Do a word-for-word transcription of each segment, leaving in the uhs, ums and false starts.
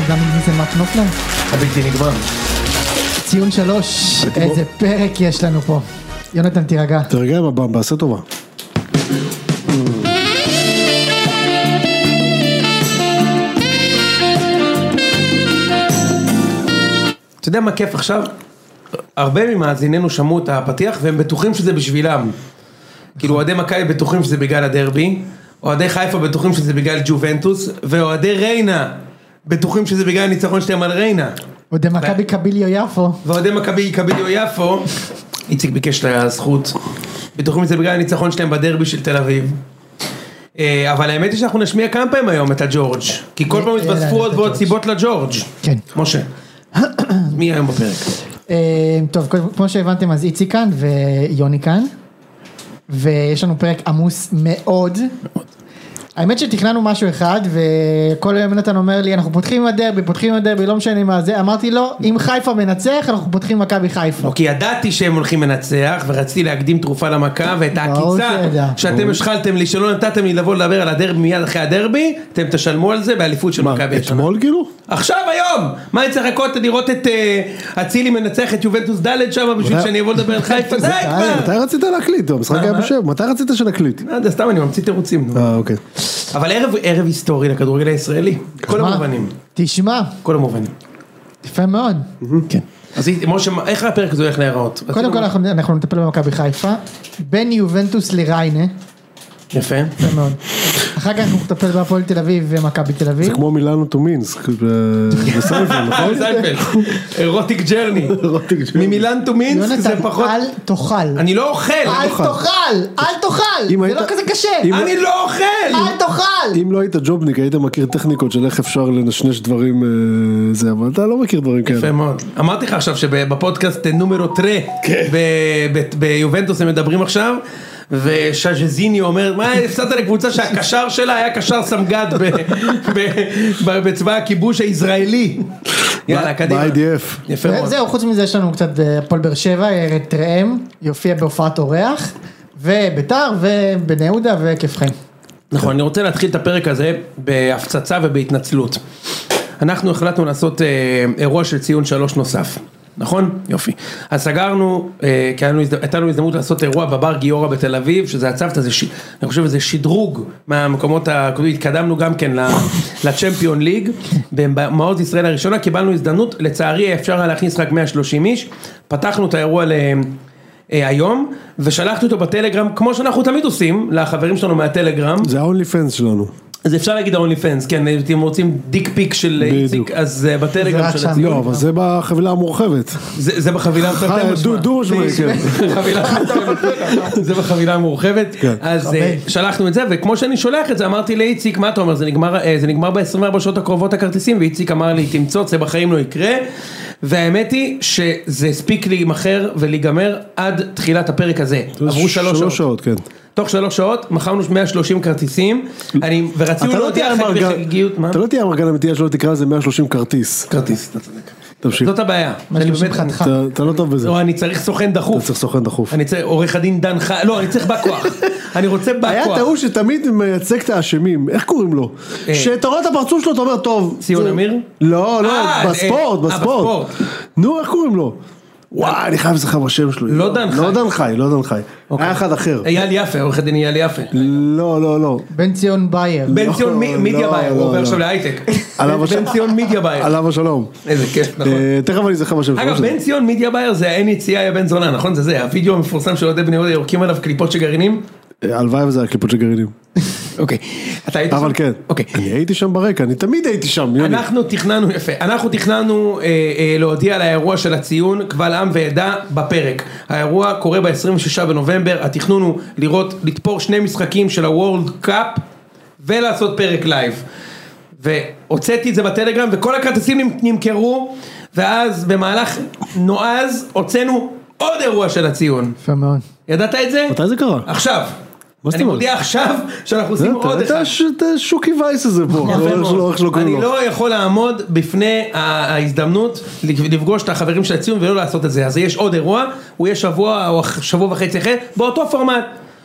גם ניסן מרק נופלר. הבלתי נגמר. ציון שלוש, איזה פרק יש לנו פה. יונתן תירגע. תירגע עם הבמבה, עשה טובה. אתה יודע מה כיף עכשיו? הרבה ממאזיננו שמעו את הפתיח והם בטוחים שזה בשבילם. כאילו אוהדי מכבי בטוחים שזה בגלל הדרבי, אוהדי חיפה בטוחים שזה בגלל ג'ובנטוס, ואוהדי ריינה בטוחים שזה בגלל הניצחון שלהם על ריינה. אוהדי מכבי קביליו יפו. ואוהדי מכבי קביליו יפו, איציק ביקש לה זכות, בטוחים שזה בגלל הניצחון שלהם בדרבי של תל אביב. אבל האמת היא שאנחנו נשמיע כמה פעמים היום את הג'ורג', כי כל פעם התווספו עוד ועוד סיבות לג'ורג'. כן. משה, מי היום בפרק? טוב, כמו שהבנתם אז איציק כאן ויוני כאן, ויש לנו פרק עמוס מאוד. האמת שתכננו משהו אחד, וכל יום נתן אומר לי, אנחנו פותחים עם הדרבי, פותחים עם הדרבי, לא משנה מה זה, אמרתי לו, אם חיפה מנצח, אנחנו פותחים מכבי חיפה. לא, כי ידעתי שהם הולכים לנצח, ורציתי להקדים תרופה למכה, ואת העקיצה שאתם השחלתם לי, שלא נתתם לי לבוא לדבר על הדרבי מיד אחרי הדרבי, אתם תשלמו על זה באליפות של מכבי. אתמול כאילו? עכשיו היום! מה אני צריך לחכות לראות את אצילי מנצח את יובנטוס ד' שם, בשביל שאני אבוא לדבר על חיפה? די כבר! מתי רצית להקליט? המשחק היה בשב, מתי רצית שנקליט? סתם אני ממציא תירוצים. אה, אוקיי. אבל ערב, ערב היסטורי לכדורגל הישראלי, כל המובנים. תשמע. כל המובנים. יפה מאוד. כן. אז משה, איך הפרק הזה הולך להיראות? קודם כל אנחנו נטפל במכבי חיפה, בין יובנטוס לריינה. יפה. יפה מאוד. אחר כך אנחנו נטפל בהפועל תל אביב ומכבי תל אביב. זה כמו מילאנו טו מינסק, בסייפל, נכון? בסייפל. אירוטיק ג'רני. ממילאן טו מינסק זה פחות... אל תאכל. אני לא אוכל. אל תאכל, אל תאכל. זה לא כזה קשה. אני לא אוכל. אל תאכל. אם לא היית ג'ובניק, היית מכיר טכניקות של איך אפשר לנשנש דברים, זה, אבל אתה לא מכיר דברים כאלה. יפה מאוד. אמרתי לך עכשיו שבפודקאסט נומרו טרה, ביובנטוס הם מדברים עכשיו, ושז'זיני אומר, מה, הפסדת לקבוצה שהקשר שלה היה קשר סמגד בצבא הכיבוש הישראלי. יאללה, קדימה. ב-איי די אף. יפה מאוד. זהו, חוץ מזה יש לנו קצת הפועל באר שבע, ארץ ראם, יופיע בהופעת אורח, וביתר ובני יהודה וכיף חיים. נכון, אני רוצה להתחיל את הפרק הזה בהפצצה ובהתנצלות. אנחנו החלטנו לעשות אירוע של ציון שלוש נוסף. נכון? יופי. אז סגרנו, כי הייתה לנו הזדמנות לעשות אירוע בבר גיורא בתל אביב, שזה הצוות הזה, אני חושב שזה שדרוג מהמקומות הקודמים, התקדמנו גם כן לצ'מפיון ליג, במעוז ישראל הראשונה, קיבלנו הזדמנות, לצערי אפשר היה להכניס רק מאה ושלושים איש, פתחנו את האירוע היום, ושלחנו אותו בטלגרם, כמו שאנחנו תמיד עושים, לחברים שלנו מהטלגרם. זה ה-only fans שלנו. אז אפשר להגיד ה-only fans, כן, אתם רוצים דיק פיק של איציק, אז בטלגרם של הציון. לא, אבל זה בחבילה המורחבת. זה בחבילה המורחבת. דו משמעי, כן. זה בחבילה המורחבת. אז שלחנו את זה, וכמו שאני שולח את זה, אמרתי לאיציק, מה אתה אומר, זה נגמר ב-עשרים וארבע שעות הקרובות הכרטיסים, ואיציק אמר לי, תמצוץ, זה בחיים לא יקרה, והאמת היא שזה הספיק להימחר ולהיגמר עד תחילת הפרק הזה. עברו שלוש שעות. כן. תוך שלוש שעות, מכרנו מאה ושלושים כרטיסים, ורצינו להודיע לכם בחגיגיות, מה? אתה לא תהיה המרגן אמיתי שלא תקרא לזה מאה ושלושים כרטיס. כרטיס, אתה צודק. תמשיך. זאת הבעיה. אתה לא טוב בזה. לא, אני צריך סוכן דחוף. אתה צריך סוכן דחוף. אני צריך עורך הדין דן חי... לא, אני צריך בא כוח. אני רוצה בא כוח. היה טעו שתמיד מייצג את האשמים. איך קוראים לו? שאתה רואה את הפרצוף שלו, אתה אומר, טוב. ציון אמיר? לא, לא, בספורט, בספורט. נו, איך קוראים לו? וואי, אני חייב לזכר בשם שלו. לא דן חי. לא דן חי, לא דן חי. היה אחד אחר. אייל יפה, עורך הדין אייל יפה. לא, לא, לא. בן ציון בייר. בן ציון מידיה בייר, הוא עובר עכשיו להייטק. בן ציון מידיה בייר. עליו השלום. איזה כיף, נכון. תכף אני זכר בשם שלו. אגב, בן ציון מידיה בייר זה אין יציאה יא בן זונה, נכון? זה זה, הווידאו המפורסם של אוהדי בני יהודה, יורקים עליו קליפות שגרעינים. הלוואי וזה היה קליפות שגרעינים. אוקיי, אתה היית שם? אבל כן, אני הייתי שם ברקע, אני תמיד הייתי שם. אנחנו תכננו, יפה, אנחנו תכננו להודיע על האירוע של הציון, קבל עם ועדה בפרק. האירוע קורה ב-עשרים ושישה בנובמבר, התכנון הוא לראות, לתפור שני משחקים של הוורלד קאפ, ולעשות פרק לייב. והוצאתי את זה בטלגרם, וכל הכרטיסים נמכרו, ואז במהלך נועז, הוצאנו עוד אירוע של הציון. יפה מאוד. ידעת את זה? מתי זה קרה? עכשיו. אני מודיע עכשיו שאנחנו עושים עוד אחד. אתה שוקי וייס הזה פה. אני לא יכול לעמוד בפני ההזדמנות לפגוש את החברים של הציון ולא לעשות את זה. אז יש עוד אירוע, הוא יהיה שבוע או שבוע וחצי אחרי, באותו פורמט.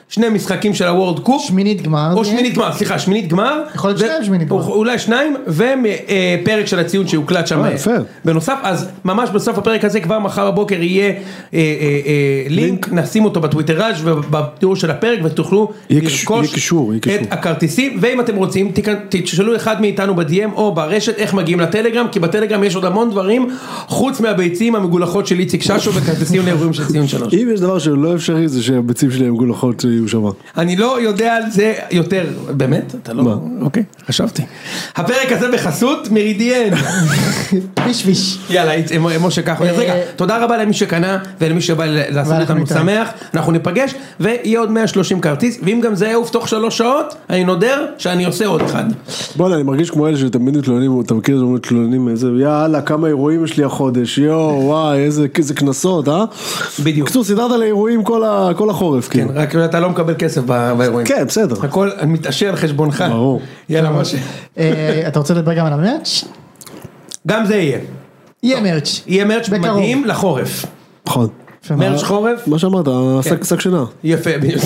שני משחקים של הוורד קופ. שמינית גמר. או שמינית גמר, סליחה, שמינית גמר. יכול להיות שניים שמינית גמר. אולי שניים, ופרק של הציון שהוקלט שם. בנוסף, אז ממש בסוף הפרק הזה, כבר מחר בבוקר יהיה לינק, נשים אותו בטוויטראז' ובתיאור של הפרק, ותוכלו לרכוש את הכרטיסים, ואם אתם רוצים, תשאלו אחד מאיתנו ב-די אם או ברשת, איך מגיעים לטלגרם, כי בטלגרם יש עוד המון דברים, חוץ מהביצים המגולחות של איציק ששו, וכרטיסים לאירועים של ציון שלוש. אם יש דבר שלא אפשרי, זה שהביצים שלי המגולחות יהיו שם. אני לא יודע על זה יותר, באמת? אתה לא... מה? אוקיי, חשבתי. הפרק הזה בחסות מרידיאן. ביש. יאללה, משה ככה. רגע, תודה רבה למי שקנה, ולמי שבא לעשות אותנו שמח, אנחנו ניפגש, ויהיה עוד מאה ושלושים כרטיס, ואם גם זה יעוף תוך שלוש שעות, אני נודר שאני עושה עוד אחד. בוא'נה, אני מרגיש כמו אלה שתמיד מתלוננים, אתה מכיר את זה מתלוננים, איזה, יאללה, כמה אירועים יש לי החודש, יואו, וואי, איזה כנסות, אה? בדיוק. קצור, סידרת לאירועים כל החורף, כן, רק אתה לא מקבל כסף באירועים. כן, בסדר. הכל מתעשר על חשבונך. ברור. יאללה, משה. אתה רוצה לדבר גם על המרץ'? גם זה יהיה. יהיה מרץ'. יהיה מרץ' מדהים לחורף. נכון. מרץ' חורף. מה שאמרת, שק שינה. יפה, בדיוק.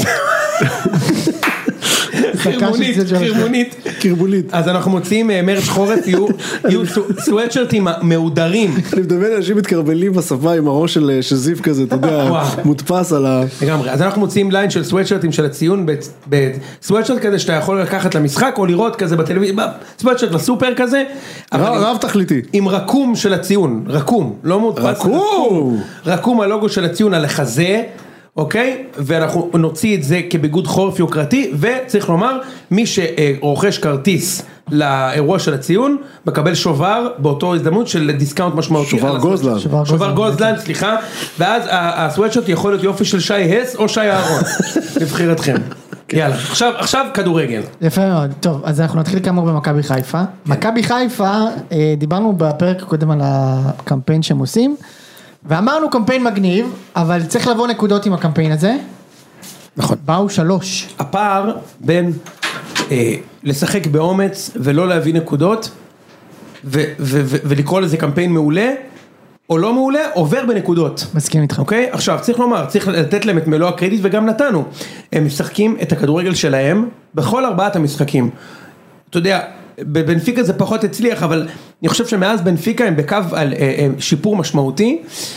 חרמונית, חרמונית. קרבולית. אז אנחנו מוציאים מרץ' חורף, יהיו סוואטשרטים מעודרים. אני מדמיין אנשים מתקרבלים בשפה עם הראש של זיף כזה, אתה יודע, מודפס על ה... לגמרי, אז אנחנו מוציאים ליין של סוואטשרטים של הציון, סוואטשרט כזה שאתה יכול לקחת למשחק, או לראות כזה בטלוויזיה, סוואטשרט לסופר כזה. רב תכליתי. עם רקום של הציון, רקום, לא מודפס. רקום! רקום הלוגו של הציון על החזה. אוקיי? ואנחנו נוציא את זה כביגוד חורף יוקרתי, וצריך לומר, מי שרוכש כרטיס לאירוע של הציון, מקבל שובר באותו הזדמנות של דיסקאונט משמעותי. שובר גוזלן. שובר גוזלן, סליחה, ואז הסוואטשרט יכול להיות יופי של שי הס או שי אהרון, לבחירתכם. יאללה, עכשיו, עכשיו כדורגל. יפה מאוד, טוב, אז אנחנו נתחיל כאמור במכבי חיפה. מכבי חיפה, דיברנו בפרק הקודם על הקמפיין שהם עושים, ואמרנו קמפיין מגניב, אבל צריך לבוא נקודות עם הקמפיין הזה. נכון. באו שלוש. הפער בין אה, לשחק באומץ ולא להביא נקודות, ו- ו- ו- ולקרוא לזה קמפיין מעולה, או לא מעולה, עובר בנקודות. מסכים איתך. אוקיי? עכשיו, צריך לומר, צריך לתת להם את מלוא הקרדיט, וגם נתנו. הם משחקים את הכדורגל שלהם, בכל ארבעת המשחקים. אתה יודע, בבנפיקה זה פחות הצליח, אבל אני חושב שמאז בנפיקה הם בקו על שיפור משמעותי,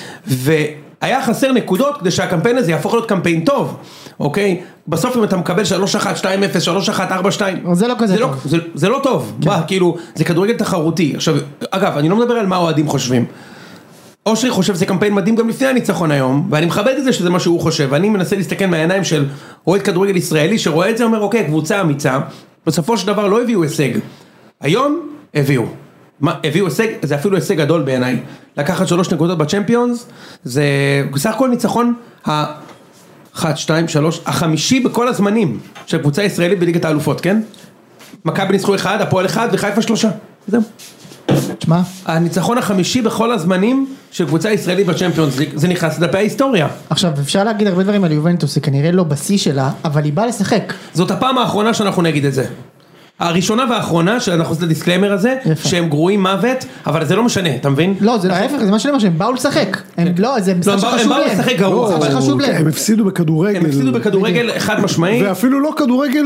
והיה חסר נקודות כדי שהקמפיין הזה יהפוך להיות קמפיין טוב, אוקיי? בסוף אם אתה מקבל שלוש אחת, שתיים אפס, שלוש אחת, ארבע שתיים, זה לא כזה טוב. זה, זה לא טוב, בא, כאילו, זה כדורגל תחרותי. עכשיו, אגב, אני לא מדבר על מה האוהדים חושבים. אושרי חושב שזה קמפיין מדהים גם לפני הניצחון היום, ואני מכבד את זה שזה מה שהוא חושב, ואני מנסה להסתכל מהעיניים של אוהד כדורגל ישראלי, שרואה את זה, אומר, אוקיי, קבוצה אמיצה, בסופו של דבר לא הביאו הישג. היום הביאו. מה, הביאו הישג, זה אפילו הישג גדול בעיניי. לקחת שלוש נקודות בצ'מפיונס, זה בסך הכל ניצחון ה-אחת, שתיים, שלוש, החמישי בכל הזמנים של קבוצה ישראלית בליגת האלופות, כן? מכבי ניצחו אחד, הפועל אחד וחיפה שלושה. זהו. תשמע, הניצחון החמישי בכל הזמנים של קבוצה ישראלית בצ'מפיונס ליג, זה נכנס לדפי ההיסטוריה. עכשיו אפשר להגיד הרבה דברים על יובנטוס, זה כנראה לא בשיא שלה, אבל היא באה לשחק. זאת הפעם האחרונה שאנחנו נגיד את זה. הראשונה והאחרונה, שאנחנו עושים את הדיסקליימר הזה, שהם גרועים מוות, אבל זה לא משנה, אתה מבין? לא, זה ההפך, זה מה שאני אומר, שהם באו לשחק. הם לא, זה משחק שחשוב להם. הם באו לשחק גרוע, זה חשוב להם. הם הפסידו בכדורגל. הם הפסידו בכדורגל חד משמעי. ואפילו לא כדורגל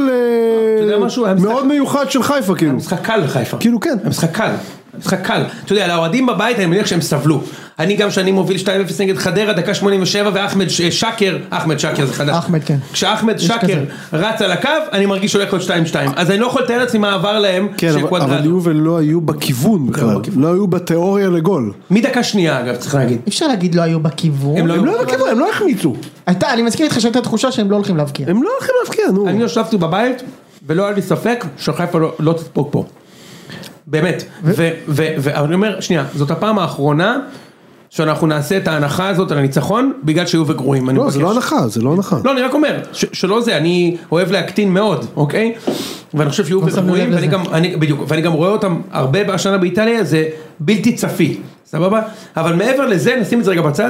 מאוד מיוחד של חיפה, כאילו. משחק קל לחיפה. כאילו כן. משחק קל. משחק קל. אתה יודע, לאוהדים בבית, אני מניח שהם סבלו. אני גם שאני מוביל שתיים אפס נגד חדרה, דקה שמונים ושבע, ואחמד שקר, אחמד שקר זה חדש. אחמד, כן. כשאחמד שקר רץ על הקו, אני מרגיש שהולך עוד שתיים שתיים. אז אני לא יכול לתאר לעצמי מה עבר להם. כן, אבל יובל לא היו בכיוון בכלל. לא היו בתיאוריה לגול. מדקה שנייה, אגב, צריך להגיד. אפשר להגיד לא היו בכיוון. הם לא היו בכיוון, הם לא החמיצו. הייתה, אני מסכים איתך שהייתה תחושה שהם לא הולכים להבקיע. הם לא הולכים להבקיע, נו. אני ישבתי בבית, ולא היה לי ספק שחיפה לא תספוג פה. באמת, ואני אומר, שנייה, זאת הפעם האחרונה שאנחנו נעשה את ההנחה הזאת על הניצחון בגלל שהיו וגרועים. לא, זה לא הנחה, זה לא הנחה. לא, אני רק אומר, שלא זה, אני אוהב להקטין מאוד, אוקיי? ואני חושב שהיו וגרועים, ואני גם רואה אותם הרבה בשנה באיטליה, זה בלתי צפי, סבבה? אבל מעבר לזה, נשים את זה רגע בצד,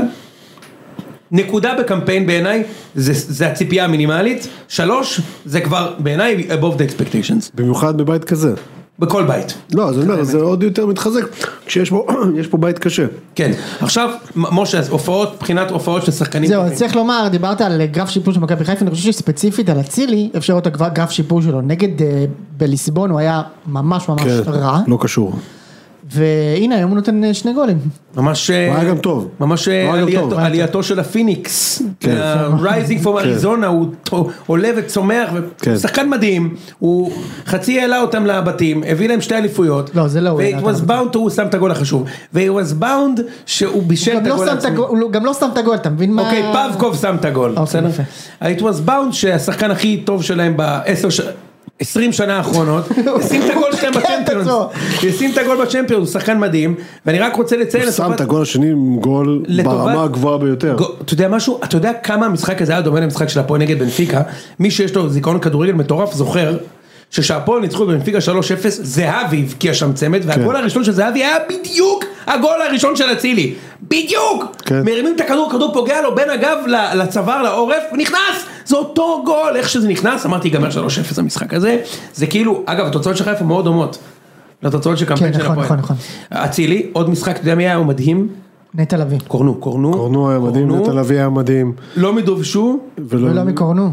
נקודה בקמפיין בעיניי, זה הציפייה המינימלית, שלוש, זה כבר בעיניי above the expectations. במיוחד בבית כזה. בכל בית. לא, זה אומר, זה עוד יותר מתחזק, כשיש פה, יש פה בית קשה. כן, עכשיו, משה, הופעות, בחינת הופעות של שחקנים. זהו, צריך לומר, דיברת על גרף שיפור של מכבי חיפה, אני חושב שספציפית על אצילי, אפשר לראות את הגרף שיפור שלו, נגד בליסבון הוא היה ממש ממש רע. לא קשור. והנה היום הוא נותן שני גולים. ממש, הוא היה גם טוב. ממש עלייתו של הפיניקס, רייזינג פום אריזונה, הוא עולה וצומח, שחקן מדהים, הוא חצי העלה אותם לבתים, הביא להם שתי אליפויות, לא, זה לא הוא. ו-it was bound, הוא שם את הגול החשוב, ו-it was bound שהוא בישל את הגול עצמי. הוא גם לא שם את הגול, אתה מבין מה? אוקיי, פאבקוב שם את הגול, בסדר? it was bound שהשחקן הכי טוב שלהם בעשר שנים, עשרים שנה האחרונות, ישים את הגול שלהם בצ'מפיונס, ישים את הגול בצ'מפיונס, הוא שחקן מדהים, ואני רק רוצה לציין, הוא שם את הגול השני עם גול ברמה הגבוהה ביותר. אתה יודע משהו, אתה יודע כמה המשחק הזה היה דומה למשחק של הפועל נגד בנפיקה, מי שיש לו זיכרון כדורגל מטורף זוכר, ששהפועל ניצחו בנפיקה שלוש אפס, זהבי הבקיע שם צמד, והגול הראשון של זהבי היה בדיוק הגול הראשון של אצילי, בדיוק, מרימים את הכדור, הכדור פוגע לו בין הגב לצוואר, לעורף, ונכנס, זה אותו גול, איך שזה נכנס, אמרתי, ייגמר שלוש אפס המשחק הזה, זה כאילו, אגב, התוצאות של חיפה מאוד דומות, לתוצאות של קמפיין של הפועל. נכון, נכון. אצילי, עוד משחק, אתה יודע מי היה, הוא מדהים, נטע לביא. קורנו, קורנו. קורנו היה מדהים, נטע לביא היה מדהים. לא מדובשו. ולא מקורנו.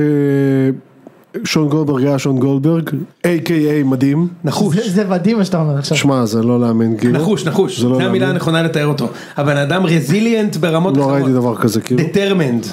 שון גולדברג היה שון גולדברג, איי קיי איי מדהים. נחוש. זה מדהים מה שאתה אומר עכשיו. שמע, זה לא לאמן כאילו. נחוש, נחוש. זה המילה הנכונה לתאר אותו. הבן אדם רזיליאנט ברמות אחרות. לא ראיתי דבר כזה כאילו. דטרמנד.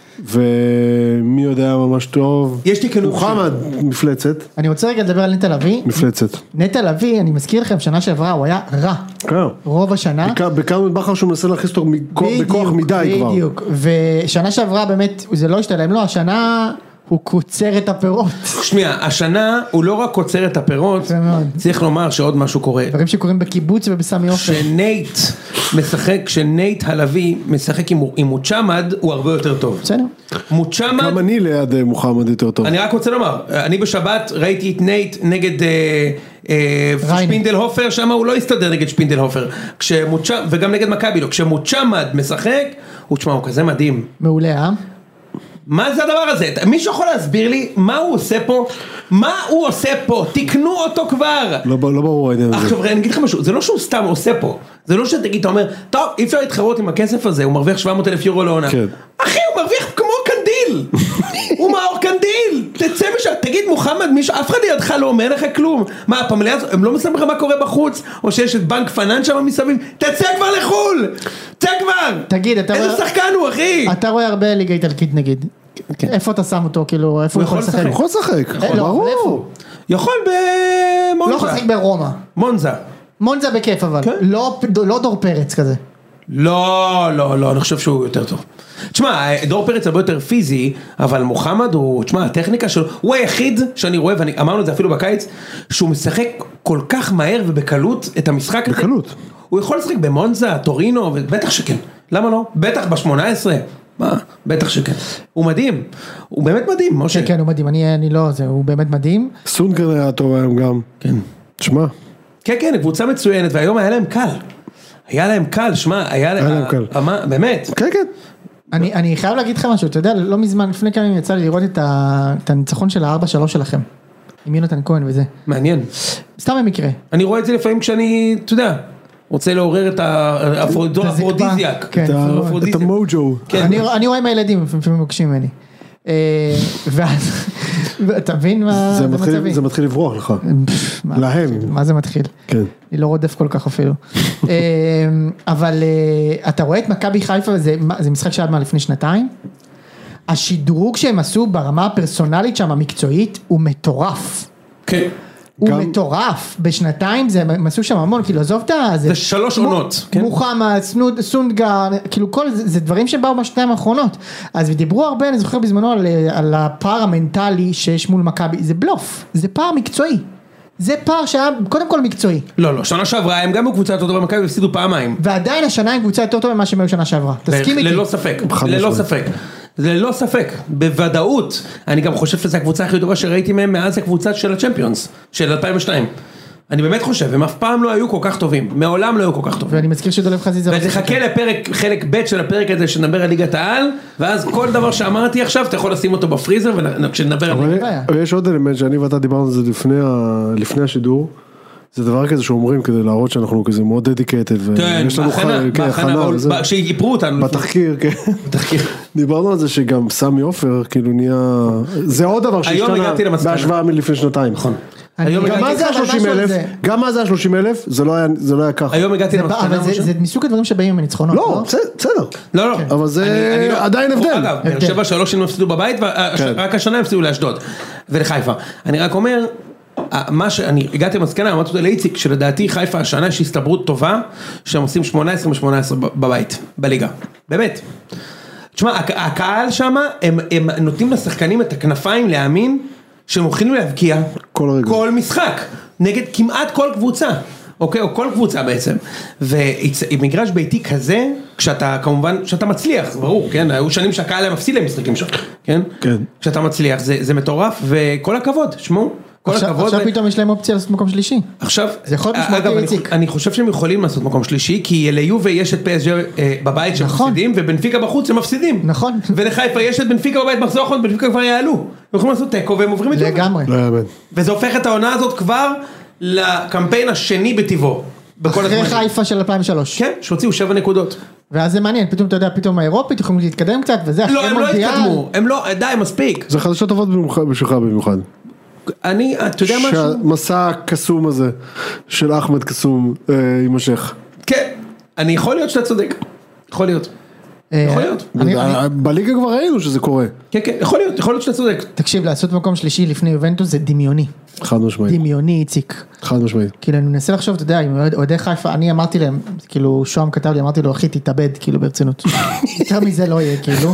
ומי יודע ממש טוב. יש לי כנות. מוחמד מפלצת. אני רוצה רגע לדבר על נטע לביא. מפלצת. נטע לביא, אני מזכיר לכם, שנה שעברה הוא היה רע. כן. רוב השנה. בכמה בכר שהוא מנסה להכניס אותו בכוח מדי כבר. בדיוק. ושנה שעברה באמת, זה לא השתלם לו, השנה הוא קוצר את הפירות. שמיע, השנה הוא לא רק קוצר את הפירות, צריך לומר שעוד משהו קורה. דברים שקורים בקיבוץ ובסמי עופר. כשנייט משחק, כשנייט הלוי משחק עם מוצ'מד, הוא הרבה יותר טוב. בסדר. מוצ'מד... גם אני ליד מוחמד יותר טוב. אני רק רוצה לומר, אני בשבת ראיתי את נייט נגד שפינדל הופר, שם הוא לא הסתדר נגד שפינדל הופר. וגם נגד מכבי לו. כשמוצ'מד משחק, הוא תשמע, הוא כזה מדהים. מעולה, אה? מה זה הדבר הזה? מישהו יכול להסביר לי מה הוא עושה פה? מה הוא עושה פה? תקנו אותו כבר. לא ברור העניין הזה. עכשיו אני אגיד לך משהו, זה לא שהוא סתם עושה פה, זה לא שתגיד, אתה אומר, טוב, אי אפשר להתחרות עם הכסף הזה, הוא מרוויח שבע מאות אלף יורו לעונה. אחי, הוא מרוויח כמו קנדיל. הוא מאור קנדיל. תצא משם, תגיד מוחמד, אף אחד לידך לא אומר לך כלום. מה, הפמליה הזאת, הם לא מספרים לך מה קורה בחוץ, או שיש את בנק פנן שם מסביב? תצא כבר לחול. תצא כבר. תגיד, אתה איזה שחקן הוא, אחי? אתה רואה הרבה ליגה איטלקית נגיד. איפה אתה שם אותו, כאילו, איפה הוא יכול לשחק? הוא יכול לשחק, ברור. יכול במונזה. לא יכול לשחק ברומא. מונזה. מונזה בכיף אבל, לא דור פרץ כזה. לא, לא, לא, אני חושב שהוא יותר טוב. תשמע, דור פרץ הרבה יותר פיזי, אבל מוחמד הוא, תשמע, הטכניקה שלו, הוא היחיד שאני רואה, ואמרנו את זה אפילו בקיץ, שהוא משחק כל כך מהר ובקלות את המשחק. בקלות. הוא יכול לשחק במונזה, טורינו, ובטח שכן. למה לא? בטח ב-שמונה עשרה. מה? בטח שכן. הוא מדהים. הוא באמת מדהים, משה. כן, כן, הוא מדהים. אני, אני לא, זה, הוא באמת מדהים. סונגרן היה טוב היום גם. כן. תשמע. כן, כן, קבוצה מצוינת, והיום היה להם קל. היה להם קל, שמע, היה להם קל. באמת. כן, כן. אני, אני חייב להגיד לך משהו, אתה יודע, לא מזמן, לפני כמה ימים יצא לי לראות את, ה, את הניצחון של ה-ארבע שלוש שלכם. עם יונתן כהן וזה. מעניין. סתם במקרה. אני רואה את זה לפעמים כשאני, אתה יודע, רוצה לעורר את האפרודיזיאק. את המוג'ו. אני רואה עם הילדים, לפעמים מוקשים ממני. ואז, אתה מבין מה זה מצבי? זה מתחיל לברוח לך. להם. מה זה מתחיל? כן. אני לא רודף כל כך אפילו. אבל אתה רואה את מכבי חיפה, זה משחק שעד מה לפני שנתיים? השדרוג שהם עשו ברמה הפרסונלית שם, המקצועית, הוא מטורף. כן. הוא מטורף, בשנתיים זה, הם עשו שם המון, כאילו עזוב את זה. זה שלוש עונות. מוחמד, סונדגר, כאילו כל זה, זה דברים שבאו בשנתיים האחרונות. אז דיברו הרבה, אני זוכר בזמנו על, על הפער המנטלי שיש מול מכבי, זה בלוף, זה פער מקצועי. זה פער שהיה קודם כל מקצועי. לא, לא, שנה שעברה הם גם בקבוצה יותר טובה במכבי והפסידו פעמיים. ועדיין השנה הם קבוצה יותר טובה ממה שהם היו שנה שעברה. תסכים איתי. ללא ספק, ללא ספק. זה לא ספק, בוודאות, אני גם חושב שזו הקבוצה הכי טובה שראיתי מהם מאז הקבוצה של הצ'מפיונס, של אלפיים ושתיים. אני באמת חושב, הם אף פעם לא היו כל כך טובים, מעולם לא היו כל כך טובים. ואני מזכיר שדולב חזיזה... ותחכה לפרק, חלק ב' של הפרק הזה שנדבר על ליגת העל, ואז כל דבר שאמרתי עכשיו, אתה יכול לשים אותו בפריזר, וכשנדבר על ליגת העל. אבל יש עוד אלמנט שאני ואתה דיברנו על זה לפני השידור, זה דבר כזה שאומרים כדי להראות שאנחנו כזה מאוד דדיקטד, ויש לנו בהכנה, שיפרו אותנו. בתחקיר, כן. בתחקיר. דיברנו על זה שגם סמי עופר, כאילו נהיה, זה עוד דבר שהשתנה בהשוואה מלפני שנתיים. נכון. גם מה זה ה-שלושים אלף? גם מה זה ה-שלושים אלף? זה לא היה ככה. היום הגעתי למסקנה. זה מסוג הדברים שבאים עם הניצחונות. לא, בסדר. לא, לא. אבל זה עדיין הבדל. אגב, שבע שלוש שנים הפסידו בבית, ורק השנה הפסידו לאשדוד ולחיפה. אני רק אומר, מה שאני הגעתי למסקנה, אמרתי אותה לאיציק, שלדעתי חיפה השנה יש הסתברות טובה, שהם עושים שמונה עשרה משמונה עשרה בבית, בליגה. באמת. תשמע, הקהל שם, הם נותנים לשחקנים את הכנפיים להאמין, שהם הולכים להבקיע כל, כל משחק, נגד כמעט כל קבוצה, אוקיי, או כל קבוצה בעצם, ומגרש ביתי כזה, כשאתה כמובן, כשאתה מצליח, זה ברור, כן, היו שנים שהקהל היה מפסיד להם משחקים שם, כן? כן. כשאתה מצליח, זה, זה מטורף, וכל הכבוד, שמעו, כל עכשיו, הכבוד. עכשיו פתאום יש להם אופציה לעשות מקום שלישי. עכשיו, זה יכול להיות משמעותי איציק. אני חושב שהם יכולים לעשות מקום שלישי, כי ליובה יש את פי אס ג'י בבית שהם מפסידים, ובנפיקה בחוץ הם מפסידים. נכון. ולחיפה יש את בנפיקה בבית מחזור האחרון, בנפיקה כבר יעלו. הם יכולים לעשות טקו והם עוברים את יובה. לגמרי. וזה הופך את העונה הזאת כבר לקמפיין השני בטבעו. אחרי חיפה של אלפיים ושלוש. כן, שהוציאו שבע נקודות. ואז זה מעניין, פתאום אתה יודע, פתאום האירופית יכולים להתקדם קצת, וזה לא, הם לא התקדמו. הם לא, די, מספיק. זה חדשות טובות בשבילך במיוחד. אני, אתה יודע משהו? שהמסע הקסום הזה של אחמד קסום יימשך. כן, אני יכול להיות שאתה צודק. יכול להיות. יכול להיות. בליגה כבר ראינו שזה קורה. כן, כן, יכול להיות, יכול להיות שאתה צודק. תקשיב, לעשות מקום שלישי לפני יובנטוס זה דמיוני. חד משמעית. דמיוני, איציק. חד משמעית. כאילו, אני מנסה לחשוב, אתה יודע, אם אוהדי חיפה, אני אמרתי להם, כאילו, שועם כתב לי, אמרתי לו, אחי, תתאבד, כאילו, ברצינות. יותר מזה לא יהיה, כאילו.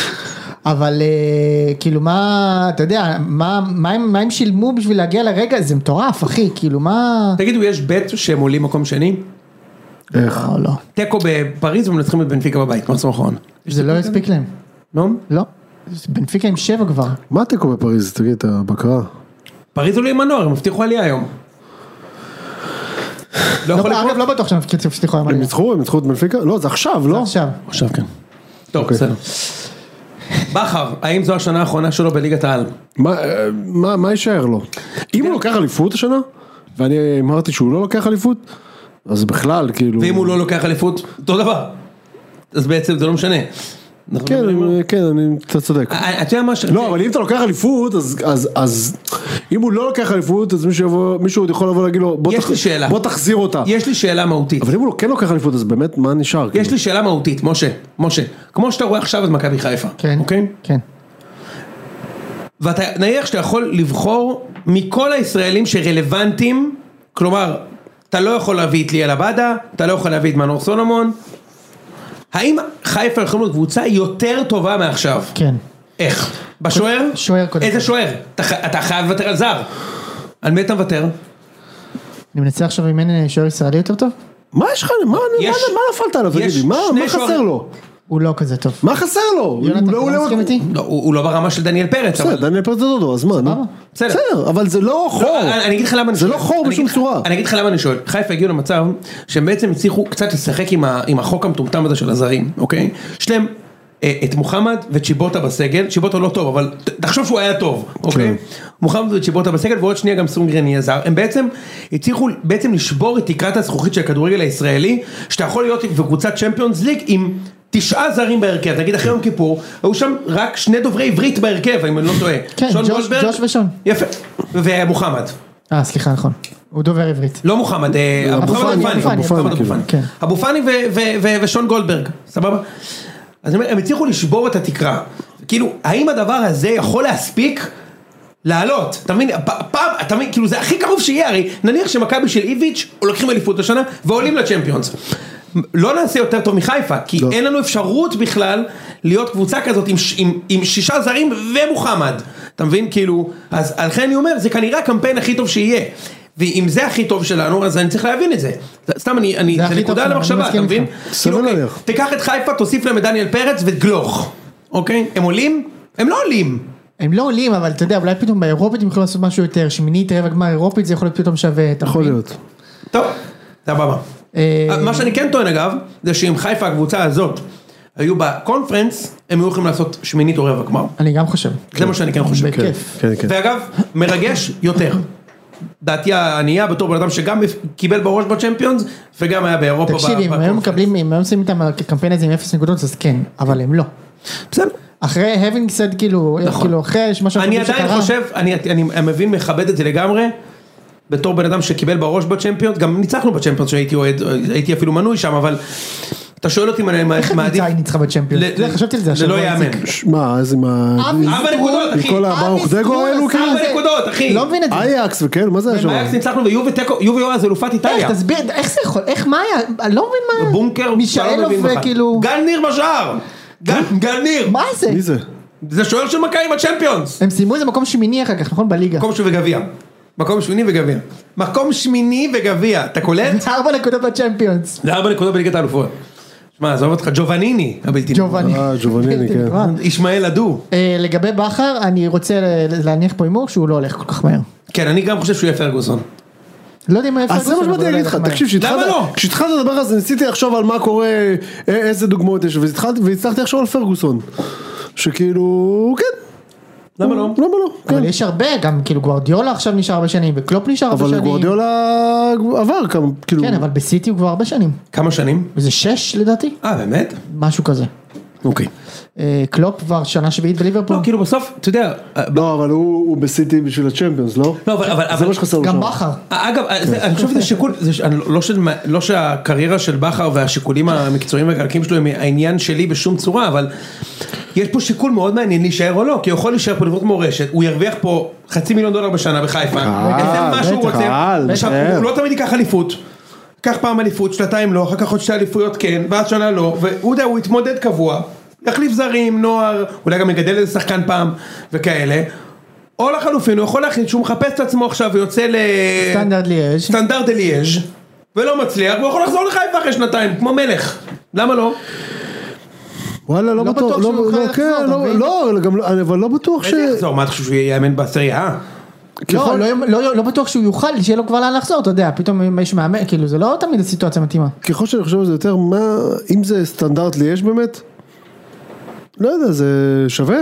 אבל כאילו מה, אתה יודע, מה, מה הם, מה הם שילמו בשביל להגיע לרגע, זה מטורף, אחי, כאילו מה... תגידו, יש בית שהם עולים מקום שני? איך? לא, לא. טקו בפריז ומנצחים את בנפיקה בבית, מחזור האחרון. זה לא יספיק להם. לא? לא. בנפיקה עם שבע כבר. מה טקו בפריז? תגיד, את הבקרה. פריז עולים מנוע, הם הבטיחו עלייה היום. אגב, לא בטוח שהם הבטיחו עלייה. הם ניצחו? הם ניצחו את בנפיקה? לא, זה עכשיו, לא? עכשיו. עכשיו, כן. טוב, בסדר. בכר, האם זו השנה האחרונה שלו בליגת העל? מה, מה, מה יישאר לו? אם הוא לוקח אליפות השנה, ואני אמרתי שהוא לא לוקח אליפות, אז בכלל, כאילו... ואם הוא לא לוקח אליפות, אותו דבר. אז בעצם זה לא משנה. כן, כן, אני, אתה צודק. אתה יודע מה ש... לא, אבל אם אתה לוקח אליפות, אז אם הוא לא לוקח אליפות, אז מישהו עוד יכול לבוא להגיד לו, בוא תחזיר אותה. יש לי שאלה מהותית. אבל אם הוא לא כן לוקח אליפות, אז באמת, מה נשאר? יש לי שאלה מהותית, משה, משה. כמו שאתה רואה עכשיו את מכבי חיפה. כן. אוקיי? כן. ואתה נניח שאתה יכול לבחור מכל הישראלים שרלוונטיים, כלומר, אתה לא יכול להביא את ליאל עבדה, אתה לא יכול להביא את מנור סולומון, האם חיפה יכולים להיות קבוצה יותר טובה מעכשיו? כן. איך? בשוער? שוער קודם. איזה שוער? אתה חייב לוותר על זר. על מי אתה מוותר? אני מנסה עכשיו אם אין שוער ישראלי יותר טוב? מה יש לך? מה נפלת עליו? תגידי, מה חסר לו? הוא לא כזה טוב. מה חסר לו? יונתן, אתה לא מסכים איתי? הוא לא ברמה של דניאל פרץ. בסדר, דניאל פרץ זה דודו, אז מה? בסדר, אבל זה לא חור. אני אגיד לך למה אני שואל. זה לא חור בשום צורה. אני אגיד לך למה אני שואל. חיפה הגיעו למצב שהם בעצם הצליחו קצת לשחק עם החוק המטומטם הזה של הזרים, אוקיי? יש להם את מוחמד וצ'יבוטה בסגל, צ'יבוטה לא טוב, אבל תחשוב שהוא היה טוב, אוקיי? מוחמד וצ'יבוטה בסגל, ועוד שנייה גם סונגרן יהיה זר. הם בעצם הצליחו בעצם לשבור את תקרת הזכוכית של הכדורגל הישראלי, שאתה יכול להיות בקבוצת צ'מפיונס ליג עם תשעה זרים בהרכב, נגיד אחרי יום כיפור, היו שם רק שני דוברי עברית בהרכב, אם אני לא טועה. כן, ג'וש ושון. יפה, ומוחמד. אה, סליחה, נכון. הוא דובר עברית. לא מוחמד, אבו פאני ושון גולדברג, סבבה? אז הם הצליחו לשבור את התקרה. כאילו, האם הדבר הזה יכול להספיק לעלות? אתה מבין, פעם, אתה מבין, כאילו זה הכי קרוב שיהיה, הרי נניח שמכבי של איביץ' או לוקחים אליפות השנה ועולים לצ'מפיונס. לא נעשה יותר טוב מחיפה, כי לא. אין לנו אפשרות בכלל להיות קבוצה כזאת עם, עם, עם שישה זרים ומוחמד. אתה מבין? כאילו, אז לכן אני אומר, זה כנראה הקמפיין הכי טוב שיהיה. ואם זה הכי טוב שלנו, אז אני צריך להבין את זה. סתם, אני, אני, זה נקודה למחשבה, אתה מבין? כאילו, אוקיי, תיקח את חיפה, תוסיף להם את דניאל פרץ וגלוך. אוקיי? הם עולים? הם לא עולים. הם לא עולים, אבל אתה יודע, אולי פתאום באירופית הם יכולים לעשות משהו יותר, שמינית רבע גמר אירופית, זה יכול להיות פתאום שווה. יכול להיות. טוב, סבבה. מה שאני כן טוען אגב, זה שאם חיפה הקבוצה הזאת, היו בקונפרנס, הם היו יכולים לעשות שמינית או רבע גמר. אני גם חושב. זה מה שאני כן חושב. בכיף. ואגב, מרגש יותר. דעתי הענייה בתור בן אדם שגם קיבל בראש בצ'מפיונס, וגם היה באירופה. תקשיב, אם הם מקבלים, אם הם עושים איתם קמפיין הזה עם אפס נקודות, אז כן, אבל הם לא. בסדר. אחרי having said, כאילו, כאילו, אחרי מה שאנחנו אני עדיין חושב, אני מבין, מכבד את זה לגמרי, בתור בן אדם שקיבל בראש בצ'מפיונס, גם ניצחנו בצ'מפיונס שהייתי אוהד, הייתי אפילו מנוי שם, אבל אתה שואל אותי מה אני מעדיף. איך הקבוצה היא ניצחה בצ'מפיונס? חשבתי על זה. זה לא יאמן. מה, אז עם ה... ארבע נקודות, אחי. עם כל הברוך דגו האלו, כאילו? ארבע נקודות, אחי. לא מבין את זה. אייקס וכן, מה זה היה שם? אייקס ניצחנו ויובי יואז אלופת איטליה. איך, תסביר, איך זה יכול, איך, מה היה? אני לא מבין מה... בונקר, מישאלוב וכאילו... גל ניר בשער. גל ניר. מה זה? מי זה? זה שוער של מכבי בצ'מפיונס. הם סיימו איזה מקום שמיני אחר כך, נכון? בליגה. מקום שמיני וגביע. מקום שמיני וגביע. מקום שמיני וגביע. אתה קולט? ארבע נקודות בצ'מפיונס. זה ארבע נקודות בליגת האלופות. שמע, עזוב אותך, ג'ובניני. ג'ובניני. אה, ג'ובניני, כן. ישמעאל אדו. לגבי בכר, אני רוצה להניח פה הימור שהוא לא הולך כל כך מהר. כן, אני גם חושב שהוא יהיה פרגוסון. לא יודע מה יהיה אז זה מה שבאתי להגיד לך, תקשיב, כשהתחלת לדבר על זה, ניסיתי לחשוב על מה קורה, איזה דוגמאות יש, והצלחתי לחשוב על פרגוסון, שכאילו, כן. למה לא? למה לא? אבל יש הרבה, גם כאילו גוארדיולה עכשיו נשאר הרבה שנים, וקלופ נשאר הרבה שנים. אבל גוארדיולה עבר כמה, כאילו. כן, אבל בסיטי הוא כבר הרבה שנים. כמה שנים? וזה שש לדעתי. אה, באמת? משהו כזה. אוקיי. קלופ כבר שנה שביעית בליברפול. לא, כאילו בסוף, אתה יודע. לא, אבל הוא בסיטי בשביל הצ'מפיונס, לא? לא, אבל... זה מה שחסר לו שם. גם בכר. אגב, אני חושב שזה שיקול, לא שהקריירה של בכר והשיקולים המקצועיים והגלקים שלו הם העניין שלי בשום צורה, אבל יש פה שיקול מאוד מעניין להישאר או לא, כי הוא יכול להישאר פה לבנות מורשת, הוא ירוויח פה חצי מיליון דולר בשנה בחיפה, יעשה מה שהוא רוצה, הוא לא תמיד ייקח אליפות, ייקח פעם אליפות, שנתיים לא, אחר כך עוד שתי אליפויות כן, ועד שנה לא, והוא יודע, הוא יתמודד קבוע, יחליף זרים, נוער, אולי גם יגדל איזה שחקן פעם וכאלה, או לחלופין, הוא יכול להחליט שהוא מחפש את עצמו עכשיו ויוצא ל... סטנדרט ליאז' סטנדרט ליאז' ולא מצליח, והוא יכול לחזור לחיפה אחרי שנתיים, כמו מלך, למה לא? וואלה, לא בטוח, אבל לא בטוח ש... מה אתה חושב שהוא יאמן בסריה? לא בטוח שהוא יוכל, שיהיה לו כבר לאן לחזור, אתה יודע, פתאום יש מאמן, כאילו זה לא תמיד הסיטואציה מתאימה. ככל שאני חושב על זה יותר, אם זה סטנדרט ליאז' באמת? לא יודע, זה שווה?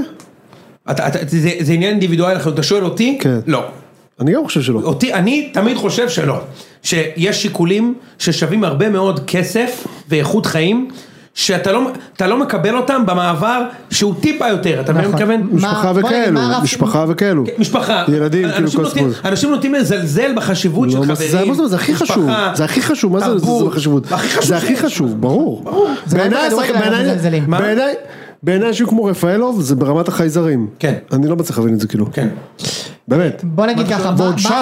זה עניין אינדיבידואלי, אתה שואל אותי? לא. אני גם חושב שלא. אותי, אני תמיד חושב שלא. שיש שיקולים ששווים הרבה מאוד כסף ואיכות חיים, שאתה לא, אתה לא מקבל אותם במעבר שהוא טיפה יותר, אתה מבין מכוון? משפחה וכאלו, משפחה וכאלו. משפחה. ילדים, כאילו כל ספול. אנשים נוטים לזלזל בחשיבות של חברים. זה הכי חשוב, זה הכי חשוב, מה זה לזלזל בחשיבות? זה הכי חשוב, ברור. בעיניי, בעיניי שהוא כמו רפאלוב, זה ברמת החייזרים. כן. אני לא מצליח להבין את זה כאילו. כן. באמת. בוא נגיד ככה,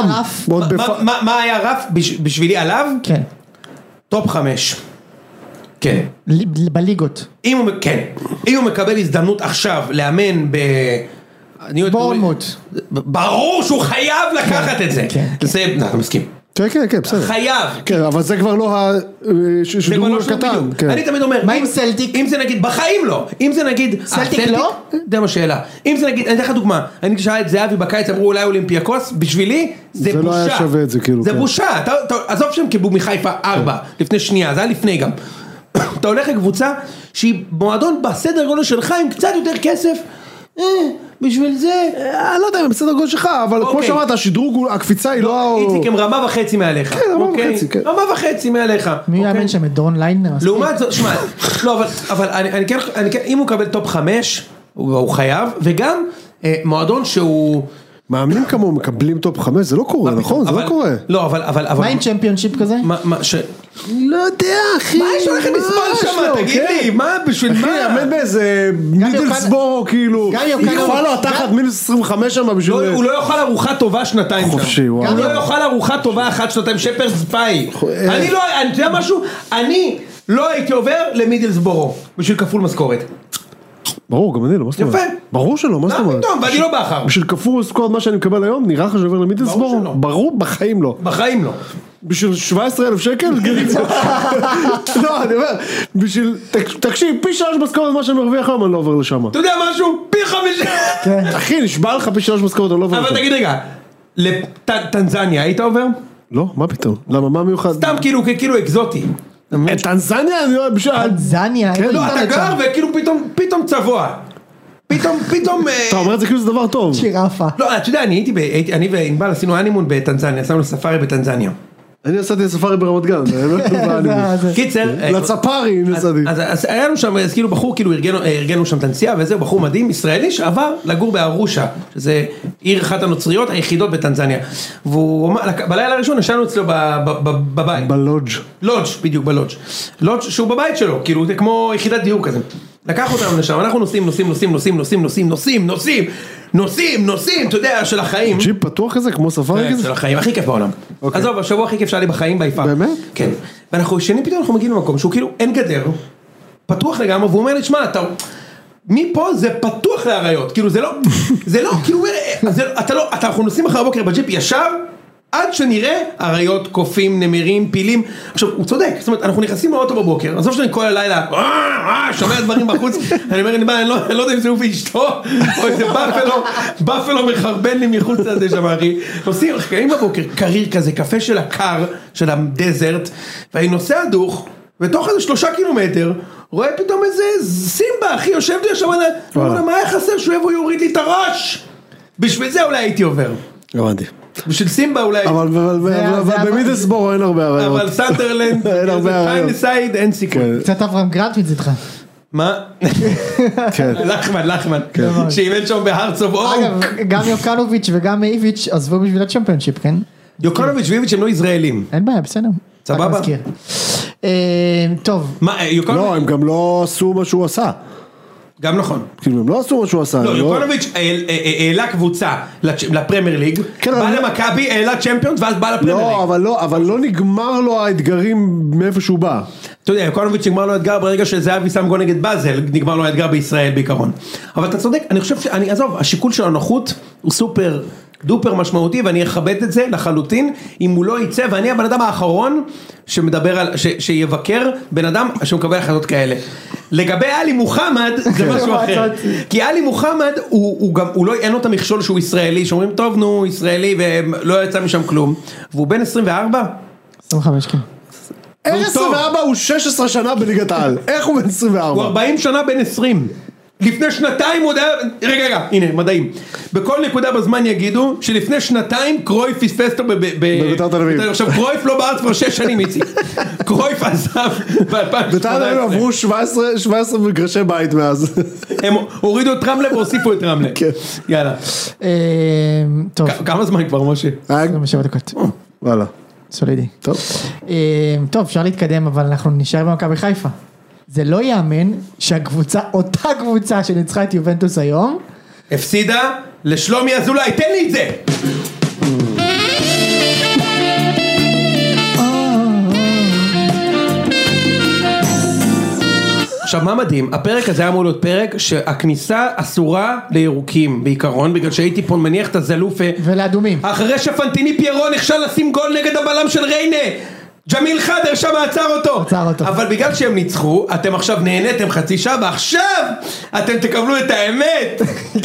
מה היה רף בשבילי עליו? כן. טופ חמש. כן. בליגות. אם הוא, כן. אם הוא מקבל הזדמנות עכשיו לאמן ב... בורנמוט. ברור שהוא חייב לקחת את זה. זה, אתה מסכים. כן, כן, כן, בסדר. חייב. כן, אבל זה כבר לא השידור הקטן. אני תמיד אומר, מה עם סלטיק? אם זה נגיד, בחיים לא. אם זה נגיד, סלטיק לא? זה מה שאלה. אם זה נגיד, אני אתן לך דוגמה, אני שאלה את זהבי בקיץ, אמרו אולי אולימפיאקוס, בשבילי זה בושה. זה לא היה שווה את זה כאילו. זה בושה. עזוב שהם קיבלו מחיפה ארבע, לפני שנייה, זה היה לפני גם. אתה הולך לקבוצה שהיא מועדון בסדר גודל שלך עם קצת יותר כסף, בשביל זה, אני לא יודע אם בסדר גודל שלך, אבל כמו שאמרת, השדרוג, הקפיצה היא לא... איציק הם רמה וחצי מעליך. כן, רמה וחצי, כן. רמה וחצי מעליך. מי יאמן שם את דורון ליינר? לעומת זאת, שמע, לא, אבל אני כן, אם הוא מקבל טופ חמש, הוא חייב, וגם מועדון שהוא... מאמנים כמוהו מקבלים טופ חמש, זה לא קורה, נכון? זה לא קורה. לא, אבל... מה עם צ'מפיונשיפ כזה? לא יודע, אחי. מה יש הולכת לסבול שם? תגיד לי, מה, בשביל מה? אחי, יאמן באיזה מידלסבורו, כאילו. יכולה לו התחת מינוס עשרים וחמש שם בשביל... הוא לא יוכל ארוחה טובה שנתיים שם. חופשי, וואו. הוא לא יוכל ארוחה טובה אחת שנתיים, שפר ספאי. אני לא, אני יודע משהו? אני לא הייתי עובר למידלסבורו, בשביל כפול משכורת. ברור, גם אני לא, מה זאת אומרת? יפה. ברור שלא, מה זאת אומרת? פתאום, ואני לא באחר. בשביל כפור סקורד מה שאני מקבל היום, נראה לך שעובר למידלסבורו? ברור שלא. ברור, בחיים לא. בחיים לא. בשביל שבע עשרה אלף שקל? לא, אני אומר, בשביל, תקשיב, פי שלוש משכורת מה שאני מרוויח היום, אני לא עובר לשם. אתה יודע משהו? פי חמישה. אחי, נשבע לך פי שלוש משכורת, אני לא עובר לשם. אבל תגיד רגע, לטנזניה היית עובר? לא, מה פתאום? למה, מה מיוחד? סתם כאילו, כאילו אקזוטי. טנזניה, אני אוהב בשביל... טנזניה, לא, אתה גר וכאילו פתאום, פתאום צבוע. פתאום, פתאום... אתה אומר את זה כאילו זה דבר טוב. שירפה. לא, אתה יודע, אני הייתי, אני וענבל עשינו הנימון בטנזניה, עשינו ספארי בטנזניה. אני עשיתי ספארי ברמת גן. קיצר... לצפארי נסעתי. אז היה לנו שם, אז כאילו בחור, כאילו ארגנו שם את הנסיעה, וזהו בחור מדהים, ישראלי, שעבר לגור בארושה, שזה עיר אחת הנוצריות היחידות בטנזניה. והוא, בלילה הראשון, ישנו אצלו בבית. בלודג'. לודג', בדיוק, בלודג'. לודג' שהוא בבית שלו, כאילו, זה כמו יחידת דיוק כזה. לקח אותנו לשם, אנחנו נוסעים, נוסעים, נוסעים, נוסעים, נוסעים, נוסעים, נוסעים, נוסעים, נוסעים, נוסעים, אתה יודע, של החיים. ג'יפ פתוח כזה, כמו ספארי כזה? של החיים, הכי כיף בעולם. עזוב, השבוע הכי כיף שהיה לי בחיים ביפה. באמת? כן. ואנחנו ישנים פתאום, אנחנו מגיעים למקום שהוא כאילו אין גדר, פתוח לגמרי, והוא אומר לי, שמע, אתה... מפה זה פתוח להריות, כאילו זה לא, זה לא, כאילו, אתה לא, אנחנו נוסעים אחר הבוקר בג'יפ ישר, עד שנראה הריות, קופים, נמרים, פילים. עכשיו, הוא צודק, זאת אומרת, אנחנו נכנסים לאוטו בבוקר, עזוב שאני כל הלילה, שומע דברים בחוץ, אני אומר, אני לא יודע אם זה הוא ואשתו, או איזה בפלו, בפלו מחרבן לי מחוץ לזה שם, אחי. נוסעים, חיים בבוקר, קריר כזה, קפה של הקר, של הדזרט, ואני נוסע דוך, ותוך איזה שלושה קילומטר, רואה פתאום איזה סימבה, אחי, יושב לי עכשיו, מה היה חסר שהוא יבוא יוריד לי את הראש? בשביל זה אולי הייתי עובר. הבנתי. בשביל סימבה אולי. אבל במידלסבורו אין הרבה הרעיות. אבל סנטרלנד, אין הרבה הרעיות. פיין אין סיכוי. קצת אברהם גרנט מצדך. מה? כן. לחמן, לחמן. שאימן שם בהרץ אוף אוק. אגב, גם יוקנוביץ' וגם איביץ' עזבו בשביל הצ'מפיונשיפ, כן? יוקנוביץ' ואיביץ' הם לא ישראלים. אין בעיה, בסדר. סבבה? טוב. מה, יוקנוביץ'? לא, הם גם לא עשו מה שהוא עשה. גם נכון. כאילו הם לא עשו מה שהוא עשה. לא, יוקנוביץ' העלה קבוצה לפרמייר ליג, בא למכבי, העלה צ'מפיונס ואז בא לפרמייר ליג. לא, אבל לא, אבל לא נגמר לו האתגרים מאיפה שהוא בא. אתה יודע, יוקנוביץ' נגמר לו האתגר ברגע שזהבי שם גול נגד באזל, נגמר לו האתגר בישראל בעיקרון. אבל אתה צודק, אני חושב שאני, עזוב, השיקול של הנוחות הוא סופר דופר משמעותי, ואני אכבד את זה לחלוטין, אם הוא לא יצא, ואני הבן אדם האחרון שמדבר על, ש, שיבקר בן אדם שמקבל החלטות כאלה. לגבי אלי מוחמד, זה משהו אחר. כי אלי מוחמד, הוא, הוא גם, הוא לא, אין לו את המכשול שהוא ישראלי, שאומרים, טוב, נו, ישראלי, ולא יצא משם כלום. והוא בן עשרים וארבע? עשרים וחמש, כן. איך עשרים וארבע הוא שש עשרה שנה בליגת העל? איך הוא בן עשרים וארבע? הוא ארבעים שנה בן עשרים. לפני שנתיים הוא... רגע, רגע, הנה, מדעים. בכל נקודה בזמן יגידו שלפני שנתיים קרויף פספס אותו בביתר תל אביב. עכשיו קרויף לא בארץ כבר שש שנים איציק. קרויף עזב ב-אלפיים ושמונה עשרה. ביתר תל אביב עברו שבע עשרה מגרשי בית מאז. הם הורידו את רמלה והוסיפו את רמלה. כן. יאללה. טוב. כמה זמן כבר, משה? עשרים ושבע דקות. וואלה. סולידי. טוב. טוב, אפשר להתקדם, אבל אנחנו נשאר במכבי חיפה. זה לא יאמן שהקבוצה, אותה קבוצה שניצחה את יובנטוס היום, הפסידה לשלומי אזולאי, תן לי את זה! עכשיו מה מדהים, הפרק הזה היה אמור להיות פרק שהכניסה אסורה לירוקים בעיקרון, בגלל שהייתי פה מניח את הזלופה ולאדומים. אחרי שפנטיני פיירו נכשל לשים גול נגד הבלם של ריינה, ג'מיל חדר שם עצר אותו. עצר אותו. אבל בגלל שהם ניצחו, אתם עכשיו נהניתם חצי שעה, ועכשיו אתם תקבלו את האמת.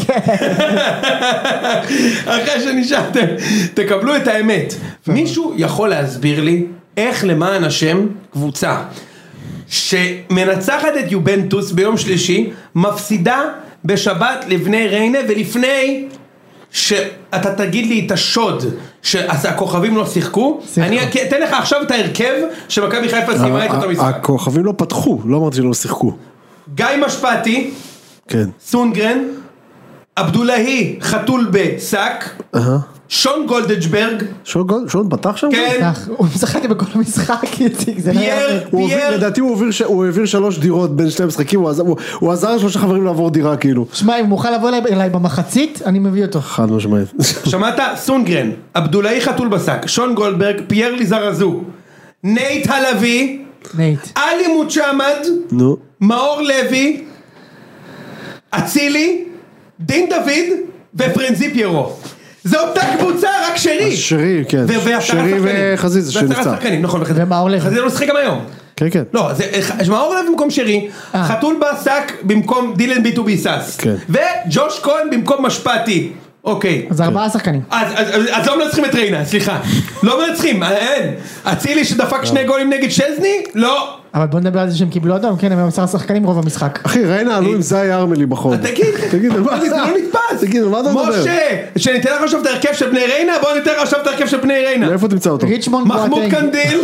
אחרי שנשארתם, תקבלו את האמת. מישהו יכול להסביר לי איך למען השם קבוצה שמנצחת את יובנטוס ביום שלישי, מפסידה בשבת לבני ריינה, ולפני שאתה תגיד לי את השוד שהכוכבים לא שיחקו, אני אתן לך עכשיו את ההרכב שמכבי חיפה סיימה את אותו משחק. הכוכבים לא פתחו, לא אמרתי שלא שיחקו. גיא משפטי, כן. סונגרן, עבדולהי חתול בסק, שון גולדג'ברג. שון פתח שם? כן. הוא משחק בכל המשחק, פייר, פייר. לדעתי הוא העביר שלוש דירות בין שני משחקים, הוא עזר לשלושה חברים לעבור דירה כאילו. שמע, אם הוא מוכן לבוא אליי במחצית, אני מביא אותו. חד משמעית. שמעת? סונגרן, עבדולהי חתול בסק, שון גולדברג, פייר ליזרזו, נייט הלוי, נייט. אלי מוצ'מד, נו. מאור לוי, אצילי, דין דוד ופרנזי פיירו. זה אותה קבוצה, רק שרי. שרי, כן. שרי וחזיזה שנפצע. ומאור לב. חזיזה לא שחק גם היום. כן, כן. לא, מאור לב במקום שרי, חתול בסק במקום דילן ביטו ביסס. וג'וש כהן במקום משפטי. אוקיי. אז ארבעה שחקנים. אז לא מנצחים את ריינה, סליחה. לא מנצחים, אין. אצילי שדפק שני גולים נגד שזני? לא. אבל בוא נדבר על זה שהם קיבלו אדום, כן, הם היו עשרה שחקנים רוב המשחק. אחי, ריינה עלו עם זי ארמלי בחוד. תגיד, תגיד, זה לא נתפס. תגיד, מה אתה מדבר? משה, שניתן לך עכשיו את הרכב של בני ריינה, בוא ניתן לך עכשיו את הרכב של בני ריינה. לאיפה תמצא אותו? מחמוד קנדיל,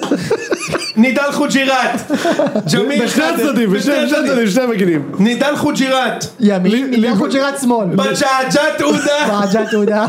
נידל חוג'ירת, ג'מיל בשני הצדדים, בשני הצדדים, שני מגינים. נידל חוג'ירת. ימין, נידל חוג'ירת שמאל. בג'עג'ת עודה. בג'עג'ת עודה.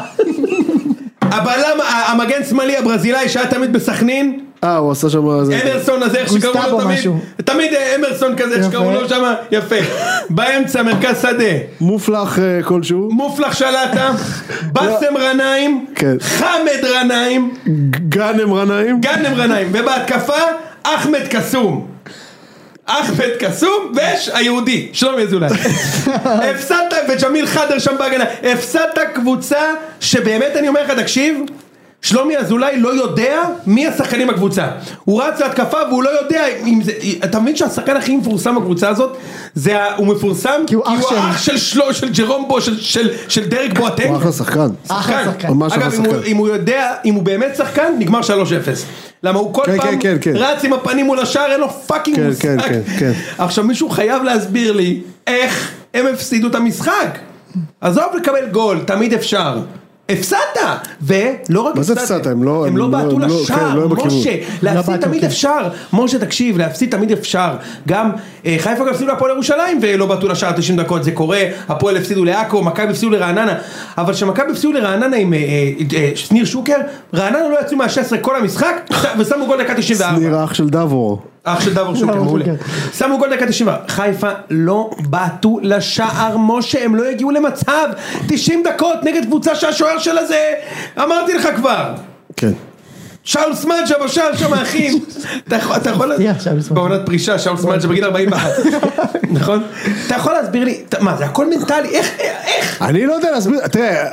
הבלם, המגן שמאלי הברזילאי שהיה תמיד בסכנין. אה, הוא עשה שם... אמרסון הזה, איך שקראו לו תמיד, תמיד אמרסון כזה, איך שקראו לו שם, יפה. באמצע, מרכז שדה. מופלח כלשהו. מופלח שלטה, בסם רנאים, חמד רנאים. גאנם רנאים. גאנם רנאים, ובהתקפה, אחמד קסום. אחמד קסום, ויש היהודי, שלומי אזולאי. הפסדת, וג'מיל חדר שם בהגנה, הפסדת קבוצה, שבאמת אני אומר לך, תקשיב, שלומי אזולאי לא יודע מי השחקנים בקבוצה. הוא רץ להתקפה והוא לא יודע אם זה... אתה מבין שהשחקן הכי מפורסם בקבוצה הזאת, זה הוא מפורסם כי הוא אח של שלו, של ג'רומבו, של דרק בואטנג. הוא אחלה שחקן. אחלה שחקן. אגב, אם הוא יודע, אם הוא באמת שחקן, נגמר שלוש אפס. למה הוא כל פעם רץ עם הפנים מול השאר, אין לו פאקינג מושג. עכשיו מישהו חייב להסביר לי איך הם הפסידו את המשחק. עזוב לקבל גול, תמיד אפשר. הפסדת, ולא רק הפסדת, הם לא בעטו לשער, משה, להפסיד תמיד אפשר, משה תקשיב, להפסיד תמיד אפשר, גם חיפה גם הפסידו להפועל ירושלים ולא בעטו לשער תשעים דקות, זה קורה, הפועל הפסידו לעכו, מכבי הפסידו לרעננה, אבל שמכבי הפסידו לרעננה עם שניר שוקר, רעננה לא יצאו מה-שש עשרה כל המשחק, ושמו גול דקה תשעים וארבע. שניר אח של דבור. אח של דבור שוקר, מעולה. שמו גול דקה תשעים וארבע. חיפה לא בעטו לשער, משה, הם לא הגיעו למצב תשעים דקות נגד קבוצה שהשוער שלה זה, אמרתי לך כבר. כן. שאול סמאג'ה בשער שם האחים. אתה יכול... בעונת פרישה, שאול סמאג'ה בגיל ארבעים ואחת. נכון? אתה יכול להסביר לי, מה זה הכל מנטלי, איך, איך? אני לא יודע להסביר, תראה...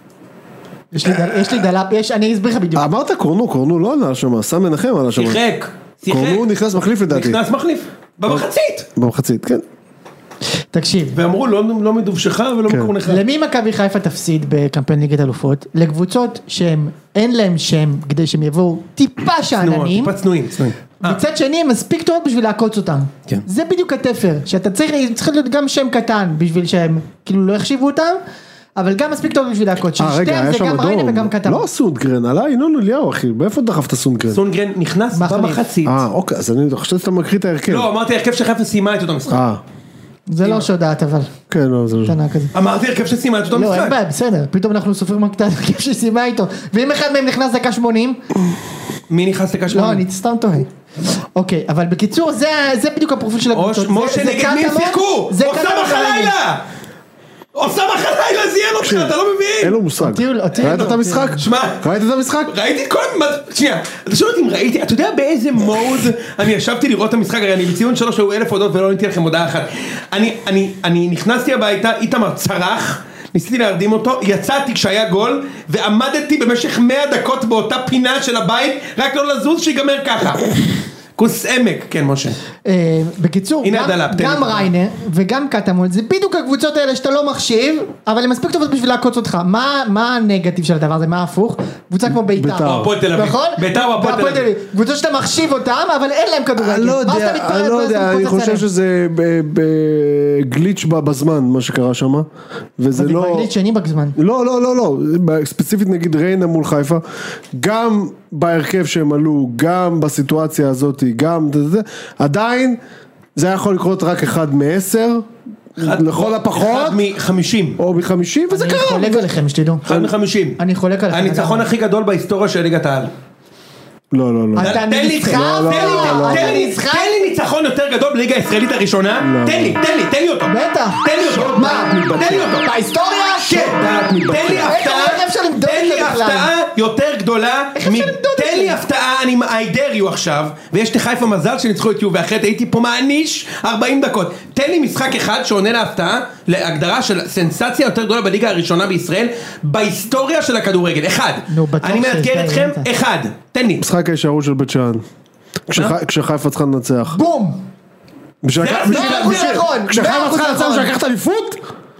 יש לי דלאפ, יש, אני אסביר לך בדיוק. אמרת קורנו, קורנו לא ענה שם, שם מנחם ענה שם. שיחק. קורנו נכנס מחליף לדעתי. נכנס מחליף. במחצית. במחצית, כן. תקשיב. ואמרו לא מדובשך ולא מקורנו אחד. למי מכבי חיפה תפסיד בקמפיין ליגת אלופות? לקבוצות שהם אין להם שם כדי שהם יבואו טיפה שאננים. טיפה צנועים. מצד שני הם מספיק טובות בשביל לעקוץ אותם. זה בדיוק התפר. שאתה צריך להיות גם שם קטן בשביל שהם כאילו לא יחשיבו אותם. אבל גם מספיק טוב בשביל להקות ששתיהם זה גם ריינה וגם קטן. לא סונגרן, עלה ינון אליהו אחי, באיפה דחפת סונגרן? סונגרן נכנס במחצית. אה אוקיי, אז אני חושב שאתה מקריא את ההרכב. לא, אמרתי הרכב שחיפה סיימה את אותו משחק. זה לא שודעת אבל. כן, לא, זה לא. אמרתי הרכב שסיימה את אותו משחק. לא, אין בעיה, בסדר, פתאום אנחנו סופרים את הרכב שסיימה איתו. ואם אחד מהם נכנס דקה שמונים? מי נכנס דקה שמונים? לא, אני סתם טועה. אוקיי, אבל בקיצור, זה בדיוק הפרופיל של הקבוצות. משה נגד מי שיחקו? אוסאמה חלילה! אוסאמה חלילה זיין אותך, אתה לא מבין? אין לו מושג. ראית את המשחק? שמע, ראית את המשחק? ראיתי את כל... שנייה, אתה שואל אותי אם ראיתי, אתה יודע באיזה מוד אני ישבתי לראות את המשחק, הרי אני בציון שלוש היו אלף הודות ולא ניתי לכם הודעה אחת. אני נכנסתי הביתה, איתמר צרח, ניסיתי להרדים אותו, יצאתי כשהיה גול, ועמדתי במשך מאה דקות באותה פינה של הבית, רק לא לזוז שיגמר ככה. כוס עמק, כן משה. בקיצור, גם ריינה וגם קטמון, זה בדיוק הקבוצות האלה שאתה לא מחשיב, אבל הם מספיק טובות בשביל לעקוץ אותך. מה הנגטיב של הדבר הזה? מה ההפוך? קבוצה כמו ביתר. או הפועל תל אביב. נכון? ביתר או הפועל תל אביב. קבוצות שאתה מחשיב אותם, אבל אין להם כדורגל. אני לא יודע, אני לא יודע, אני חושב שזה גליץ' בזמן, מה שקרה שם. וזה לא... גליץ' שני בזמן. לא, לא, לא, לא. ספציפית נגיד ריינה מול חיפה. גם בהרכב שהם עלו, גם בסיטואציה הזאת, גם עדיין זה יכול לקרות רק אחד מעשר, לכל הפחות, אחד מחמישים או מחמישים, וזה קרה. אני חולק עליכם, שתדעו. אחד מחמישים. אני חולק עליכם. הניצחון הכי גדול בהיסטוריה של ליגת העל. לא, לא, לא. אתה ניצחון, תן לי ניצחון יותר גדול בליגה הישראלית הראשונה, תן לי, תן לי, תן לי אותו. בטח. תן לי אותו. מה? תן לי אותו. בהיסטוריה? כן. תן לי הפתעה, תן לי הפתעה יותר גדולה, תן תן לי הפתעה, אני I dare you עכשיו, ויש לחיפה מזל שניצחו את יובה, ואחרת הייתי פה מעניש ארבעים דקות. תן לי משחק אחד שעונה להפתעה, להגדרה של סנסציה יותר גדולה בליגה הראשונה בישראל, בהיסטוריה של הכדורגל. אחד. אני מאתגר אתכם, אחד. תן לי. משחק הישארות של בית שאן. כשחיפה צריכה לנצח. בום! כשחיפה צריכה לנצח שלקחת אליפות?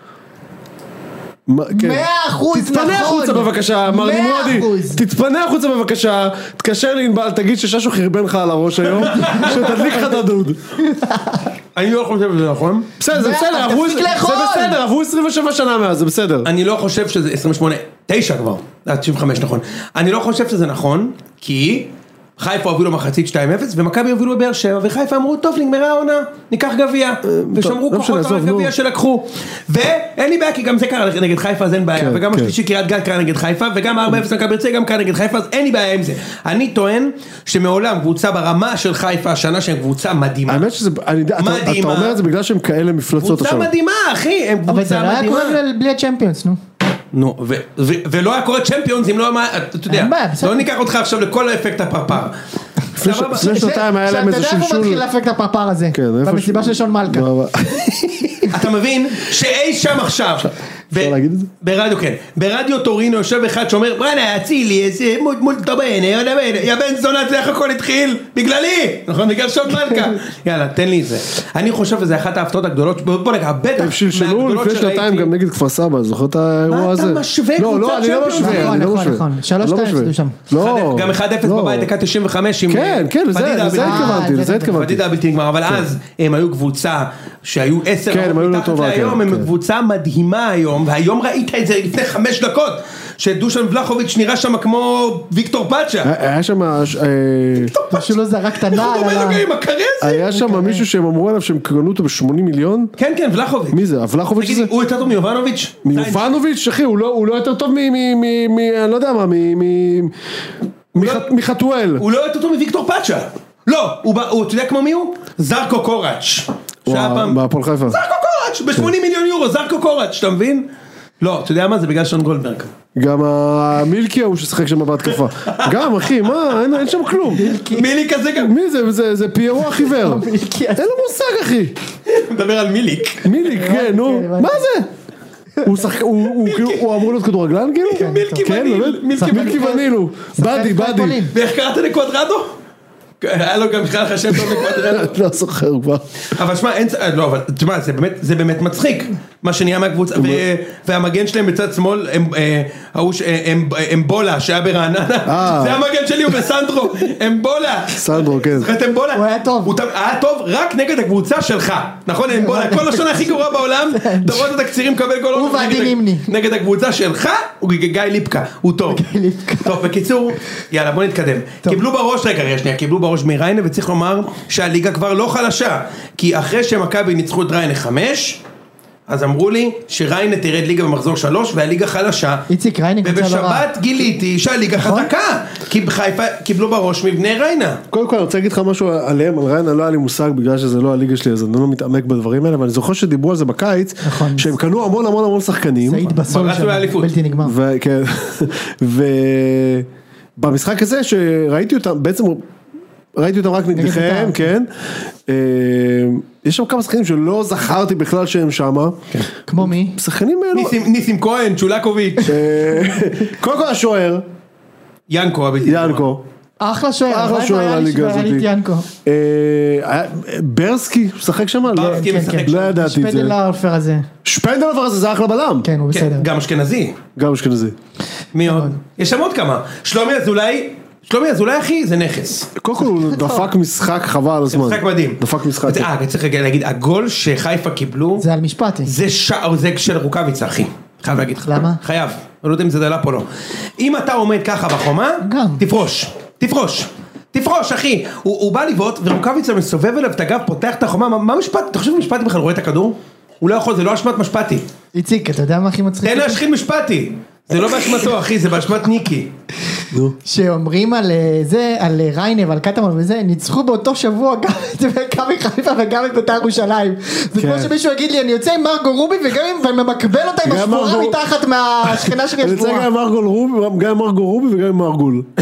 מאה אחוז נכון. תתפנה החוצה בבקשה, מר נמרודי. תתפנה החוצה בבקשה. תקשר לי ענבל, תגיד שששו חרבן לך על הראש היום, שתדליק לך את הדוד. אני לא חושב שזה נכון. בסדר, זה בסדר, זה בסדר, עברו עשרים ושבע שנה מאז, זה בסדר. אני לא חושב שזה עשרים ושמונה, תשע כבר, תשעים וחמש נכון. אני לא חושב שזה נכון, כי חיפה הובילו מחצית שתיים אפס, ומכבי הובילו בבאר שבע, וחיפה אמרו, טוב, נגמרה העונה, ניקח גביע, ושמרו כוחות על הגביע שלקחו. ואין לי בעיה, כי גם זה קרה נגד חיפה, אז אין בעיה, וגם השלישי קריית גת קרה נגד חיפה, וגם ארבע אפס מכבי הרצליה גם קרה נגד חיפה, אז אין לי בעיה עם זה. אני טוען שמעולם קבוצה ברמה של חיפה, השנה שהם קבוצה מדהימה. האמת שזה, אתה אומר את זה בגלל שהם כאלה מפלצות קבוצה מדהימה, אחי, הם אבל זה קבוצה לא היה מדהימה. קורה בלי הצ'מפיונס, נו. נו, ולא היה קורה צ'מפיונס אם לא, אתה יודע, לא ניקח אותך עכשיו לכל האפקט הפרפר. לפני שנתיים היה להם איזה שלשול. אתה יודע איפה מתחיל לאפקט הפרפר הזה? במסיבה של שון מלכה. אתה מבין שאי שם עכשיו, ברדיו כן, ברדיו טורינו יושב אחד שאומר, בואנה, אצילי, איזה מול טובן, יא בן זונה, זה איך הכל התחיל? בגללי, נכון? בגלל שון מלכה. יאללה, תן לי את זה. אני חושב שזה אחת ההפתעות הגדולות, בוא נקרא, בטח. הם שלשלו לפני שנתיים גם נגד כפר סבא, זוכר את האירוע הזה? מה אתה משווה לא, לא, אני לא קבוצת משווה, אני לא משווה. נכון, שלוש שתיים הפסידו שם. גם אחד אפס בבית דקה תשעים וחמש עם כן, כן, לזה התכוונתי, לזה התכוונתי. פדידה בלתי נגמר, אבל אז הם היו קבוצה שהיו עשר מתחת להיום, הם קבוצה מדהימה היום, והיום ראית את זה לפני חמש דקות, שדושן ולחוביץ' נראה שם כמו ויקטור פאצ'ה. היה שם... פשוט לא זרק את הנעל. היה שם מישהו שהם אמרו עליו שהם קרנו אותו ב-שמונים מיליון? כן, כן, ולחוביץ'. מי זה? ולחוביץ' זה? הוא יותר טוב מיובנוביץ'? מיובנוביץ', אחי, הוא לא יותר טוב מ... אני לא יודע מה, מחתואל. הוא לא יותר טוב מוויקטור פאצ'ה. לא, הוא, אתה יודע כמו מי הוא? זרקו קוראץ'. בהפועל חיפה. זרקו קוראץ', ב-שמונים מיליון יורו, זרקו קוראץ', אתה מבין? לא, אתה יודע מה? זה בגלל שון גולדברג. גם המילקי הוא ששחק שם בהתקפה. גם, אחי, מה? אין שם כלום. מיליק הזה גם. מי זה? זה פיירו החיוור. אין לו מושג, אחי. מדבר על מיליק. מיליק, כן, נו. מה זה? הוא אמור להיות כדורגלן, כאילו? מילקי וניל. מילקי וניל הוא. בדי, בדי. ואיך קראת לקוואדרדו? היה לו גם בכלל חשב טוב לקוואדרדו. לא זוכר כבר. אבל שמע, לא, אבל תשמע, זה באמת מצחיק. מה שנהיה מהקבוצה, והמגן שלהם בצד שמאל, הם בולה, שהיה ברעננה. זה המגן שלי, הוא בסנדרו. הם בולה. סנדרו, כן. הם בולה. הוא היה טוב. היה טוב רק נגד הקבוצה שלך. נכון, הם בולה. כל השנה הכי גרוע בעולם, אתה רואה את התקצירים מקבל גול. הוא ועדי נימני. נגד הקבוצה שלך, הוא גיא ליפקה. הוא טוב. טוב, בקיצור, יאללה, בוא נתקדם. קיבלו בראש, רגע, רגע, שנייה, קיבלו בראש מריינה, וצריך לומר שהליגה כבר לא חלשה. כי אחרי שמכבי ניצחו את ריינה חמש, אז אמרו לי שריינה תרד ליגה במחזור שלוש והליגה חלשה. איציק, ריינה קבוצה לא רע. ובשבת גיליתי שהליגה חזקה, כי בחיפה קיבלו בראש מבני ריינה. קודם כל אני רוצה להגיד לך משהו עליהם, על ריינה לא היה לי מושג בגלל שזה לא הליגה שלי, אז אני לא מתעמק בדברים האלה, אבל אני זוכר שדיברו על זה בקיץ, שהם קנו המון המון המון שחקנים. סעיד בסול שם, בלתי נגמר. וכן, ובמשחק הזה שראיתי אותם, בעצם ראיתי אותם רק נגדכם, כן. יש שם כמה שחקנים שלא זכרתי בכלל שהם שם. כמו מי? שחקנים אלו. ניסים כהן, צ'ולקוביץ'. קודם כל השוער. ינקו. ינקו. אחלה שוער. אחלה שוער הליגה הזאת. ברסקי, שחק שם? ברסקי משחק שם. לא ידעתי את זה. שפנדלרפר הזה. שפנדלרפר הזה זה אחלה בלם. כן, הוא בסדר. גם אשכנזי. גם אשכנזי. מי עוד? יש שם עוד כמה. שלומי אזולאי. שלומי אזולאי אחי זה נכס. קודם כל הוא דפק משחק חבל על הזמן. משחק מדהים. דפק משחק. אה, צריך להגיד, הגול שחיפה קיבלו. זה על משפטי. זה של רוקאביצה אחי. חייב להגיד לך. למה? חייב. אני לא יודע אם זה דלה פה לא. אם אתה עומד ככה בחומה, תפרוש. תפרוש. תפרוש אחי. הוא בא לבעוט ורוקאביצה מסובב אליו את הגב, פותח את החומה. מה משפט? אתה חושב משפטי בכלל רואה את הכדור? הוא לא יכול, זה לא אשמת משפטי. איציק, אתה יודע מה הכי מצחיק? תן להשחיל משפטי. זה לא באשמתו אחי, זה באשמת ניקי. שאומרים על זה, על ריינה ועל קטמון וזה, ניצחו באותו שבוע גם את מכבי חיפה וגם את בית"ר ירושלים. זה כמו שמישהו יגיד לי, אני יוצא עם מרגו רובי וגם עם מקבל אותה עם השבורה מתחת מהשכנה שלי השבורה. אני יוצא גם עם מרגו רובי וגם עם מרגול.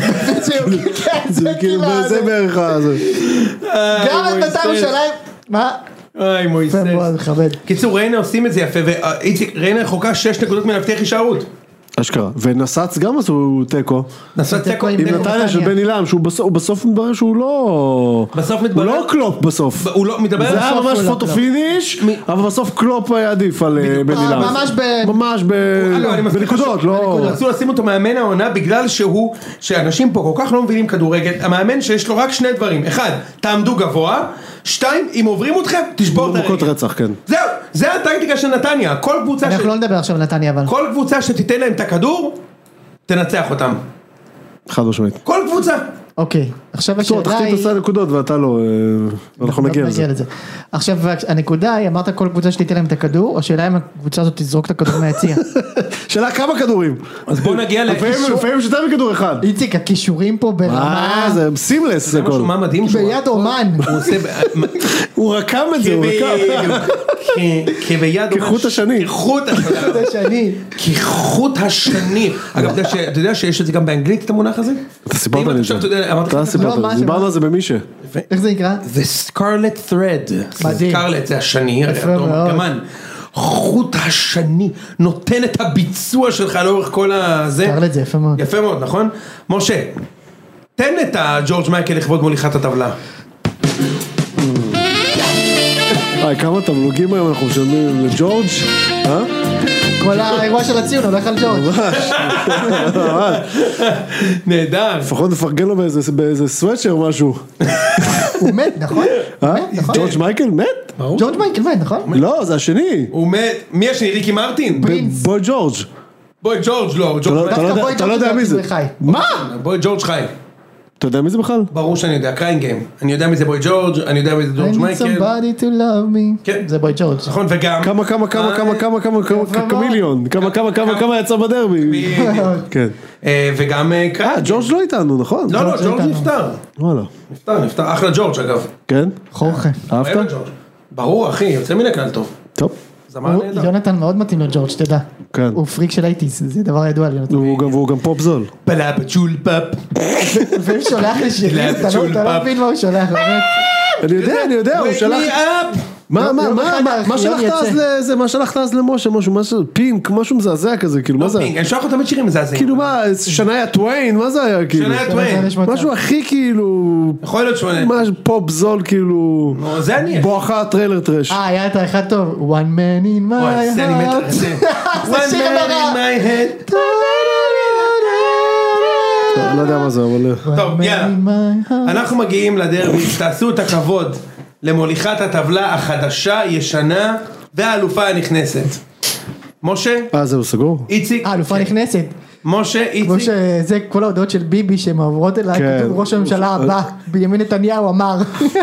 זה כאילו, זה בערך הזה. גם את בית"ר ירושלים, מה? אוי מויסס. יפה מאוד, מכבד. קיצור, ריינה עושים את זה יפה, ואיציק, ריינה רחוקה שש נקודות מלהבטיח הישארות. אשכרה, ונסץ גם עשו טקו. נסץ טקו עם נתניה של בן אילם, שהוא בסוף מדבר שהוא לא... בסוף הוא מתברר... לא קלופ בסוף. הוא לא, מדבר... זה היה ממש פוטו פיניש, אבל בסוף קלופ היה עדיף על בן אילם. ממש ב... ממש בנקודות, לא... רצו לשים אותו מאמן העונה בגלל שהוא, שאנשים פה כל כך לא מבינים כדורגל, המאמן שיש לו רק שני דברים, אחד, תעמדו גבוה, שתיים, אם עוברים אתכם, תשבור את הרגל. מכות רצח, כן. זהו, זה הטקטיקה של נתניה, כל קבוצה אנחנו לא נדבר עכשיו על נתניה אבל. כל קבוצה שתיתן להם את הכדור, תנצח אותם. חד משמעית. כל קבוצה. אוקיי, עכשיו השאלה היא... תחתית עשה נקודות ואתה לא, אנחנו נגיע לזה. עכשיו הנקודה היא, אמרת כל קבוצה שתיתן להם את הכדור, או שאלה אם הקבוצה הזאת תזרוק את הכדור מהיציע. שאלה כמה כדורים. אז בוא נגיע לקישור. לפעמים שתה מכדור אחד. איציק, הקישורים פה ברמה... מה זה סימלס זה כל. מה מדהים שהוא... ביד אומן. הוא רקם את זה, הוא רקם. כביד אומן. כחוט השני. כחוט השני. כחוט השני. אגב, אתה יודע שיש את זה גם באנגלית, את המונח הזה? אתה סיפרת לי את זה. אתה סיפרת, דיברנו על זה במישה. איך זה נקרא? The Scarlet Thread. מדהים. Scarlet זה השני. יפה מאוד. כמן. חוט השני נותן את הביצוע שלך לאורך כל הזה. Scarlet זה יפה מאוד. יפה מאוד, נכון? משה, תן את הג'ורג' מייקל לכבוד מוליכת הטבלה. היי, כמה תמלוגים היום אנחנו משלמים לג'ורג'? אה? כל האירוע של הציון הולך על ג'ורג'. ממש. נהדר. לפחות נפרגן לו באיזה סוואצ'ר או משהו. הוא מת, נכון? ג'ורג' מייקל מת? ג'ורג' מייקל מת, נכון? לא, זה השני. הוא מת, מי השני? ריקי מרטין? בוי ג'ורג'. בוי ג'ורג' לא. אתה לא יודע מי זה. מה? בוי ג'ורג' חי. אתה יודע מי זה בכלל? ברור שאני יודע, קריין גיים. אני יודע מי זה בוי ג'ורג', אני יודע מי זה ג'ורג' מייקל. I need somebody to love me. כן. זה בוי ג'ורג'. נכון, וגם... כמה, כמה, כמה, כמה, כמה, כמה, כמה, כמיליון. כמה, כמה, כמה, כמה יצא בדרבי. כן. וגם קריין. אה, ג'ורג' לא איתנו, נכון? לא, לא, ג'ורג' נפטר. וואלה. נפטר, נפטר. אחלה ג'ורג' אגב. כן? חורכה. אהבת? ברור, אחי, יוצא מן הכלל טוב. טוב. זמר נהדר. יונתן מאוד מתאים לג'ורג', תדע. כן. הוא פריק של אייטיז, זה דבר ידוע על יונתן. והוא גם פופ זול. פלאפ צ'ול פאפ. לפעמים שולח לי שירים, אתה לא מבין מה הוא שולח, באמת. אני יודע, אני יודע, הוא שלח... מה, מה, מה, מה שלחת אז לזה, מה שלחת אז למשה, משהו, משהו, פינק, משהו מזעזע כזה, כאילו, מה זה? פינק, אני שולח לו תמיד שירים מזעזעים. כאילו מה, שניה טוויין, מה זה היה, כאילו? שניה טוויין. משהו הכי כאילו... יכול להיות שונה. משהו פופ זול, כאילו... זה אני. בואכה טריילר טרש. אה, היה את האחד טוב, one man in my heart. וואי, זה אני מת על זה. one man in my head. לא יודע מה זה, אבל... טוב, יאללה. אנחנו מגיעים לדרבי, תעשו את הכבוד למוליכת הטבלה החדשה, ישנה, והאלופה הנכנסת. משה? אה, זהו סגור? איציק? האלופה נכנסת. משה, איציק? כמו שזה כל ההודעות של ביבי שהן עוברות אליי, כתוב ראש הממשלה הבא, בנימין נתניהו אמר.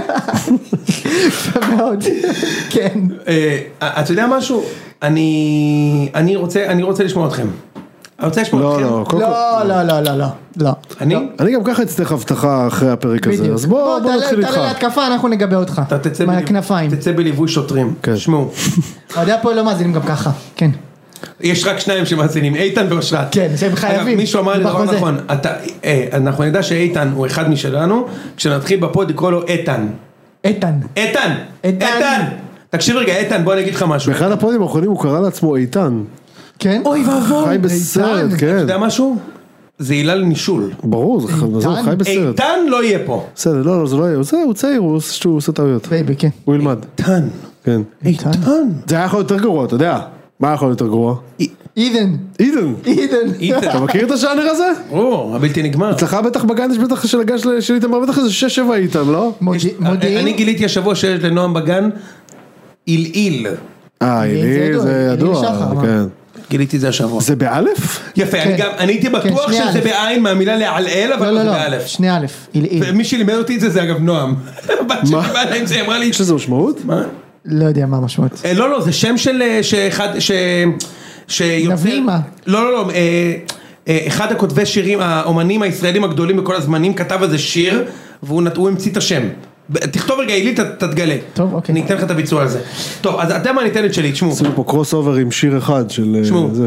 יפה מאוד. כן. אתה יודע משהו? אני רוצה לשמוע אתכם. אני רוצה לשמוע אתכם. לא, לא, לא, לא, לא, לא. אני? אני גם ככה אצטרך הבטחה אחרי הפרק הזה, אז בוא נתחיל איתך. תעלה להתקפה, אנחנו נגבה אותך. מהכנפיים. תצא בליווי שוטרים. שמעו. אוהדי הפועל לא מאזינים גם ככה, כן. יש רק שניים שמאזינים, איתן ואושרת. כן, שהם חייבים. מישהו אמר לי דבר נכון, אנחנו נדע שאיתן הוא אחד משלנו, כשנתחיל בפוד לקרוא לו איתן. איתן. איתן. איתן. תקשיב רגע, איתן, בוא אני אגיד לך משהו. באחד הפודים האחרונים הוא קרא לעצמו איתן. כן? אוי ואבוי. חי בסרט, כן. אתה יודע משהו? זה עילה לנישול. ברור, זה חי בסרט. איתן לא יהיה פה. בסדר, לא, לא, זה לא יהיה. הוא צעיר, הוא עושה טעויות. בייבי, כן. הוא ילמד. איתן. כן. איתן. זה היה יכול יותר גרוע, אתה יודע. מה יכול יותר גרוע? אידן. אידן. אידן. אתה מכיר את השאנר הזה? או, הבלתי נגמר. אצלך בטח בגן יש בטח של הגן של איתמר, בטח איזה שש שבע איתן, לא? מודיעין. אני גיליתי השבוע שיש לנועם בגן איל-איל. אה, איל, זה ידוע. כן. גיליתי זה השבוע. זה באלף? יפה, אני הייתי בטוח שזה בעין מהמילה לעלעל, אבל לא באלף. שני א', איל-איל. ומי שלימד אותי את זה, זה אגב נועם. בת שלי באה להם זה, אמרה לי... יש לזה משמעות? מה? לא יודע מה המשמעות. לא, לא, זה שם של... שאחד... נבימה. לא, לא, לא. אחד הכותבי שירים, האומנים הישראלים הגדולים בכל הזמנים, כתב איזה שיר, והוא המציא את השם. תכתוב רגע, אילי, תתגלה. טוב, אוקיי. אני אתן לך את הביצוע הזה. טוב, אז אתם מה ניתן את שלי, תשמעו. עשינו פה קרוס אובר עם שיר אחד של... תשמעו.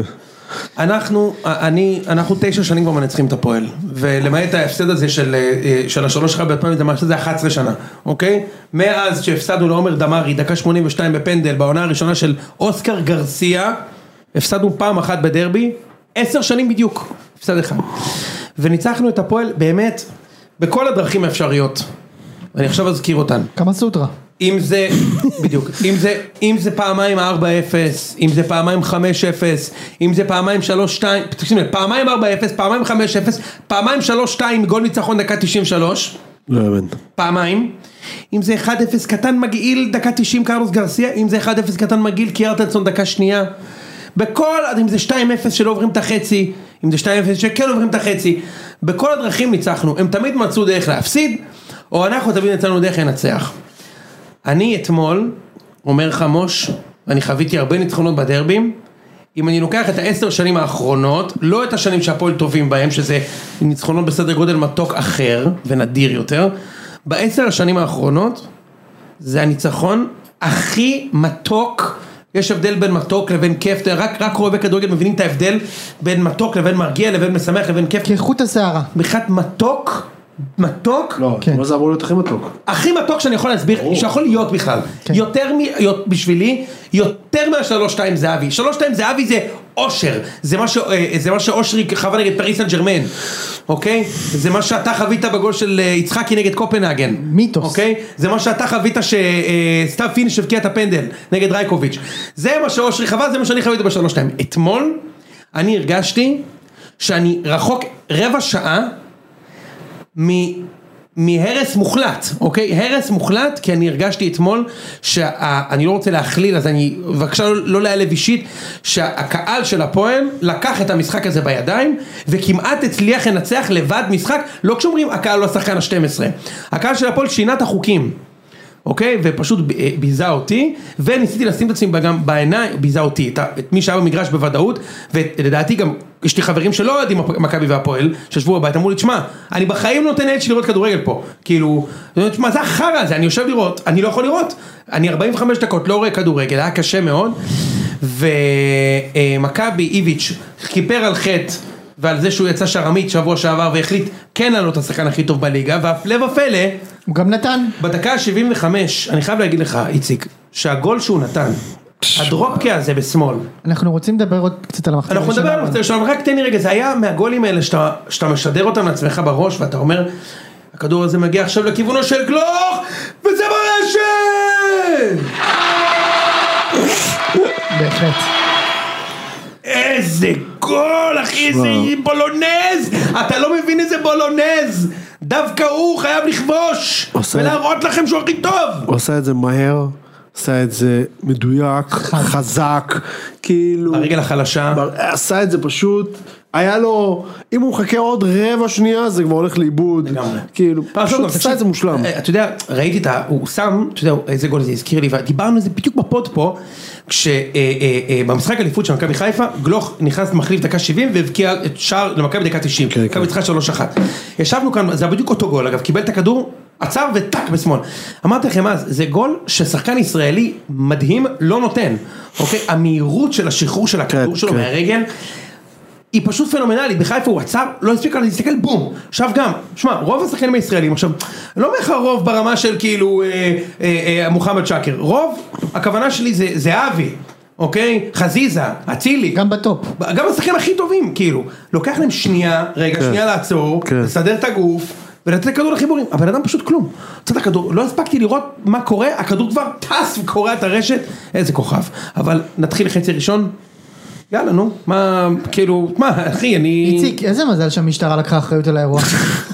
אנחנו, אני, אנחנו תשע שנים כבר מנצחים את הפועל, ולמעט ההפסד הזה של, של השלוש אחד בפעמים, זה ממש, זה אחת עשרה שנה, אוקיי? מאז שהפסדנו לעומר דמרי, דקה שמונים ושתיים בפנדל, בעונה הראשונה של אוסקר גרסיה, הפסדנו פעם אחת בדרבי, עשר שנים בדיוק, הפסד אחד. וניצחנו את הפועל באמת, בכל הדרכים האפשריות. אני עכשיו אזכיר אותן. כמה סוטרה? אם זה, בדיוק, אם זה, אם זה פעמיים ארבע אפס, אם זה פעמיים חמש אפס, אם זה פעמיים שלוש שתיים, תקשיב, פעמיים ארבע אפס, פעמיים חמש אפס, פעמיים שלוש שתיים, גול ניצחון דקה תשעים ושלוש. לא יאמן. פעמיים. אם זה אחד אפס קטן מגעיל דקה תשעים קרלוס גרסיה, אם זה אחד אפס קטן מגעיל קיארטנסון דקה שנייה. בכל, אם זה שתיים אפס שלא עוברים את החצי, אם זה שתיים אפס שכן עוברים את החצי, בכל הדרכים ניצחנו. הם תמיד מצאו דרך להפסיד, או אנחנו תמיד נצאנו דרך לנצח. אני אתמול, אומר חמוש, ואני חוויתי הרבה ניצחונות בדרבים, אם אני לוקח את העשר שנים האחרונות, לא את השנים שהפועל טובים בהם, שזה ניצחונות בסדר גודל מתוק אחר, ונדיר יותר, בעשר השנים האחרונות, זה הניצחון הכי מתוק, יש הבדל בין מתוק לבין כיף, רק, רק רואה בכדורגל מבינים את ההבדל, בין מתוק לבין מרגיע, לבין משמח, לבין כיף. כאיכות השערה. בכלל מתוק, מתוק, לא, מה זה אמור להיות הכי מתוק? הכי מתוק שאני יכול להסביר, שיכול להיות בכלל, יותר בשבילי, יותר מהשלוש שתיים זהבי, שלוש שתיים זהבי זה אושר, זה מה שאושרי חווה נגד פריס סן ז'רמן, אוקיי? זה מה שאתה חווית בגול של יצחקי נגד קופנהגן, מיתוס, אוקיי? זה מה שאתה חווית שסתיו פיניש הבקיע את הפנדל נגד רייקוביץ', זה מה שאושרי חווה, זה מה שאני חווית בשלוש שתיים. אתמול אני הרגשתי שאני רחוק רבע שעה מהרס מוחלט, אוקיי? הרס מוחלט, כי אני הרגשתי אתמול שאני לא רוצה להכליל, אז אני בבקשה לא להעלב אישית, שהקהל של הפועל לקח את המשחק הזה בידיים, וכמעט הצליח לנצח לבד משחק, לא כשאומרים הקהל לא השחקן ה-שתים עשרה, הקהל של הפועל שינה את החוקים, אוקיי? ופשוט ביזה אותי, וניסיתי לשים את עצמי גם בעיניים, ביזה אותי, את, את מי שהיה במגרש בוודאות, ולדעתי גם יש לי חברים שלא יודעים מכבי והפועל, שישבו בבית, אמרו לי, תשמע, אני בחיים נותן לילד שלי לראות כדורגל פה, כאילו, תשמע, זה החרא הזה, אני יושב לראות, אני לא יכול לראות, אני ארבעים וחמש דקות לא רואה כדורגל, היה קשה מאוד, ומכבי איביץ' כיפר על חטא, ועל זה שהוא יצא שרמית שבוע שעבר והחליט כן לעלות את השחקן הכי טוב בליגה, והפלא ופלא הוא גם נתן בדקה ה-שבעים וחמש, אני חייב להגיד לך איציק, שהגול שהוא נתן, הדרופקה הזה בשמאל, אנחנו רוצים לדבר עוד קצת על המחצית אנחנו נדבר על המחצית שלנו, רק תן לי רגע, זה היה מהגולים האלה שאתה, שאתה משדר אותם לעצמך בראש ואתה אומר, הכדור הזה מגיע עכשיו לכיוונו של גלוך וזה ברשת בהחלט איזה גול אחי, זה בולונז, אתה לא מבין איזה בולונז, דווקא הוא חייב לכבוש ולהראות לכם שהוא הכי טוב. הוא עושה את זה מהר, עשה את זה מדויק, חזק, כאילו הרגל החלשה, עשה את זה פשוט, היה לו, אם הוא מחכה עוד רבע שנייה זה כבר הולך לאיבוד, כאילו פשוט עשה את זה מושלם. אתה יודע, ראיתי את ה... הוא שם, אתה יודע איזה גול זה הזכיר לי, ודיברנו על זה בדיוק בפוד פה, כשבמשחק אליפות של מכבי חיפה, גלוך נכנס מחליף דקה שבעים והבקיע את שער למכבי דקה תשעים, מכבי ניצחה שלוש אחת. ישבנו כאן, זה בדיוק אותו גול, אגב, קיבל את הכדור, עצר וטק בשמאל. אמרתי לכם אז, זה גול ששחקן ישראלי מדהים לא נותן, אוקיי? המהירות של השחרור של הכדור שלו מהרגל, היא פשוט פנומנלית, בחיפה הוא עצר, לא הספיק לה להסתכל, בום, עכשיו גם, שמע, רוב השחקנים הישראלים, עכשיו, לא אומר לך רוב ברמה של כאילו, אה, אה, אה, מוחמד שקר, רוב, הכוונה שלי זה, זה אבי, אוקיי, חזיזה, אצילי, גם בטופ, גם השחקנים הכי טובים, כאילו, לוקח להם שנייה, רגע, כן. שנייה לעצור, כן. לסדר את הגוף, ולתת כדור לחיבורים, אבל אדם פשוט כלום, קצת הכדור, לא הספקתי לראות מה קורה, הכדור כבר טס וקורא את הרשת, איזה כוכב, אבל נתחיל לחצי ראשון, יאללה, נו, מה, כאילו, מה, אחי, אני... איציק, איזה מזל שהמשטרה לקחה אחריות על האירוע.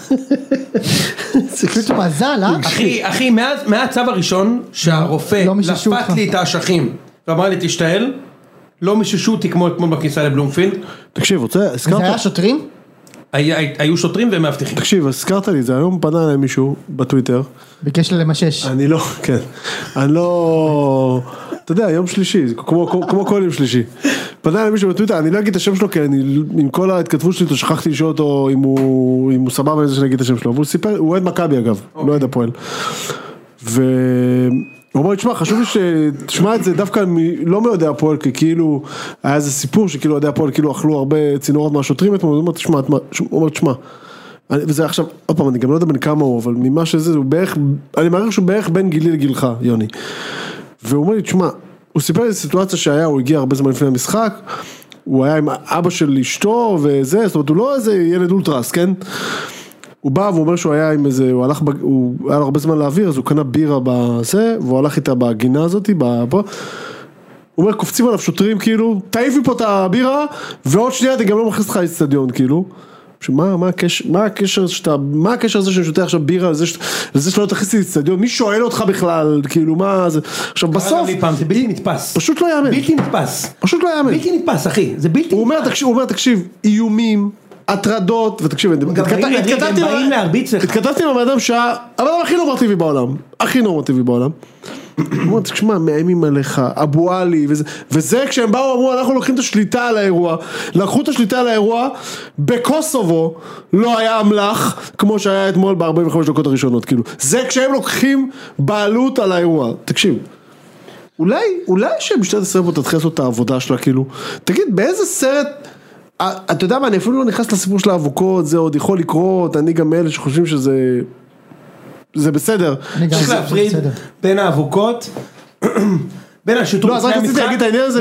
זה כאילו מזל, אה? אחי, אחי, מהצו הראשון, שהרופא לפת לי את האשכים, ואמר לי, תשתעל, לא מששו אותי כמו אתמול בכניסה לבלומפילד. תקשיב, רוצה, הזכרת... זה היה שוטרים? היו שוטרים ומאבטחים. תקשיב, הזכרת לי, זה היום פנה אליי מישהו בטוויטר. ביקש לה למשש. אני לא, כן, אני לא... אתה יודע, יום שלישי, כמו כל יום שלישי. פנה אליי מישהו בטוויטר, אני לא אגיד את השם שלו, כי עם כל ההתכתבות שלי, שכחתי לשאול אותו אם הוא סבבה לזה שאני אגיד את השם שלו, והוא סיפר, הוא אוהד מכבי אגב, לא אוהד הפועל. והוא הוא אומר, תשמע, חשוב לי שתשמע את זה דווקא לא מיודעי הפועל, כי כאילו, היה איזה סיפור שכאילו יודעי הפועל כאילו אכלו הרבה צינורות מהשוטרים, הוא אומר, תשמע, הוא אומר, תשמע, וזה עכשיו, עוד פעם, אני גם לא יודע בין כמה הוא, אבל ממה שזה, הוא בערך, אני מעריך שהוא בערך בין גילי לגילך, יוני. והוא אומר לי, תשמע, הוא סיפר איזו סיטואציה שהיה, הוא הגיע הרבה זמן לפני המשחק, הוא היה עם אבא של אשתו וזה, זאת אומרת, הוא לא איזה ילד אולטרס, כן? הוא בא והוא אומר שהוא היה עם איזה, הוא הלך, הוא היה לו הרבה זמן להעביר, אז הוא קנה בירה בזה, והוא הלך איתה בגינה הזאת, בפה, הוא אומר, קופצים עליו שוטרים, כאילו, תעיפי פה את הבירה, ועוד שנייה, אני גם לא מכניס לך לאצטדיון, כאילו. מה, מה הקשר, מה הקשר שאתה, מה הקשר הזה שאני שותה עכשיו בירה, לזה, לזה שלא תכניס לי לאצטדיון, מי שואל אותך בכלל, כאילו, מה זה, עכשיו בסוף, זה בלתי נתפס. פשוט לא יאמן. בלתי נתפס. פשוט לא יאמן. בלתי נתפס, אחי, זה בלתי נתפס. הוא אומר, תקשיב, הוא אומר, תקשיב, איומים, הטרדות, ותקשיב, התכתבתי עם האדם שהיה, אבל הכי נורמטיבי בעולם, הכי נורמטיבי בעולם. הוא אומר, תשמע, מאיימים עליך, אבו עלי, וזה, וזה כשהם באו, אמרו, אנחנו לוקחים את השליטה על האירוע, לקחו את השליטה על האירוע, בקוסובו לא היה אמל"ח, כמו שהיה אתמול ב-ארבעים וחמש דקות הראשונות, כאילו, זה כשהם לוקחים בעלות על האירוע, תקשיב, אולי, אולי שמשטרת ישראל פה תתחיל לעשות את העבודה שלה, כאילו, תגיד, באיזה סרט, אתה יודע מה, אני אפילו לא נכנס לסיפור של האבוקות, זה עוד יכול לקרות, אני גם מאלה שחושבים שזה, זה בסדר. צריך להפריד בין האבוקות, בין השוטרים. לא, אז רק רציתי להגיד את העניין הזה,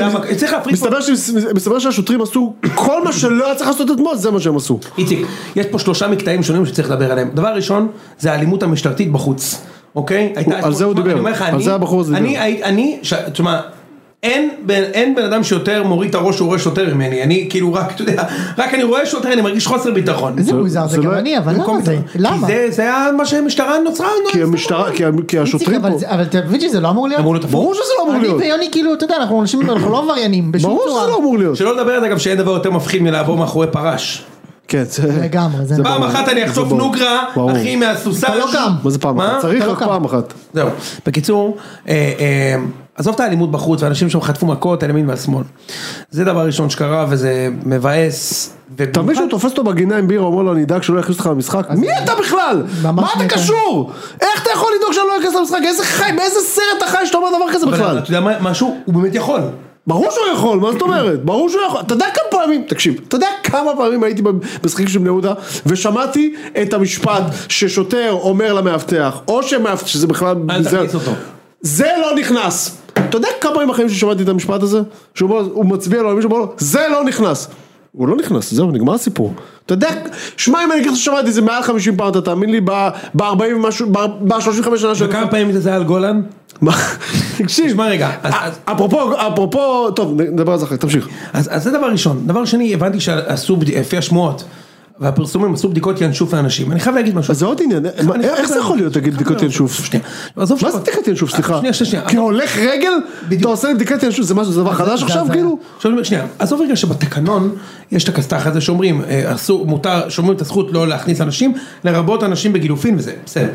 מסתבר שהשוטרים עשו כל מה שלא היה צריך לעשות אתמול, זה מה שהם עשו. איציק, יש פה שלושה מקטעים שונים שצריך לדבר עליהם. דבר ראשון, זה האלימות המשטרתית בחוץ. אוקיי? על זה הוא דיבר, על זה הבחור הזה דיבר. אני, תשמע, אין בן, אין בן אדם שיותר מוריד את הראש שהוא רואה שוטר ממני, אני כאילו רק, אתה יודע, רק אני רואה שוטר, אני מרגיש חוסר ביטחון. איזה מוזר, זה גם אני, אבל למה זה? למה? כי זה היה מה שהמשטרה נוצרה. כי המשטרה, כי השוטרים פה. אבל אתה מבין שזה לא אמור להיות? ברור שזה לא אמור להיות. אני ויוני כאילו, אתה יודע, אנחנו אנשים, אנחנו לא עבריינים, בשום צורה. ברור שזה לא אמור להיות. שלא לדבר אגב שאין דבר יותר מפחיד מלעבור מאחורי פרש. כן, לגמרי, זה פעם אחת אני אחשוף נוגרה, אחי מהסוסה. לא קם. מה זה פעם אחת? צריך רק פעם אחת. זהו. בקיצור, עזוב את האלימות בחוץ, ואנשים שם חטפו מכות, הימין והשמאל. זה דבר ראשון שקרה, וזה מבאס. אתה מבין שהוא תופס אותו בגינה עם בירה, אומר לו, אני אדאג שלא יכניס אותך למשחק? מי אתה בכלל? מה אתה קשור? איך אתה יכול לדאוג שלא יכניס למשחק? איזה חי, באיזה סרט אתה חי שאתה אומר דבר כזה בכלל? אתה יודע משהו? הוא באמת יכול. ברור שהוא יכול, מה זאת אומרת? ברור שהוא יכול. אתה יודע כמה פעמים, תקשיב, אתה יודע כמה פעמים הייתי בשחקים של בני יהודה, ושמעתי את המשפט ששוטר אומר למאבטח, או שמאבטח, שזה בכלל... אל תכניס אותו. זה לא נכנס. אתה יודע כמה פעמים החיים ששמעתי את המשפט הזה? שהוא מצביע לו, מישהו אומר לו, זה לא נכנס. הוא לא נכנס, זהו, נגמר הסיפור. אתה יודע, שמע אם אני אגיד ששמעתי, זה מעל חמישים פעם, אתה תאמין לי, ב-ארבעים ומשהו, ב-שלושים וחמש שנה של... וכמה פעמים זה היה על גולן? מה? תקשיב. שמע רגע. אפרופו, אפרופו, טוב, נדבר על זה אחר, תמשיך. אז זה דבר ראשון. דבר שני, הבנתי שעשו, לפי השמועות, והפרסומים עשו בדיקות ינשוף לאנשים. אני חייב להגיד משהו. אז זה עוד עניין, איך זה יכול להיות, תגיד בדיקות ינשוף? מה זה בדיקת ינשוף, סליחה? שנייה, שנייה. כי הולך רגל, אתה עושה לי בדיקת ינשוף, זה משהו, זה דבר חדש עכשיו, כאילו? שנייה, עזוב רגע שבתקנון יש את הכסתח הזה שאומרים, מותר, שאומרים את הזכות לא להכניס אנשים, לרבות אנשים בגילופין וזה, בסדר.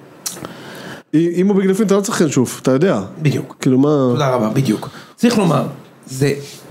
אם הוא בגילופין אתה לא צריך ינשוף, אתה יודע. בדיוק. כאילו מה... תודה רבה, בדיוק. צריך לומר, זה...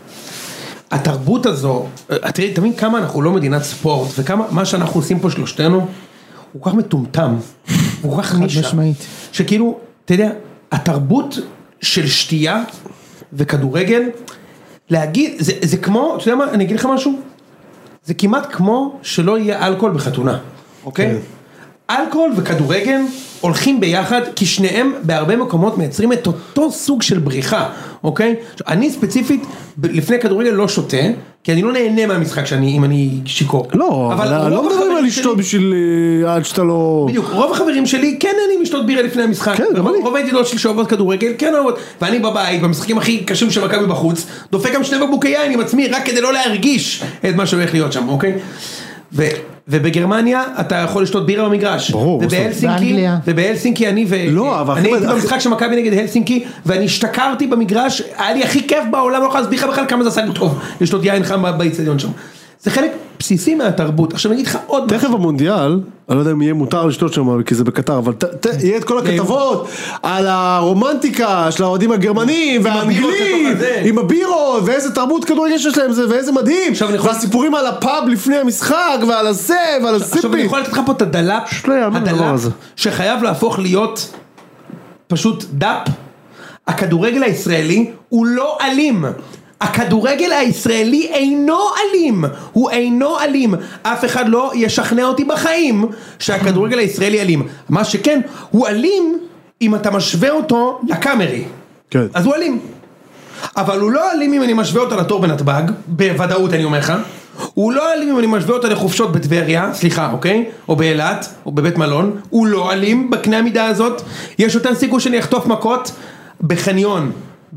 התרבות הזו, תראי, תמיד כמה אנחנו לא מדינת ספורט, וכמה, מה שאנחנו עושים פה שלושתנו, הוא כל כך מטומטם, הוא כל כך נישה, שכאילו, אתה יודע, התרבות של שתייה וכדורגל, להגיד, זה, זה כמו, אתה יודע מה, אני אגיד לך משהו, זה כמעט כמו שלא יהיה אלכוהול בחתונה, אוקיי? אלכוהול וכדורגל הולכים ביחד, כי שניהם בהרבה מקומות מייצרים את אותו סוג של בריחה, אוקיי? אני ספציפית, לפני כדורגל לא שותה, כי אני לא נהנה מהמשחק שאני, אם אני שיקור. לא, אבל לא מדברים על לשתות בשביל, עד שאתה לא... בדיוק, רוב החברים שלי כן נהנים לשתות בירה לפני המשחק. כן, גם אני. רוב הידידות שלי שאוהבות כדורגל, כן אוהבות, ואני בבית, במשחקים הכי קשים של מכבי בחוץ, דופק גם שני בקבוקי יין עם עצמי, רק כדי לא להרגיש את מה שהולך להיות שם, אוקיי? ו... ובגרמניה אתה יכול לשתות בירה במגרש. ברור. ובהלסינקי, ובהלסינקי אני ו... לא, אבל... אני הייתי במשחק של מכבי נגד הלסינקי, ואני השתכרתי במגרש, היה לי הכי כיף בעולם, לא יכול להסביר לך בכלל כמה זה עשה לי טוב, לשתות יין חם באצטדיון שם. זה חלק בסיסי מהתרבות. עכשיו אני אגיד לך עוד... תכף המונדיאל, אני לא יודע אם יהיה מותר לשתות שם, כי זה בקטר, אבל יהיה את כל הכתבות על הרומנטיקה של האוהדים הגרמנים והאנגלים, עם הבירות, ואיזה תרבות כדורגל שיש להם זה, ואיזה מדהים, והסיפורים על הפאב לפני המשחק, ועל הזה, ועל הסיפי. עכשיו אני יכול לתת לך פה את הדלאפ, הדלאפ שחייב להפוך להיות פשוט דאפ, הכדורגל הישראלי הוא לא אלים. הכדורגל הישראלי אינו אלים, הוא אינו אלים, אף אחד לא ישכנע אותי בחיים שהכדורגל הישראלי אלים, מה שכן, הוא אלים אם אתה משווה אותו לקאמרי, כן. אז הוא אלים, אבל הוא לא אלים אם אני משווה אותו לתור בנתב"ג, בוודאות אני אומר לך, הוא לא אלים אם אני משווה אותו לחופשות בטבריה, סליחה, אוקיי? או באילת, או בבית מלון, הוא לא אלים בקנה המידה הזאת, יש יותר סיכוי שאני אחטוף מכות בחניון,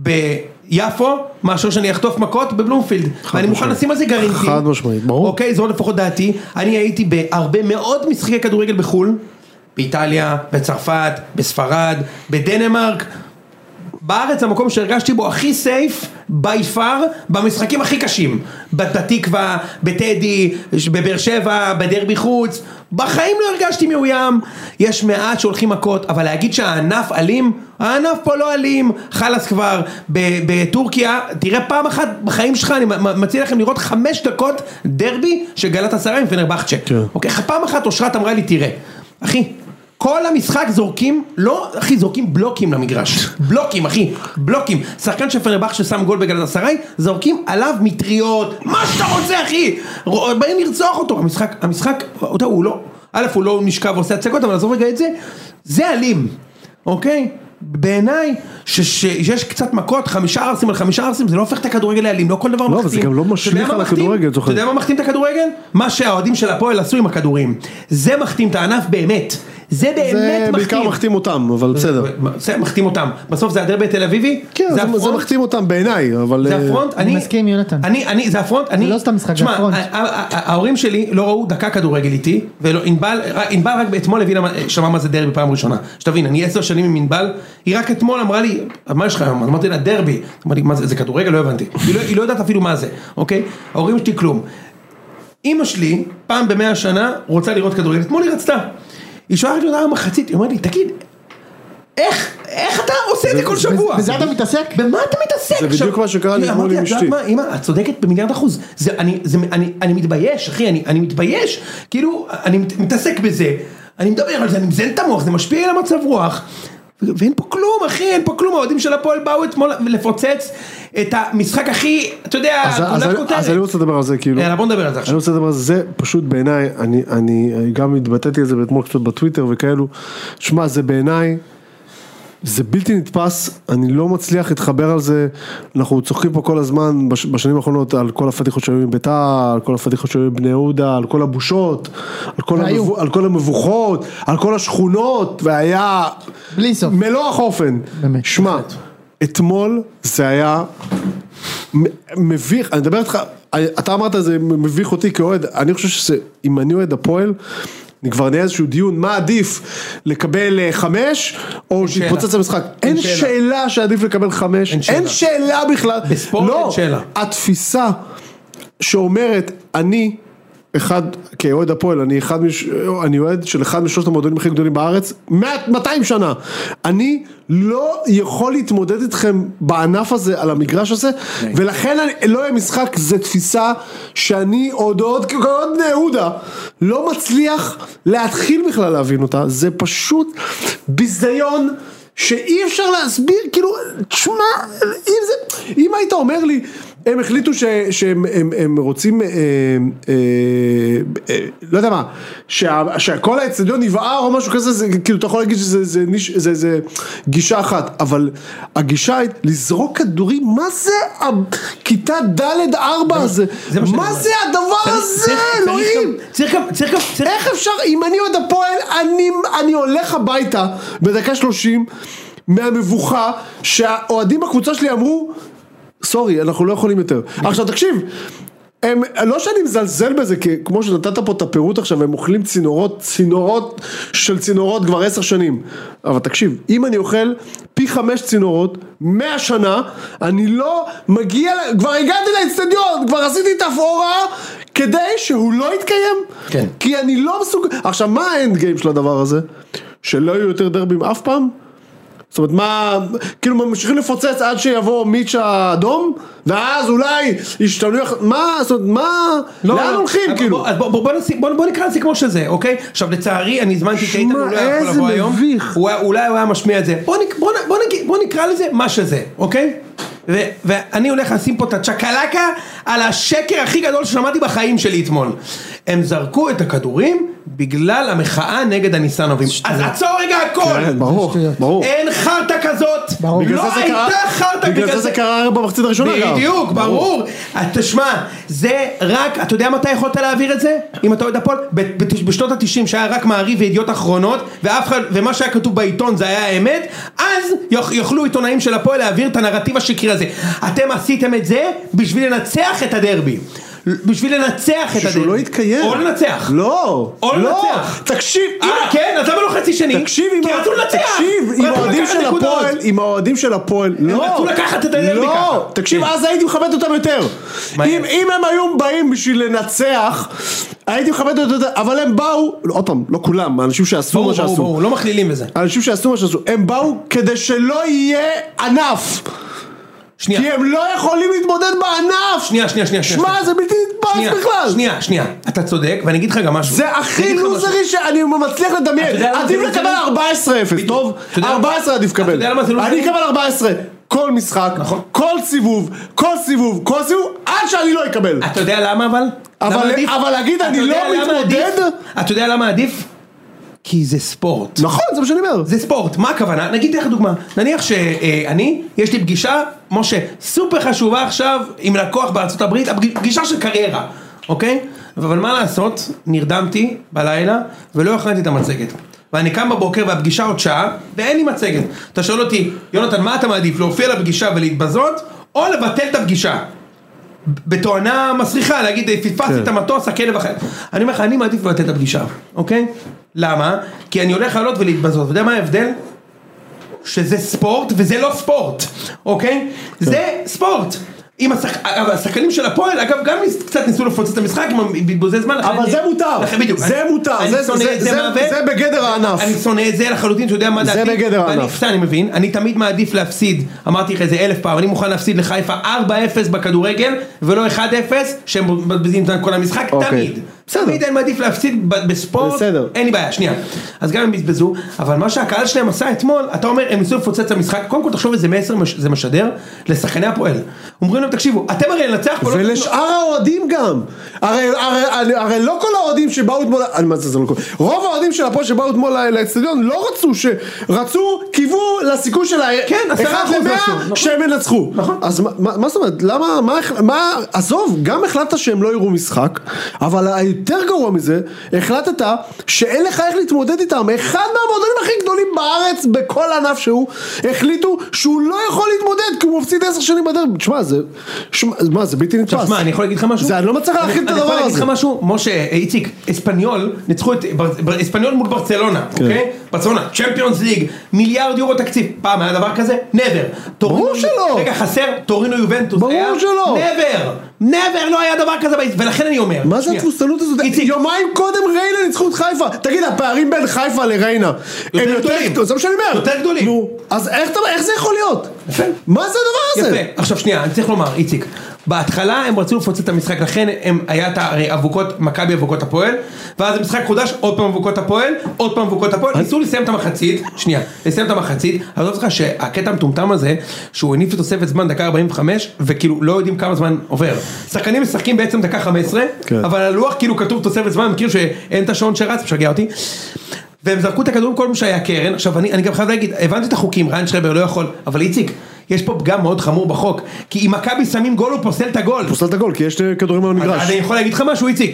ביפו, מאשר שאני אחטוף מכות בבלומפילד, ואני מוכן לשים על זה גרינטי. חד משמעית, ברור. אוקיי, זו לפחות דעתי, אני הייתי בהרבה מאוד משחקי כדורגל בחול, באיטליה, בצרפת, בספרד, בדנמרק, בארץ המקום שהרגשתי בו הכי סייף, בי פאר, במשחקים הכי קשים, בתקווה, בטדי, בבאר שבע, בדרבי חוץ, בחיים לא הרגשתי מאוים, יש מעט שהולכים מכות, אבל להגיד שהענף אלים, הענף פה לא אלים, חלס כבר, בטורקיה, תראה פעם אחת בחיים שלך, אני מציע לכם לראות חמש דקות דרבי של גלאטסראי עם פנרבחצ'ה, אוקיי, פעם אחת אושרת אמרה לי, תראה, אחי, כל המשחק זורקים, לא אחי זורקים בלוקים למגרש, בלוקים אחי, בלוקים, שחקן של פנרבחצ'ה ששם גול בגלאטסראי, זורקים עליו מטריות, מה שאתה רוצה אחי, באים לרצוח אותו, המשחק, המשחק, הוא לא, א' הוא לא נשכב ועושה הצגות, אבל עזוב רגע את זה, זה אלים, אוקיי? בעיניי, שיש קצת מכות, חמישה ארסים על חמישה ארסים, זה לא הופך את הכדורגל לאלים, לא כל דבר מחתים. לא, וזה גם לא משליך על הכדורגל. אתה יודע מה מחתים את הכדורגל? מה שהאוהדים של הפועל עשו עם הכדורים. זה מחתים את הענף באמת. זה באמת מחתים. זה בעיקר מחתים אותם, אבל בסדר. זה מחתים אותם. בסוף זה הדרבי תל אביבי. כן, זה מחתים אותם בעיניי, אבל... זה הפרונט. אני מסכים עם יונתן. אני, זה הפרונט. זה לא סתם משחק, זה הפרונט. ההורים שלי לא ראו דקה כדורגל איתי, וענבל רק אתמול הבינה שמע מה זה דרבי פעם ראשונה. שתבין, אני עשר שנים עם ענבל, היא רק אתמול אמרה לי, מה יש לך היום? אמרתי לה, דרבי. אמרתי, מה זה? זה כדורגל? לא הבנתי. היא לא יודעת אפילו מה זה, אוקיי? ההורים שלי כלום. אמא שלי, פעם במאה שנה, רוצה לראות כדורגל. אתמול היא רצתה. היא שואלת לי אותה מחצית, היא אומרת לי, תגיד, איך, איך אתה עושה את זה כל שבוע? בזה אתה מתעסק? במה אתה מתעסק? זה בדיוק מה שקרה לי אתמול עם אשתי. אמא, את צודקת במיליארד אחוז. אני מתבייש, אחי, אני מתבייש. כאילו, אני מתעסק בזה, אני מדבר על זה, אני מזן את המוח, זה משפיע על המצב רוח. ואין פה כלום אחי, אין פה כלום, האוהדים של הפועל באו אתמול לפוצץ את המשחק הכי, אתה יודע, גולת כותרת. אז אני רוצה לדבר על זה כאילו. יאללה, בוא נדבר על זה עכשיו. אני רוצה לדבר על זה, זה פשוט בעיניי, אני גם התבטאתי על זה אתמול קצת בטוויטר וכאלו, שמע, זה בעיניי, זה בלתי נתפס, אני לא מצליח להתחבר על זה, אנחנו צוחקים פה כל הזמן בשנים האחרונות על כל הפתיחות שהיו עם בית"ר, על כל הפתיחות שהיו עם בני יהודה, על כל הבושות, על כל, המבו, על כל המבוכות, על כל השכונות, והיה בלי סוף. מלוא החופן. באמת. שמע, אתמול זה היה מביך, אני מדבר איתך, אתה אמרת זה מביך אותי כאוהד, אני חושב שאם אני אוהד הפועל, אני כבר נהיה איזשהו דיון, מה עדיף לקבל חמש, או שיתפוצץ המשחק. אין שאלה שעדיף לקבל חמש, אין שאלה בכלל. בספורט אין שאלה. התפיסה שאומרת, אני, אחד, כאוהד הפועל, אני אחד, אני אוהד של אחד משלושת המועדונים הכי גדולים בארץ, מאתיים שנה. אני לא יכול להתמודד איתכם בענף הזה, על המגרש הזה, ולכן לא יהיה משחק, זה תפיסה שאני עוד עוד, כעוד בני יהודה, לא מצליח להתחיל בכלל להבין אותה, זה פשוט ביזיון, שאי אפשר להסביר, כאילו, תשמע, אם זה, אם היית אומר לי, הם החליטו ש, שהם הם, הם רוצים, אה, אה, אה, לא יודע מה, שה, שכל האצטדיון נבער או משהו כזה, זה, כאילו אתה יכול להגיד שזה זה, זה, זה, זה גישה אחת, אבל הגישה היא לזרוק כדורים, מה זה הכיתה ד' ארבע הזה, מה זה הדבר הזה, אלוהים, איך אפשר, אם אני עוד הפועל, אני, אני הולך הביתה בדקה שלושים, מהמבוכה שהאוהדים בקבוצה שלי אמרו, סורי, אנחנו לא יכולים יותר. עכשיו תקשיב, הם, לא שאני מזלזל בזה, כי כמו שנתת פה את הפירוט עכשיו, הם אוכלים צינורות, צינורות של צינורות כבר עשר שנים. אבל תקשיב, אם אני אוכל פי חמש צינורות, מאה שנה, אני לא מגיע, כבר הגעתי לאצטדיון, כבר עשיתי את ההפעורה, כדי שהוא לא יתקיים. כן. כי אני לא מסוג... עכשיו, מה האנד גיים של הדבר הזה? שלא יהיו יותר דרבים אף פעם? זאת אומרת, מה, כאילו ממשיכים לפוצץ עד שיבוא מיץ' האדום, ואז אולי ישתנו, מה, זאת אומרת, מה, לאן הולכים, כאילו? בוא נקרא את זה כמו שזה, אוקיי? עכשיו, לצערי, אני הזמנתי את איתן, הוא לא יכול לבוא היום, אולי הוא היה משמיע את זה, בוא נקרא לזה מה שזה, אוקיי? ואני הולך לשים פה את הצ'קלקה על השקר הכי גדול ששמעתי בחיים שלי אתמול. הם זרקו את הכדורים בגלל המחאה נגד הניסנובים. אז עצור רגע הכל. ברור, ברור. אין חרטה כזאת. לא הייתה חרטה כזאת. בגלל זה זה קרה במחצית הראשונה. בדיוק, ברור. תשמע, זה רק, אתה יודע מתי יכולת להעביר את זה? אם אתה יודע פול, בשנות ה-תשעים שהיה רק מעריב וידיעות אחרונות, ומה שהיה כתוב בעיתון זה היה האמת, אז יוכלו עיתונאים של הפועל להעביר את הנרטיב השקרי הזה. אתם עשיתם את זה בשביל לנצח את הדרבי. בשביל לנצח את הדרבי. שהוא לא יתקיים. או לנצח. לא. או לנצח. תקשיב. אה, כן, אז למה לא חצי שני? תקשיב, כי רצו לנצח. תקשיב, עם האוהדים של הפועל, עם האוהדים של הפועל, לא. הם רצו לקחת את הדרבי ככה. לא, תקשיב, אז הייתי מכבד אותם יותר. אם הם היו באים בשביל לנצח, הייתי מכבד אותם יותר, אבל הם באו, עוד פעם, לא כולם, האנשים שעשו מה שעשו. ברור, לא מכלילים בזה. האנשים שעשו מה שעשו, הם באו כדי שלא יהיה ענף. שנייה. כי הם לא יכולים להתמודד בענף. שנייה, שנייה, שנייה. שמע, זה בלתי נתפס בכלל. שנייה, שנייה. אתה צודק, ואני אגיד לך גם משהו. זה הכי לוזרי שאני מצליח לדמיין. עדיף לקבל ארבע עשרה אפס, טוב? ארבע עשרה עדיף לקבל. אני אקבל ארבע עשרה. כל משחק, כל סיבוב, כל סיבוב, כל סיבוב, עד שאני לא אקבל. אתה יודע למה אבל? אבל להגיד אני לא מתמודד? אתה יודע למה עדיף? כי זה ספורט. נכון, זה מה שאני אומר. זה ספורט, מה הכוונה? נגיד לך דוגמה, נניח שאני, יש לי פגישה, משה, סופר חשובה עכשיו עם לקוח בארצות הברית, פגישה של קריירה, אוקיי? אבל מה לעשות? נרדמתי בלילה ולא הכנתי את המצגת. ואני קם בבוקר והפגישה עוד שעה ואין לי מצגת. אתה שואל אותי, יונתן, מה אתה מעדיף? להופיע לפגישה ולהתבזות או לבטל את הפגישה? בתואנה מסריחה, להגיד, פספסתי את המטוס, הכלב אחר. אני אומר לך, אני מעדיף לבטל את הפגישה, אוקיי? למה? כי אני הולך לעלות ולהתבזות. אתה יודע מה ההבדל? שזה ספורט וזה לא ספורט, אוקיי? זה ספורט. עם השחקנים של הפועל, אגב, גם קצת ניסו לפוצץ את המשחק, עם בזבוזי זמן. אבל זה מותר, זה מותר, זה בגדר הענף. אני שונא את זה לחלוטין, אתה יודע מה דעתי? זה בגדר הענף. אני מבין, אני תמיד מעדיף להפסיד, אמרתי לך איזה אלף פעם, אני מוכן להפסיד לחיפה ארבע אפס בכדורגל, ולא אחד אפס, שהם מבזבזים את כל המשחק, תמיד. תמיד אני מעדיף להפסיד בספורט, אין לי בעיה, שנייה. אז גם הם בזבזו, אבל מה שהקהל שלהם עשה אתמול, אתה אומר, הם ניסו לפוצץ את המשחק, קודם כל תחשוב איזה מסר זה משדר לשחקני הפועל. אומרים להם, תקשיבו, אתם הרי לנצח פה... ולשאר האוהדים גם. הרי, הרי, הרי לא כל האוהדים שבאו אתמול... אני מה זה, זה לא כל... רוב האוהדים של הפועל שבאו אתמול לאצטדיון לא רצו ש... רצו, קיוו לסיכוי של ה... כן, אחד למאה שהם ינצחו. נכון. אז מה, מה זאת אומרת? למה... מה, מה... עזוב, גם החלטת שהם לא יראו משחק, אבל היותר גרוע מזה, החלטת שאין לך איך להתמודד איתם. אחד מהמועדונים הכי גדולים בארץ, בכל ענף שהוא, החליטו שהוא לא יכול להתמודד, כי הוא מפסיד עשר שנים בדרך. תשמע, זה... מה, זה בלתי נתפס. תשמע, אני יכול להגיד לך משהו? זה, אני לא מצליח להכין את הדבר הזה. אני יכול להגיד לך משהו? משה, איציק, אספניול, ניצחו את... אספניול מול ברצלונה, אוקיי? ברצלונה, צ'מפיונס ליג, מיליארד יורו תקציב. פעם היה דבר כזה? נבר. ברור שלא. רגע, חסר, טורינו יובנטוס. ברור שלא. נבר. נבר לא היה דבר כזה, ולכן אני אומר. מה זה התבוסתנות הזאת? יומיים קודם ריינה ניצחו את חיפה. תגיד, הפערים בין חיפה לריינה הם יותר גדולים. זה מה שאני אומר. יותר גדולים. נו, אז איך זה יכול להיות? יפה. מה זה הדבר הזה? יפה. עכשיו שנייה, אני צריך לומר, איציק. בהתחלה הם רצו לפוצץ את המשחק, לכן הם היה את אבוקות, מכבי אבוקות הפועל, ואז המשחק חודש, עוד פעם אבוקות הפועל, עוד פעם אבוקות הפועל, ניסו לסיים את המחצית, שנייה, לסיים את המחצית, אבל אני חושב שהקטע המטומטם הזה, שהוא הניף לתוספת זמן דקה ארבעים וחמש, וכאילו לא יודעים כמה זמן עובר. שחקנים משחקים בעצם דקה חמש עשרה, אבל על הלוח כאילו כתוב תוספת זמן, כאילו שאין את השעון שרץ, משגע אותי. והם זרקו את הכדור כל מה שהיה קרן. עכשיו אני, אני גם חייב להגיד, הבנתי את החוקים, ריין שרבר לא יכול, אבל איציק, יש פה פגם מאוד חמור בחוק, כי אם מכבי שמים גול הוא פוסל את הגול. פוסל את הגול, כי יש כדורים על המגרש. אני יכול להגיד לך משהו, איציק.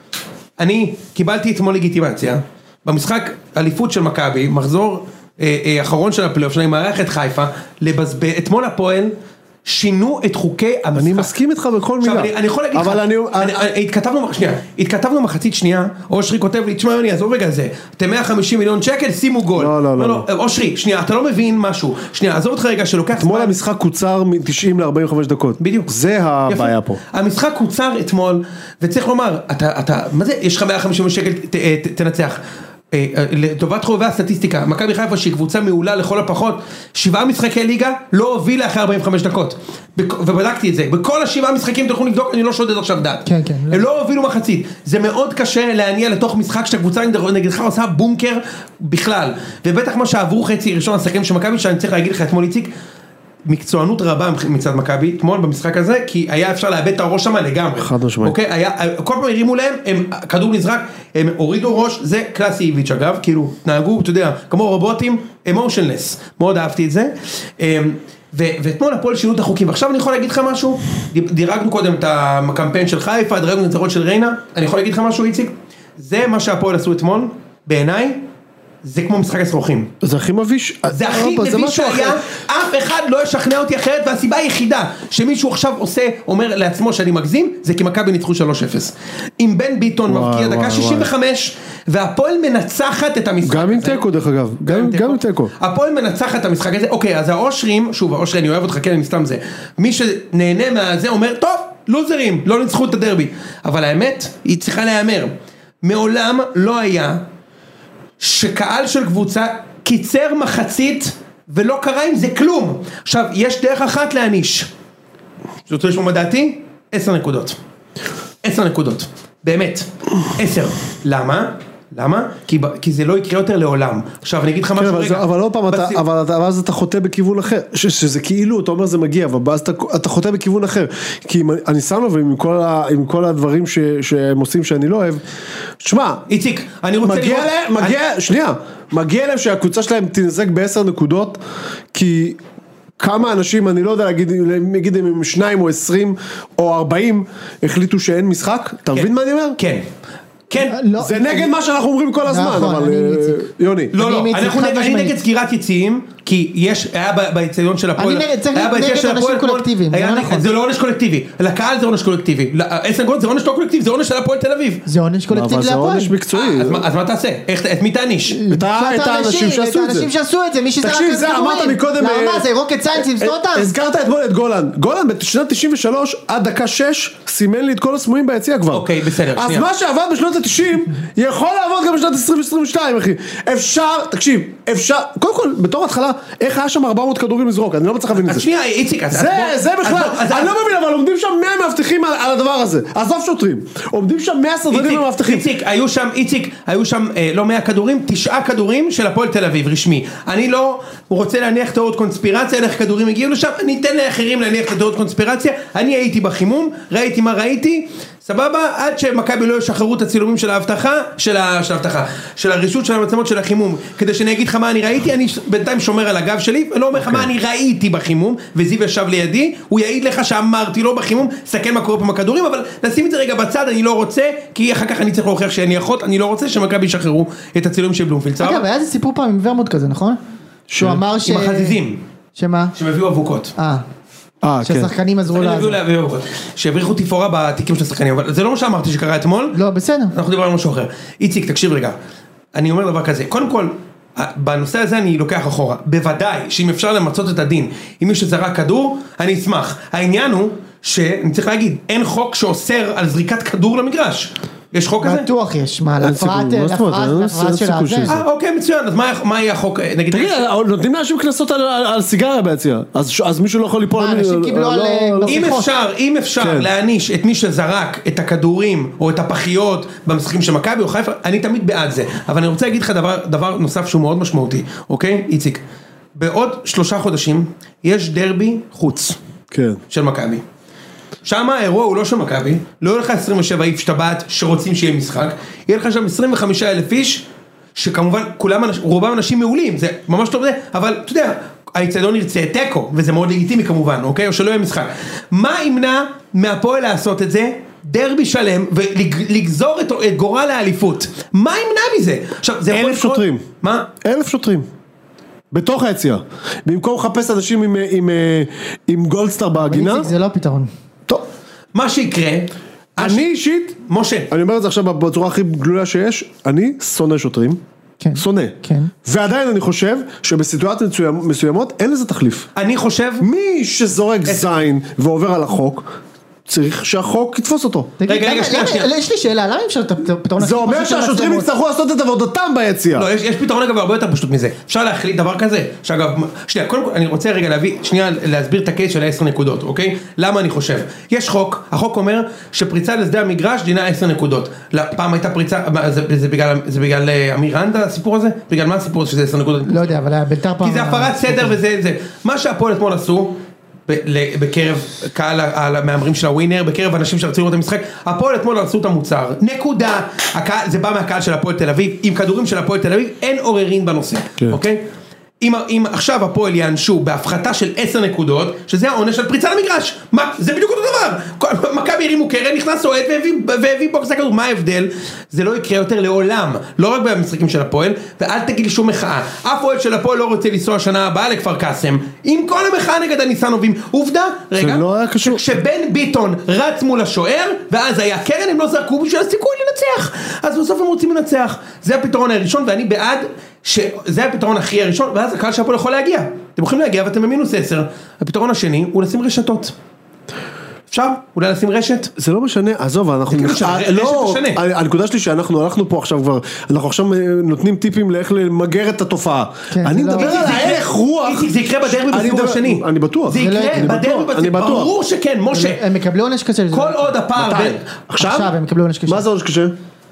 אני קיבלתי אתמול לגיטימציה, במשחק אליפות של מכבי, מחזור אה, אה, אחרון של הפלייאוף, שאני מערך את חיפה, לבזבז, אתמול הפועל, שינו את חוקי המשחק. אני מסכים איתך בכל מילה. עכשיו, אני יכול להגיד לך, התכתבנו, שנייה, התכתבנו מחצית שנייה, אושרי כותב לי, תשמע, אני אעזוב רגע זה, אתם מאה וחמישים מיליון שקל, שימו גול. לא, לא, לא. אושרי, שנייה, אתה לא מבין משהו, שנייה, עזוב אותך רגע שלוקח... אתמול המשחק קוצר מ-תשעים ל-ארבעים וחמש דקות. בדיוק. זה הבעיה פה. המשחק קוצר אתמול, וצריך לומר, אתה, אתה, מה זה, יש לך מאה וחמישים מיליון שקל, תנצח. לטובת חובבי הסטטיסטיקה, מכבי חיפה שהיא קבוצה מעולה לכל הפחות, שבעה משחקי ליגה לא הובילה אחרי ארבעים וחמש דקות, ובדקתי את זה, בכל השבעה משחקים תוכלו לבדוק, אני לא שודד עכשיו דעת, כן, כן, הם לא הובילו מחצית, זה מאוד קשה להניע לתוך משחק שהקבוצה נגדך עושה בונקר בכלל, ובטח מה שעברו חצי ראשון השחקנים של מכבי, שאני צריך להגיד לך אתמול איציק, מקצוענות רבה מצד מכבי, אתמול במשחק הזה, כי היה אפשר לאבד את הראש שם לגמרי. חד משמעית. אוקיי, היה, כל פעם הרימו להם, הם, כדור נזרק, הם הורידו ראש, זה קלאסי איביץ' אגב, כאילו, תנהגו, אתה יודע, כמו רובוטים, emotionless, מאוד אהבתי את זה, ו, ואתמול הפועל שינו את החוקים, ועכשיו אני יכול להגיד לך משהו, דירגנו קודם את הקמפיין של חיפה, דירגנו את הניצחון של ריינה, אני יכול להגיד לך משהו איציק, זה מה שהפועל עשו אתמול, בעיניי, זה כמו משחק הסרוכים. זה הכי מביש. זה הכי מביש שהיה, אף אחד לא ישכנע אותי אחרת, והסיבה היחידה שמישהו עכשיו עושה, אומר לעצמו שאני מגזים, זה כי מכבי ניצחו שלוש אפס. עם בן ביטון מבקיע דקה שישים וחמש, והפועל מנצחת את המשחק הזה. גם עם טקו דרך אגב, גם עם טקו. הפועל מנצחת את המשחק הזה, אוקיי, אז האושרים, שוב, האושרי, אני אוהב אותך, כן, אני סתם זה. מי שנהנה מהזה אומר, טוב, לוזרים, לא ניצחו את הדרבי. אבל האמת, היא צריכה להיאמר. מעולם לא היה שקהל של קבוצה קיצר מחצית ולא קרה עם זה כלום. עכשיו, יש דרך אחת להניש. זאת אומרת, מדעתי, עשר נקודות. עשר נקודות. באמת. עשר. למה? למה? כי, כי זה לא יקרה יותר לעולם. עכשיו, אני אגיד לך משהו אבל רגע. זה, אבל לא פעם, אתה, אבל, אבל אז אתה חוטא בכיוון אחר. ש, שזה כאילו, אתה אומר זה מגיע, אבל אז אתה, אתה חוטא בכיוון אחר. כי אם, אני שם לו, עם כל, ה, עם כל הדברים ש, שהם עושים שאני לא אוהב, תשמע, איציק, אני רוצה מגיע לראות... להם, מגיע, אני... שנייה, מגיע להם שהקבוצה שלהם תנזק בעשר נקודות, כי... כמה אנשים, אני לא יודע להגיד, להגיד אם הם שניים או עשרים או ארבעים החליטו שאין משחק, אתה מבין מה אני אומר? כן. כן, זה נגד מה שאנחנו אומרים כל הזמן, אבל יוני. לא, לא, אני נגד סגירת יציאים, כי יש, היה באצטדיון של הפועל, אני נגד, צריך נגד אנשים קולקטיביים, זה לא נכון. זה לא עונש קולקטיבי, לקהל זה עונש קולקטיבי, עשר נקודות זה עונש לא קולקטיבי, זה עונש של הפועל תל אביב. זה עונש קולקטיבי להפועל. אבל זה עונש מקצועי. אז מה תעשה? את מי תעניש? את האנשים שעשו את זה. את האנשים שעשו את זה, מי שזרק את תקשיב, זה אמרת מקודם. למה זה רוקט סיינס עם סטוטם? הזכרת אתמול את גולן. גולן בשנת תשעים ושלוש עד דקה שש סימן לי את כל הסמויים ביציע כבר. אוקיי, בסדר, אז מה שעבד בשנות ה-תשעים יכול לעבוד גם בשנת עשרים עשרים ושתיים, אחי. אפשר, תקשיב, אפשר, קודם כל, בתור התחלה, איך היה שם ארבע מאות כדורים לזרוק? אני לא מצליח להבין את זה. שנייה, איציק, זה, זה בכלל, אני לא מבין, אבל עומדים שם מאה מאבטחים על הדבר הזה. עזוב שוטרים. עומדים שם מאה סדרנים ומאבטחים. איציק, היו שם, איציק, היו שם לא מאה כדורים, תשעה כדורים של הפועל תל אביב, רשמי. אני לא רוצה להניח תיאוריות קונספירציה, איך כדורים הגיעו לשם, אני אתן לאחרים להניח תיאוריות קונספירציה. אני הייתי בחימום, ראיתי מה ראיתי, סבבה, עד שמכבי לא ישחררו את הצילומים של ההבטחה, של ההבטחה, של הרישות של המצלמות של החימום, כדי שאני אגיד לך מה אני ראיתי, אני בינתיים שומר על הגב שלי, ולא אומר לך מה אני ראיתי בחימום, וזיו ישב לידי, הוא יעיד לך שאמרתי לו בחימום, סתכל מה קורה פה עם הכדורים, אבל נשים את זה רגע בצד, אני לא רוצה, כי אחר כך אני צריך להוכיח שאני אחות, אני לא רוצה שמכבי ישחררו את הצילומים של בלומפילד. אגב, היה איזה סיפור פעם עם ורמוט כזה, נכון? שהוא אמר ש... עם החזיזים. שמה? שמביאו אבוקות. אה. שהשחקנים עזרו לה. שהבריחו תפאורה בתיקים של השחקנים, אבל זה לא מה שאמרתי שקרה אתמול. לא, בסדר. אנחנו דיברנו על משהו אחר. איציק, תקשיב רגע. אני אומר דבר כזה. קודם כל, בנושא הזה אני לוקח אחורה. בוודאי שאם אפשר למצות את הדין, אם מישהו זרק כדור, אני אשמח. העניין הוא שאני צריך להגיד, אין חוק שאוסר על זריקת כדור למגרש. יש חוק כזה? בטוח יש, מה, להפרעת של הזה. אה, אוקיי, מצוין, אז מה יהיה החוק? תגיד, נותנים לאנשים כנסות על סיגריה ביציע, אז מישהו לא יכול ליפול... מה, אנשים קיבלו על... אם אפשר, אם אפשר להעניש את מי שזרק את הכדורים, או את הפחיות, במשחקים של מכבי או חיפה, אני תמיד בעד זה. אבל אני רוצה להגיד לך דבר נוסף שהוא מאוד משמעותי, אוקיי, איציק? בעוד שלושה חודשים, יש דרבי חוץ של מכבי. שם האירוע הוא לא של מכבי, לא יהיה לך עשרים ושבע איש טבעת שרוצים שיהיה משחק, יהיה לך שם עשרים וחמישה אלף איש, שכמובן כולם, רובם אנשים מעולים, זה ממש טוב זה, אבל אתה יודע, האצטדיון ירצה טקו, וזה מאוד לגיטימי כמובן, אוקיי? או שלא יהיה משחק. מה ימנע מהפועל לעשות את זה? דרבי שלם, ולגזור את גורל האליפות. מה ימנע מזה? עכשיו, זה אלף שוטרים. מה? אלף שוטרים. בתוך היציאה. במקום לחפש אנשים עם, עם, עם גולדסטאר בהגינה. זה לא הפתרון. טוב. מה שיקרה, אני אישית, משה, אני אומר את זה עכשיו בצורה הכי גלויה שיש, אני שונא שוטרים. כן. שונא. כן. ועדיין אני חושב שבסיטואציות מסוימות אין לזה תחליף. אני חושב מי שזורק זין ועובר על החוק, צריך שהחוק יתפוס אותו. רגע, רגע, שנייה, שנייה. יש לי שאלה, למה אפשר את הפתרון? זה אומר שהשוטרים יצטרכו לעשות את עבודתם ביציאה. לא, יש פתרון אגב הרבה יותר פשוט מזה. אפשר להחליט דבר כזה, שאגב, שנייה, קודם כל אני רוצה רגע להביא, שנייה להסביר את הקייס של עשר נקודות, אוקיי? למה אני חושב? יש חוק, החוק אומר שפריצה לשדה המגרש דינה עשר נקודות. פעם הייתה פריצה, זה בגלל אמירנדה הסיפור הזה? בגלל מה הסיפור שזה עשר נקודות? לא יודע, אבל בית"ר פעם... כי זה הפרת סדר וזה, זה. מה שהפועל אתמול עשו, בקרב קהל המאמרים של הווינר, בקרב אנשים שרצו לראות את המשחק, הפועל אתמול עשו את המוצר, נקודה, זה בא מהקהל של הפועל תל אביב, עם כדורים של הפועל תל אביב, אין עוררין בנושא, אוקיי? אם, אם עכשיו הפועל יענשו בהפחתה של עשר נקודות, שזה העונש של פריצה למגרש, מה, זה בדיוק אותו דבר, מכבי הרימו קרן, נכנס אוהד והביא בוקס הכדור, מה ההבדל? זה לא יקרה יותר לעולם, לא רק במשחקים של הפועל, ואל תגיד לי שום מחאה, אף אוהד של הפועל לא רוצה לנסוע שנה הבאה לכפר קאסם, עם כל המחאה נגד הניסנובים, עובדה, רגע, לא שבן ביטון רץ מול השוער, ואז היה קרן, הם לא זרקו בשביל הסיכוי לנצח, אז בסוף הם רוצים לנצח, זה הפתרון הראשון, ואני בעד שזה הפתרון הכי הראשון, ואז הקהל שהפועל יכול להגיע. אתם יכולים להגיע ואתם במינוס עשר. הפתרון השני הוא לשים רשתות. אפשר? אולי לשים רשת? זה לא משנה, עזוב, אנחנו... לא, הנקודה שלי שאנחנו הלכנו פה עכשיו כבר, אנחנו עכשיו נותנים טיפים לאיך למגר את התופעה. אני מדבר על ההלך רוח... איציק, זה יקרה בדרבי בסיבוב השני. אני בטוח. זה יקרה בדרבי בסיבוב, ברור שכן, משה. הם יקבלו עונש קשה. כל עוד הפער... עכשיו? הם יקבלו עונש קשה. מה זה עונש קשה?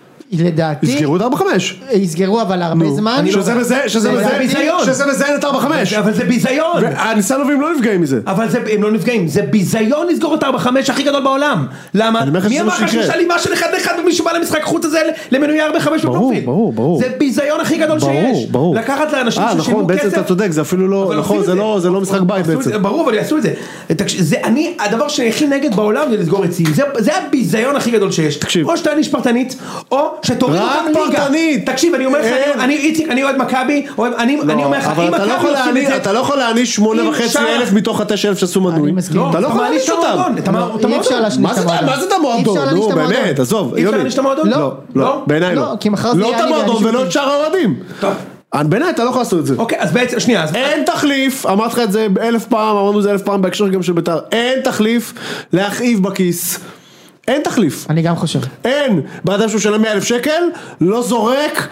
לדעתי, יסגרו את ארבע חמש. יסגרו אבל הרבה זמן. שזה מזיין, שזה מזיין, שזה מזיין את ארבע חמש. אבל זה ביזיון. הניסנובים לא נפגעים מזה. אבל הם לא נפגעים, זה ביזיון לסגור את ארבע חמש הכי גדול בעולם. למה? מי אמר לך שיש הלימה של אחד לאחד ומישהו בא למשחק חוץ הזה למנויי ארבע חמש בפרופיל? ברור, ברור. זה ביזיון הכי גדול שיש. לקחת לאנשים ששימו כסף. נכון, בעצם אתה צודק, זה אפילו לא, נכון, זה לא משחק בית בעצם. ברור, אבל יעשו את זה. אני, הדבר שהכי נגד בעולם זה לסגור את סין. זה הביזיון הכי גדול שיש. או שתעניש פרטנית, או שתוריד אותם פרטנית. תקשיב, אני אומר לך, אני איציק, אני אוהד מכבי, אני אומר לך, אם מכבי עושים את זה, אתה לא יכול להעניש שמונה וחצי אלף מתוך התשע אלף שעשו מנוי. אתה לא יכול להעניש אותם. אי אפשר להשניש את המועדון. מה זה את המועדון? נו, באמת, עזוב. אי אפשר להעניש את המועדון? לא, לא, בעיניי לא. לא את המועדון ולא את שאר האוהדים. טוב. בעיניי אתה לא יכול לעשות את זה. אוקיי, אז בעצם, שנייה. אין תחליף, אמרתי לך את זה אלף פעם, אמרנו את זה אלף פעם בהקשר גם של בית"ר. אין תחליף להכאיב בכיס. אין תחליף. אני גם חושב. אין. באדם שהוא שלם מאה אלף שקל, לא זורק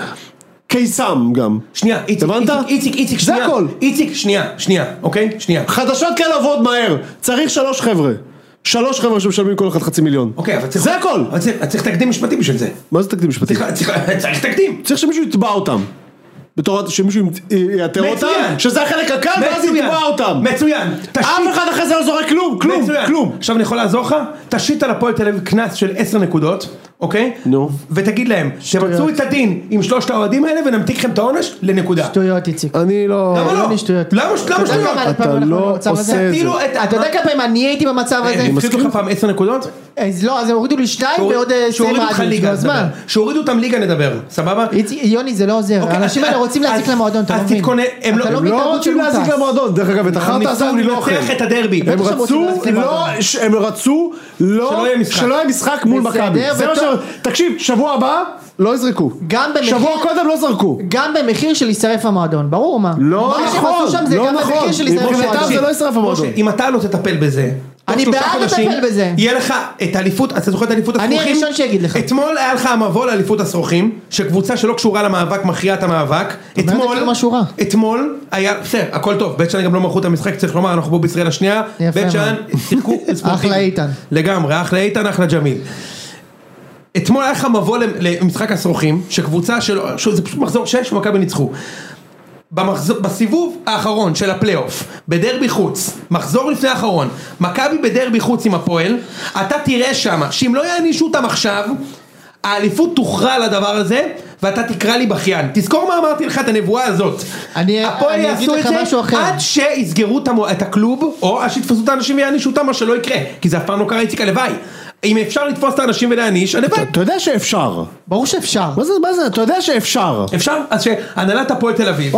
קיסם גם. שנייה, איציק, איציק, איציק, שנייה. זה הכל. איציק, שנייה, שנייה, אוקיי? שנייה. חדשות כאלה עבוד מהר. צריך שלוש חבר'ה. שלוש חבר'ה שמשלמים כל אחד חצי מיליון. אוקיי, אבל צריך... זה הכל. אבל צריך תקדים משפטי בשביל זה. מה זה תקדים משפטי? צריך תקדים. צריך שמישהו יתבע אותם. בתור שמישהו יאתר אותם, שזה החלק הקל, ואז יתבע אותם. מצוין. אף אחד אחרי זה לא זורק כלום, כלום, כלום. עכשיו אני יכול לעזור לך? תשית על הפועל תל אביב קנס של עשר נקודות, אוקיי? נו. ותגיד להם, תמצאו את הדין עם שלושת האוהדים האלה ונמתיק לכם את העונש לנקודה. שטויות, איציק. אני לא... למה לא? למה שטויות? אתה לא עושה את זה. אתה יודע כמה פעמים אני הייתי במצב הזה? הם הפחידו לך פעם עשר נקודות? אז לא, אז הם הורידו לי שתיים ועוד שהורידו אותך ליגה, שהורידו אותם ליגה נדבר, סבבה? יוני זה לא עוזר, האנשים האלה רוצים להזיק למועדון, אתה לא מבין? הם לא רוצים להזיק למועדון, דרך אגב, את החרטה הזה אני לא אוכל. הם את הדרבי. הם רצו, הם רצו שלא יהיה משחק מול מכבי. תקשיב, שבוע הבא לא יזרקו. שבוע קודם לא זרקו. גם במחיר של להישרף המועדון, ברור מה. לא נכון, לא נכון. זה לא ישרף המועדון. אם אתה לא תטפל בזה, אני בעד לטפל בזה. יהיה לך את האליפות, אתה זוכר את האליפות הסרוכים? אני הראשון שיגיד לך. אתמול היה לך המבוא לאליפות הסרוכים, שקבוצה שלא קשורה למאבק מכריעה את המאבק. אתמול, אתמול היה, בסדר, הכל טוב, בית שאן גם לא מלכו את המשחק, צריך לומר, אנחנו פה בישראל השנייה, בית שאן שיחקו ספורטיבי. אחלה איתן. לגמרי, אחלה איתן, אחלה ג'מיל. אתמול היה לך מבוא למשחק הסרוכים, שקבוצה של, זה פשוט מחזור שש ומכבי ניצחו. בסיבוב האחרון של הפלייאוף, בדרבי חוץ, מחזור לפני האחרון, מכבי בדרבי חוץ עם הפועל, אתה תראה שמה, שאם לא יענישו אותם עכשיו, האליפות תוכרע לדבר הזה, ואתה תקרא לי בכיין. תזכור מה אמרתי לך את הנבואה הזאת. הפועל יעשו את זה עד שיסגרו את הקלוב, או עד שיתפסו את האנשים ויענישו אותם, מה שלא יקרה, כי זה אף פעם לא קרה איציק הלוואי. אם אפשר לתפוס את האנשים ולהעניש, הלוואי. אתה יודע שאפשר. ברור שאפשר. מה זה, מה זה? אתה יודע שאפשר. אפשר? אז שהנהלת הפועל תל אביב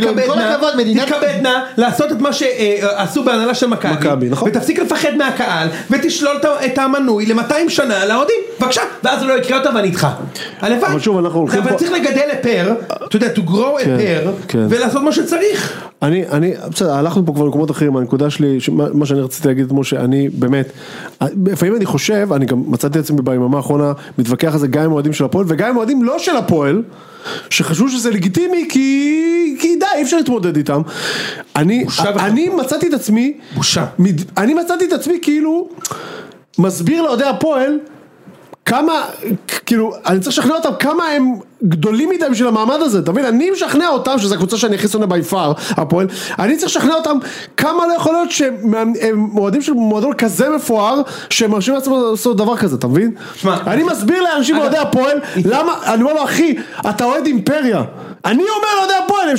תתכבדנה לעשות את מה שעשו בהנהלה של מכבי, ותפסיק לפחד מהקהל, ותשלול את המנוי ל-מאתיים שנה לאוהדים. בבקשה, ואז לא יקרה אותה ואני איתך. הלוואי. אבל צריך לגדל לפר, אתה יודע, to grow a pair, ולעשות מה שצריך. אני, אני, בסדר, הלכנו פה כבר למקומות אחרים, הנקודה שלי, מה שאני רציתי להגיד כמו שאני באמת, לפעמים אני חושב, אני גם מצאתי עצמי ביממה האחרונה, מתווכח על זה גם עם אוהדים של הפועל, וגם עם אוהדים לא של הפועל, שחשבו שזה לגיטימי, כי, כי די, אי אפשר להתמודד איתם. אני, אני מצאתי את עצמי, בושה. אני מצאתי את עצמי כאילו, מסביר לאוהדי הפועל, כמה, כאילו, אני צריך לשכנע אותם כמה הם גדולים מדי בשביל המעמד הזה, אתה מבין? אני משכנע אותם, שזו הקבוצה שאני הכי שונא ביפר, הפועל, אני צריך לשכנע אותם כמה לא יכול להיות שהם מועדים של מועדון כזה מפואר, שהם מרשים לעצמם לעשות דבר כזה, אתה מבין? אני מסביר לאנשים מועדי הפועל, למה, אני אומר לו, אחי, אתה אוהד אימפריה. אני אומר לאוהדי הפועל,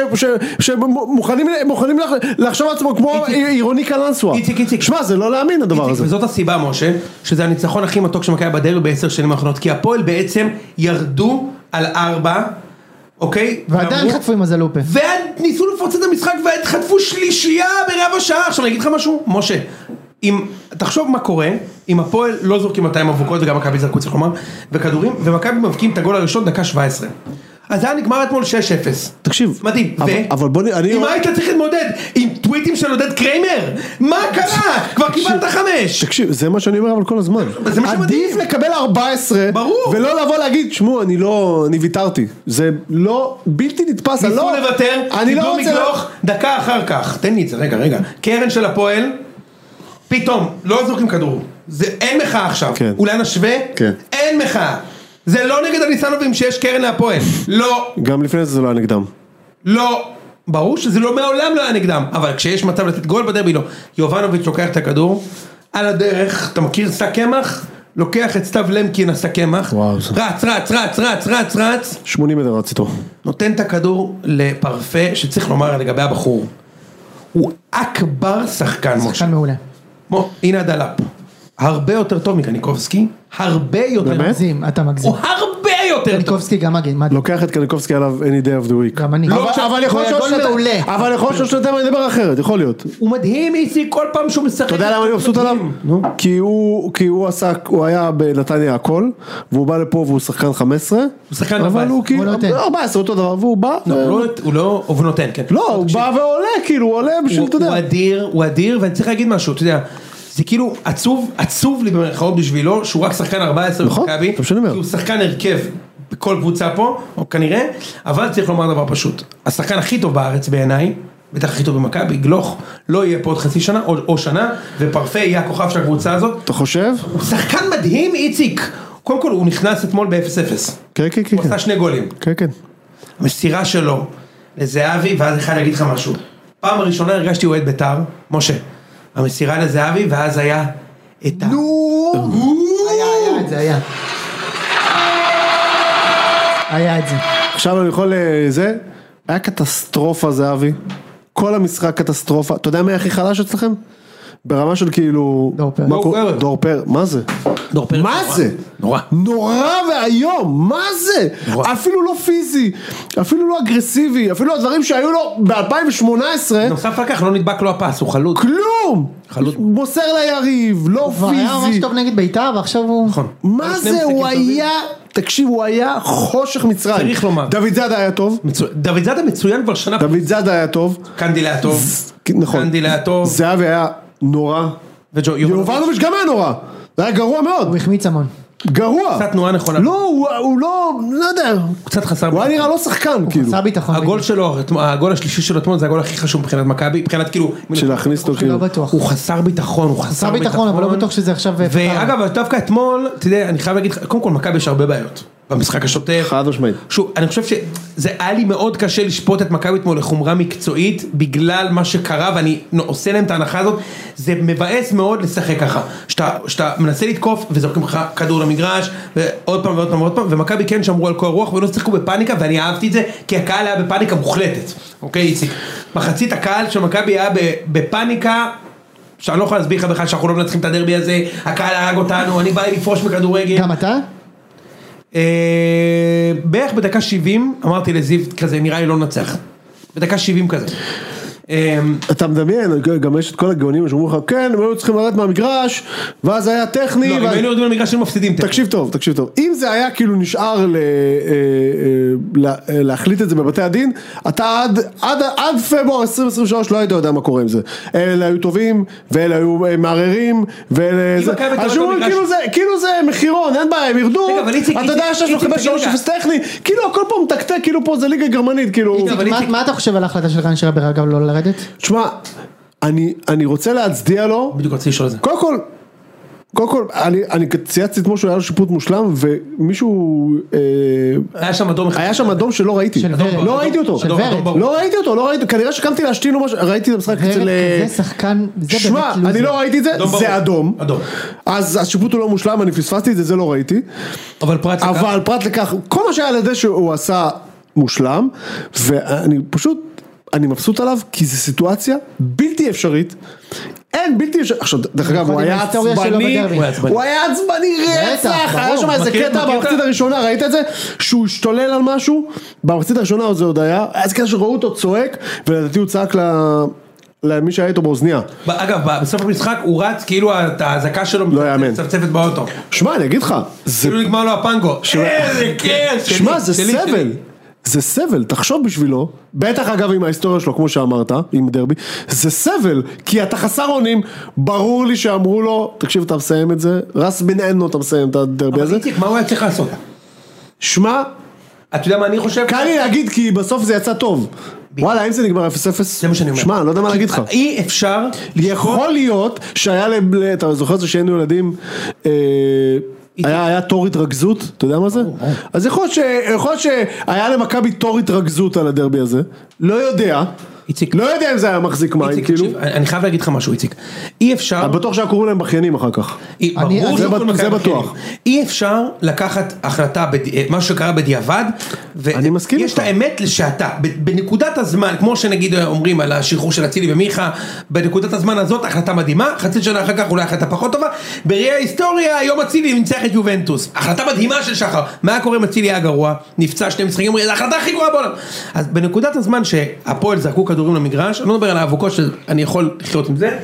שמוכנים לחשוב לעצמו כמו עירוני קלנסווה. שמע, זה לא להאמין הדבר הזה. וזאת הסיבה, משה, שזה הניצחון הכי מתוק שמכבי בדרבי בעשר שנים האחרונות, כי הפועל בעצם ירדו על ארבע, אוקיי? ועדיין חטפו עם הזלופה. וניסו לפוצץ את המשחק וחטפו שלישייה ברבע שעה. עכשיו אני אגיד לך משהו, משה, אם, תחשוב מה קורה, אם הפועל לא זורקים מאתיים אבוקות, וגם מכבי זרקו צריך לומר, וכדורים, ומכבי מבקיעים את הגול הראשון דקה שבע עשרה. אז זה היה נגמר אתמול שש אפס. תקשיב. מדהים. ו? אבל בוא אני... אם היית צריך להתמודד עם טוויטים של עודד קריימר? מה קרה? כבר קיבלת חמש. תקשיב, זה מה שאני אומר אבל כל הזמן. זה מה שמדהים. עדיף לקבל ארבע עשרה. ברור. ולא לבוא להגיד, שמו, אני לא, אני ויתרתי. זה לא, בלתי נתפס. ניסו לוותר, אני לא רוצה... מגלוך, דקה אחר כך. תן לי את זה, רגע, רגע. קרן של הפועל, פתאום, לא זורקים כדור. זה, אין מחאה עכשיו. כן. אולי נשווה? כן. אין מחאה. זה לא נגד הניסנובים שיש קרן להפועל, לא. גם לפני זה זה לא היה נגדם. לא, ברור שזה לא מעולם לא היה נגדם, אבל כשיש מצב לתת גול בדרבי לא. יובנוביץ' לוקח את הכדור, על הדרך, אתה מכיר שק קמח? לוקח את סתיו למקין השק קמח, רץ, רץ, רץ, רץ, רץ, רץ. שמונים מטר רץ איתו. נותן את הכדור לפרפה, שצריך לומר לגבי הבחור. הוא אכבר שחקן, משה. שחקן מעולה. כמו, הנה הדלאפ. הרבה יותר טוב מקניקובסקי, הרבה יותר... אתה מגזים, אתה מגזים. הוא הרבה יותר טוב. קניקובסקי גם מגן. לוקח את קניקובסקי עליו any day of the week. גם אני. אבל יכול להיות שנתיים אני אדבר אחרת, יכול להיות. הוא מדהים איסי כל פעם שהוא משחק. אתה יודע למה אני מבסוט עליו? כי הוא עשה, הוא היה בנתניה הכל, והוא בא לפה והוא שחקן חמש עשרה. הוא שחקן ארבע עשרה. ארבע עשרה אותו דבר, והוא בא. הוא לא, הוא נותן, כן. לא, הוא בא ועולה, כאילו, הוא עולה בשביל, אתה יודע. הוא אדיר, הוא אדיר, ואני צריך להגיד משהו, אתה יודע. זה כאילו עצוב, עצוב לי במרכאות בשבילו, שהוא רק שחקן ארבע עשרה במכבי, כי הוא שחקן הרכב בכל קבוצה פה, או כנראה, אבל צריך לומר דבר פשוט, השחקן הכי טוב בארץ בעיניי, בטח הכי טוב במכבי, גלוך, לא יהיה פה עוד חצי שנה, או, או שנה, ופרפה יהיה הכוכב של הקבוצה הזאת. אתה חושב? הוא שחקן מדהים, איציק. קודם כל הוא נכנס אתמול ב-אפס אפס. כן, כן, כן. הוא עשה שני גולים. כן, כן. המסירה שלו לזהבי, ואז אחד להגיד לך משהו. פעם הראשונה הרגשתי אוהד בית"ר, משה. המסירה לזהבי, ואז היה את ה... נו! היה, היה את זה, היה. היה את זה. עכשיו אני יכול לזה, היה קטסטרופה זהבי, כל המשחק קטסטרופה, אתה יודע מי הכי חלש אצלכם? ברמה של כאילו... דור פרץ. דור פרץ. דור פרץ, מה זה? דור פרץ. מה זה? נורא. נורא והיום, מה זה? נורא. אפילו לא פיזי, אפילו לא אגרסיבי, אפילו הדברים שהיו לו ב-אלפיים שמונה עשרה. נוסף על כך, לא נדבק לו הפס, הוא חלוט. כלום! חלוט. מוסר ליריב, לא פיזי. היה ממש טוב נגד בית"ר, ועכשיו הוא... נכון. מה זה? הוא היה... תקשיב, הוא היה חושך מצרים. צריך לומר. דוד זאדה היה טוב. דוד זאדה מצוין כבר שנה. דוד זאדה היה טוב. קנדיל היה טוב. נכון. קנדיל היה טוב. זהבי היה נורא. יובנוביץ' גם היה נורא. זה היה גרוע מאוד. הוא החמיץ המון. גרוע. קצת תנועה נכונה. לא, הוא לא, לא יודע. הוא קצת חסר ביטחון. הוא היה נראה לא שחקן, כאילו. חסר ביטחון. הגול שלו, הגול השלישי שלו אתמול, זה הגול הכי חשוב מבחינת מכבי, מבחינת כאילו... של להכניס אותו, כאילו. הוא חסר ביטחון, הוא חסר ביטחון. אבל לא בטוח שזה עכשיו... ואגב, דווקא אתמול, אתה יודע, אני חייב להגיד, קודם כל מכבי יש הרבה בעיות. במשחק השוטף. חד משמעית. שוב, אני חושב שזה היה לי מאוד קשה לשפוט את מכבי אתמול לחומרה מקצועית, בגלל מה שקרה, ואני עושה להם את ההנחה הזאת, זה מבאס מאוד לשחק ככה, שאתה, שאתה מנסה לתקוף, וזורקים לך כדור למגרש, ועוד פעם ועוד פעם ועוד פעם, ומכבי כן שמרו על כל הרוח, ולא שחקו בפאניקה, ואני אהבתי את זה, כי הקהל היה בפאניקה מוחלטת, אוקיי, איציק? מחצית הקהל של מכבי היה בפאניקה, שאני לא יכול להסביר לך בכלל שאנחנו לא מנצחים את הדרבי הזה, הקהל הרג אותנו, אני בא לפרוש מכדורגל. גם אתה? בערך בדקה שבעים אמרתי לזיו כזה נראה לי לא נצח בדקה שבעים כזה אתה מדמיין, גם יש את כל הגאונים שאומרים לך, כן, הם היו צריכים לרדת מהמגרש, ואז היה טכני. לא, אם היינו יורדים למגרש הם מפסידים. תקשיב טוב, תקשיב טוב. אם זה היה כאילו נשאר להחליט את זה בבתי הדין, אתה עד פברואר עשרים עשרים ושלוש לא היית יודע מה קורה עם זה. אלה היו טובים, ואלה היו מערערים, כאילו זה מחירון, אין בעיה, הם ירדו, אתה יודע שיש לו חמש שלוש אפס טכני, כאילו הכל פה מתקתק, כאילו פה זה ליגה גרמנית, כאילו. מה אתה חושב על ההחלטה של רן שרבר אגב לא לרדת? תשמע, אני רוצה להצדיע לו, בדיוק רוצה לשאול את זה. קודם כל, קודם כל, אני צייצתי אתמול שהוא היה לו שיפוט מושלם, ומישהו, היה שם אדום, היה שם אדום שלא ראיתי, לא ראיתי אותו, לא ראיתי אותו, לא ראיתי, כנראה שקמתי להשתין לו משהו, ראיתי את המשחק אצל, זה שחקן, שמע, אני לא ראיתי את זה, זה אדום, אז השיפוט הוא לא מושלם, אני פספסתי את זה, זה לא ראיתי, אבל פרט לכך, כל מה שהיה לידי שהוא עשה מושלם, ואני פשוט, אני מבסוט עליו, כי זו סיטואציה בלתי אפשרית, אין בלתי אפשרי, עכשיו דרך אגב הוא היה עצבני, הוא היה עצבני רצח, היה שם איזה קטע במחצית הראשונה, ראית את זה? שהוא השתולל על משהו, במחצית הראשונה זה עוד היה, אז כזה שראו אותו צועק, ולדעתי הוא צעק למי שהיה איתו באוזניה. אגב, בסוף המשחק הוא רץ, כאילו ההזקה שלו מצפצפת באוטו. שמע, אני אגיד לך, כאילו נגמר לו הפנגו, איזה כיף, שמע, זה סבל. זה סבל, תחשוב בשבילו, בטח אגב עם ההיסטוריה שלו, כמו שאמרת, עם דרבי, זה סבל, כי אתה חסר אונים, ברור לי שאמרו לו, תקשיב, אתה מסיים את זה, רס בנענו אתה מסיים את הדרבי הזה. אבל איציק, מה הוא היה צריך לעשות? שמע, אתה יודע מה אני חושב? קל לי להגיד, כי בסוף זה יצא טוב. וואלה, אם זה נגמר אפס אפס, זה מה שאני אומר. שמע, לא יודע מה להגיד לך. אי אפשר, יכול להיות שהיה, אתה זוכר זה שהיינו ילדים, היה, היה תור התרכזות, אתה יודע מה זה? אז יכול להיות שהיה למכבי תור התרכזות על הדרבי הזה, לא יודע, איציק, לא יודע אם זה היה מחזיק מים, איציק, כאילו. אני חייב להגיד לך משהו, איציק. אי אפשר... אני בטוח שהקוראו להם בחיינים אחר כך. ברור, זה בטוח. אי אפשר לקחת החלטה, משהו שקרה בדיעבד, אני מסכים איתך. יש את האמת לשעתה, בנקודת הזמן, כמו שנגיד אומרים על השחרור של אצילי ומיכה, בנקודת הזמן הזאת, החלטה מדהימה, חצי שנה אחר כך אולי החלטה פחות טובה, בראי ההיסטוריה, היום אצילי נמצח את יובנטוס. החלטה מדהימה של שחר. מה קורה עם אצילי היה גרוע? נפצע שני משחקים, זה החלטה הכי גרועה בעולם. אז בנקודת הזמן שהפועל זרקו כדורים למגרש, אני לא מדבר על האבוקות שאני יכול לחיות עם זה.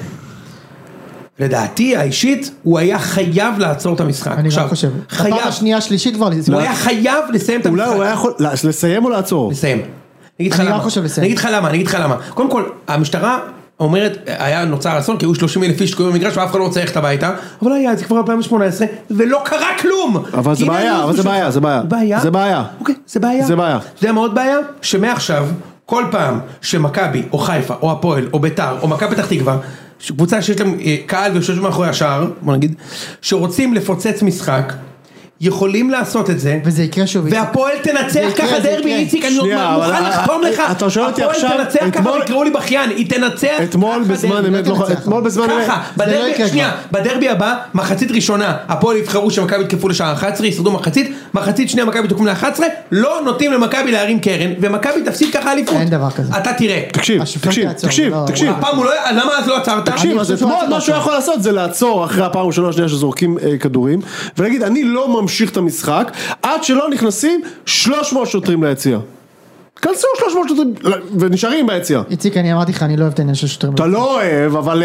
לדעתי האישית, הוא היה חייב לעצור את המשחק. אני לא חושב. חייב. הפעם השנייה השלישית כבר. הוא היה חייב לסיים את המשחק. אולי הוא היה יכול לסיים או לעצור? לסיים. אני לא חושב לסיים. אני אגיד לך למה, אני אגיד לך למה. קודם כל, המשטרה אומרת, היה נוצר אסון, כי היו שלושים אלף איש תקועים במגרש, ואף אחד לא רוצה ללכת הביתה, אבל היה, זה כבר אלפיים שמונה עשרה, ולא קרה כלום. אבל זה בעיה, אבל זה בעיה, זה בעיה. בעיה? זה בעיה. אוקיי, זה בעיה. זה בעיה. זה מאוד בעיה, שמעכשיו, כל פעם שמכבי, או חיפה, או הפועל, או ביתר, או מכבי פתח תקווה, קבוצה שיש להם קהל ויושבים מאחורי השער, בוא נגיד, שרוצים לפוצץ משחק, יכולים לעשות את זה, וזה יקרה שוב, והפועל תנצח ככה דרבי, איציק, אני מוכן לחתום לך, הפועל תנצח ככה, יקראו לי בכיין, היא תנצח אתמול בזמן אמת, אתמול בזמן אמת, ככה, שנייה, בדרבי הבא, מחצית ראשונה, הפועל יבחרו שמכבי יתקפו לשער אחת עשרה, ישרדו מחצית, מחצית שנייה מכבי תוקפים ל-אחת עשרה, לא נותנים למכבי להרים קרן, ומכבי תפסיד ככה אליפות. אין דבר כזה. אתה תראה. תקשיב, תקשיב, תקשיב, תקשיב. הפעם הוא לא, למה אז לא עצרת? תקשיב, אז אתמול מה שהוא יכול לעשות זה לעצור אחרי הפעם הראשונה השנייה שזורקים כדורים, ולהגיד אני לא ממשיך את המשחק עד שלא נכנסים שלוש מאות שוטרים ליציאה. כנסו שלוש מאות שוטרים ונשארים ביציאה. איציק, אני אמרתי לך, אני לא אוהב את העניין של שוטרים. אתה לא אוהב, אבל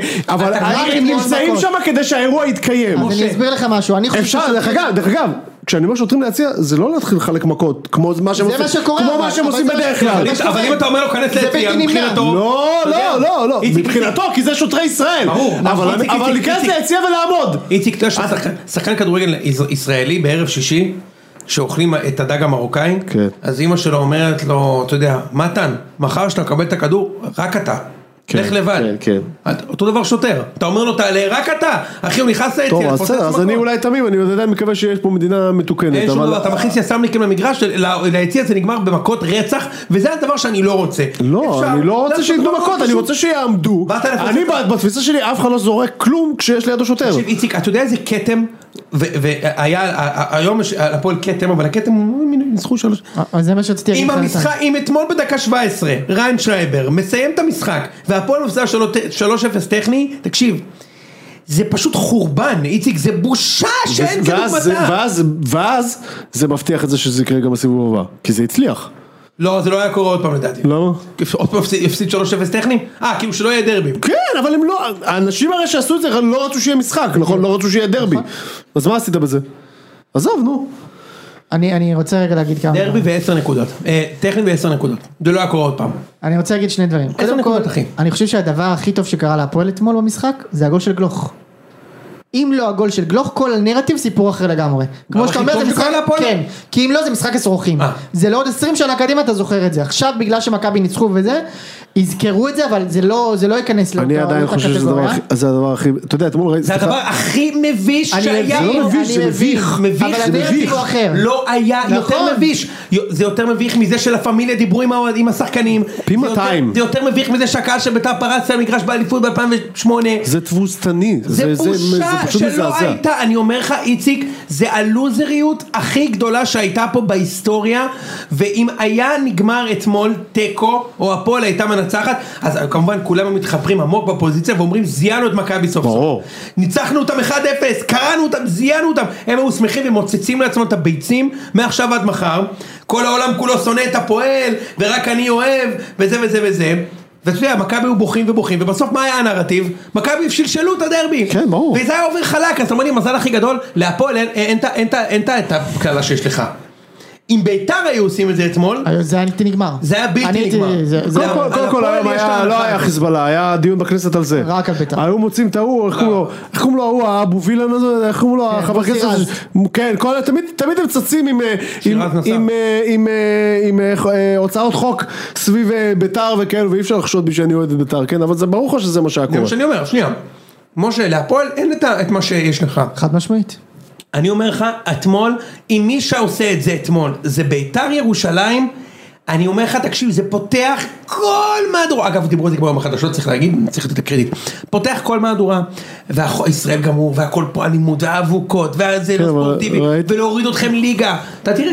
הם נמצאים שם כדי שהאירוע יתקיים. אז אני אסביר לך משהו. אפשר, דרך אגב, כשאני אומר שוטרים להציע, זה לא להתחיל לחלק מכות, כמו מה שהם עושים בדרך כלל. אבל אם אתה אומר לו כנס ליציאה, מבחינתו... לא, לא, לא, לא, מבחינתו, כי זה שוטרי ישראל. אבל להיכנס ליציאה ולעמוד. איציק, אתה שחקן כדורגל ישראלי בערב שישי, שאוכלים את הדג המרוקאי, אז אמא שלו אומרת לו, אתה יודע, מתן, מחר שאתה מקבל את הכדור, רק אתה. לך לבד. אותו דבר שוטר. אתה אומר לו, תעלה, רק אתה. אחי, הוא נכנס ליציאה. טוב, אז אני אולי תמים, אני עדיין מקווה שיש פה מדינה מתוקנת. אין שום דבר, אתה מכניס יס"מניקים למגרש, ליציאה זה נגמר במכות רצח, וזה הדבר שאני לא רוצה. לא, אני לא רוצה שיתנו מכות, אני רוצה שיעמדו. אני בתפיסה שלי, אף אחד לא זורק כלום כשיש לידו שוטר. תקשיב, איציק, אתה יודע איזה קטם, והיה, היום הפועל קטם, אבל הקטם הוא ניסחו שלוש. זה מה שרציתי להגיד. עם המשחק, עם אתמול בדקה שבע עשרה, ריין שרייבר, מסיים את המשחק, והפועל מפסידה שלוש אפס טכני, תקשיב, זה פשוט חורבן, איציק, זה בושה שאין כדוגמתה. ואז, ואז זה מבטיח את זה שזה יקרה גם בסיבוב הבא, כי זה הצליח. לא, זה לא היה קורה עוד פעם לדעתי. למה? עוד פעם יפסיד שלוש אפס טכני? אה, כאילו שלא יהיה דרבי. כן, אבל הם לא, האנשים הרי שעשו את זה לא רצו שיהיה משחק, נכון? לא רצו שיהיה דרבי. אז מה עשית בזה? עזוב, נו. אני, אני רוצה רגע להגיד כמה. דרבי ועשר נקודות. טכני ועשר נקודות. זה לא היה קורה עוד פעם. אני רוצה להגיד שני דברים. עשר נקודות, אחי. אני חושב שהדבר הכי טוב שקרה להפועל אתמול במשחק, זה הגול של גלוך. אם לא הגול של גלוך, כל הנרטיב סיפור אחר לגמרי. כמו שאתה אומר, זה משחק, כן, כי אם לא זה משחק אסרוחים. זה לא עוד עשרים שנה קדימה, אתה זוכר את זה. עכשיו בגלל שמכבי ניצחו וזה, יזכרו את זה, אבל זה לא, זה לא ייכנס לאותה קטגוריה. אני עדיין חושב שזה הדבר הכי, אתה יודע, אתמול ראיתי, זה הדבר הכי מביש שהיה. זה לא מביש, זה מביך. אבל הנרטיב הוא אחר. לא היה יותר מביש. זה יותר מביך מזה של הפמיליה דיברו עם השחקנים. פי מאתיים. זה יותר מביך מזה שהקהל של בית"ר פרץ על מגרש באליפות ב-אלפיים ושמונה. זה תבוסתני. זה בושה שלא הייתה, אני אומר לך איציק, זה הלוזריות הכי גדולה שהייתה פה בהיסטוריה, ואם היה נגמר אתמול טקו, או הפועל הייתה מנצחת, אז כמובן כולם מתחפרים עמוק בפוזיציה, ואומרים זיינו את מכבי סוף סוף. ניצחנו אותם אחד אפס, קראנו אותם, זיינו אותם, הם היו שמחים ומוצצים לעצמם את הביצים, מעכשיו עד מחר, כל העולם כולו שונא את הפועל, ורק אני אוהב, וזה וזה וזה, ואתה יודע, מכבי היו בוכים ובוכים, ובסוף מה היה הנרטיב? מכבי הפשלשלו את הדרבי. כן, ברור. וזה היה עובר חלק, אז אתה אומר לי, המזל הכי גדול, להפועל אין את הכללה שיש לך. אם ביתר היו עושים את זה אתמול, זה היה נגמר. זה היה בלתי נגמר. קודם כל היום לא היה חיזבאללה, היה דיון בכנסת על זה. רק על ביתר. היו מוצאים את ההוא, איך קוראים לו ההוא, האבו וילן הזה, איך קוראים לו החבר כנסת, כן, תמיד הם צצים עם הוצאות חוק סביב ביתר וכאלו, ואי אפשר לחשוד בי שאני אוהד את ביתר, כן, אבל זה ברור לך שזה מה שהיה קורה. זה מה שאני אומר, שנייה. משה, להפועל אין את מה שיש לך. חד משמעית. אני אומר לך, אתמול, אם מי שעושה את זה אתמול, זה ביתר ירושלים, אני אומר לך, תקשיב, זה פותח כל מהדורה, אגב, דיברו את זה כבר בחדשות, צריך להגיד, צריך לתת הקרדיט, פותח כל מהדורה, והישראל גמור, והכל פה אלימות, והאבוקות, וזה לא ספורטיבי, ולהוריד אתכם ליגה, אתה תראה.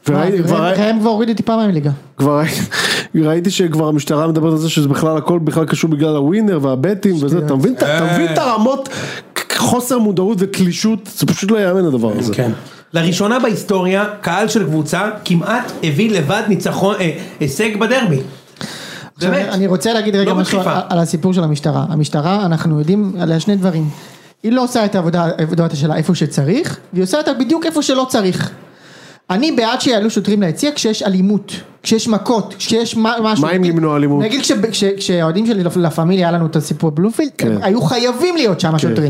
הם כבר הורידו טיפה מהם ליגה. כבר ראיתי שכבר המשטרה מדברת על זה, שזה בכלל הכל בכלל קשור בגלל הווינר והבטים וזה, אתה מבין את הרמות חוסר מודעות וקלישות, זה פשוט לא יאמן הדבר הזה. כן. לראשונה בהיסטוריה, קהל של קבוצה כמעט הביא לבד ניצחון, אה, הישג בדרבי. באמת. אני רוצה להגיד רגע משהו על הסיפור של המשטרה. המשטרה, אנחנו יודעים עליה שני דברים. היא לא עושה את העבודה, העבודה שלה איפה שצריך, והיא עושה אותה בדיוק איפה שלא צריך. אני בעד שיעלו שוטרים ליציע כשיש אלימות, כשיש מכות, כשיש משהו. מה אם למנוע אלימות? נגיד כשהאוהדים שלי לפמיליה היה לנו את הסיפור בלומפילד, הם היו חייבים להיות שם השוטרים.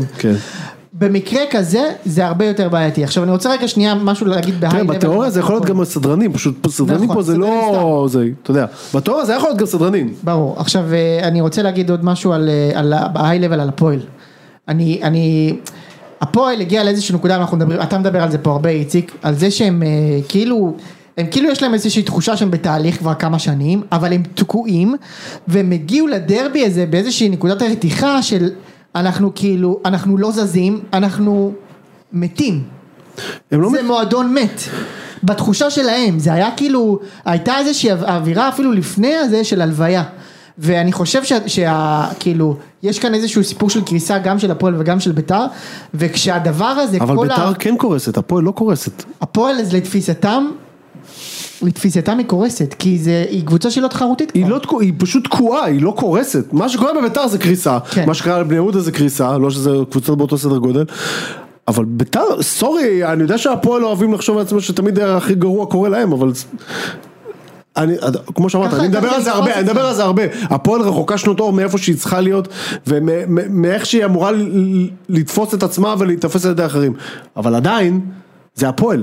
במקרה כזה זה הרבה יותר בעייתי. עכשיו אני רוצה רגע שנייה משהו להגיד בהיי לבל. בתיאוריה זה יכול להיות גם סדרנים, פשוט סדרנים פה זה לא, אתה יודע, בתיאוריה זה יכול להיות גם סדרנים. ברור. עכשיו אני רוצה להגיד עוד משהו על ההיי לבל, על הפועל. אני, אני, הפועל הגיע לאיזושהי נקודה, אנחנו מדברים, אתה מדבר על זה פה הרבה, איציק, על זה שהם כאילו, הם כאילו יש להם איזושהי תחושה שהם בתהליך כבר כמה שנים, אבל הם תקועים, והם הגיעו לדרבי הזה באיזושהי נקודת הרתיחה של, אנחנו כאילו, אנחנו לא זזים, אנחנו מתים. זה לא מועדון מת. בתחושה שלהם, זה היה כאילו, הייתה איזושהי אווירה אפילו לפני הזה של הלוויה. ואני חושב שכאילו, יש כאן איזשהו סיפור של קריסה גם של הפועל וגם של ביתר, וכשהדבר הזה... אבל ביתר כן קורסת, הפועל לא קורסת. הפועל אז לתפיסתם, לתפיסתם היא קורסת, כי היא קבוצה שהיא לא תחרותית. היא, לא, היא פשוט תקועה, היא לא קורסת. מה שקורה בביתר זה קריסה, כן. מה שקרה לבני יהודה זה קריסה, לא שזה קבוצות באותו סדר גודל. אבל ביתר, סורי, אני יודע שהפועל לא אוהבים לחשוב על עצמם שתמיד הכי גרוע קורה להם, אבל... אני, כמו שאמרת, אני מדבר על זה הרבה, אני מדבר על זה הרבה. הפועל רחוקה שנות אור מאיפה שהיא צריכה להיות, ומאיך שהיא אמורה לתפוס את עצמה ולהתאפס על ידי אחרים. אבל עדיין, זה הפועל.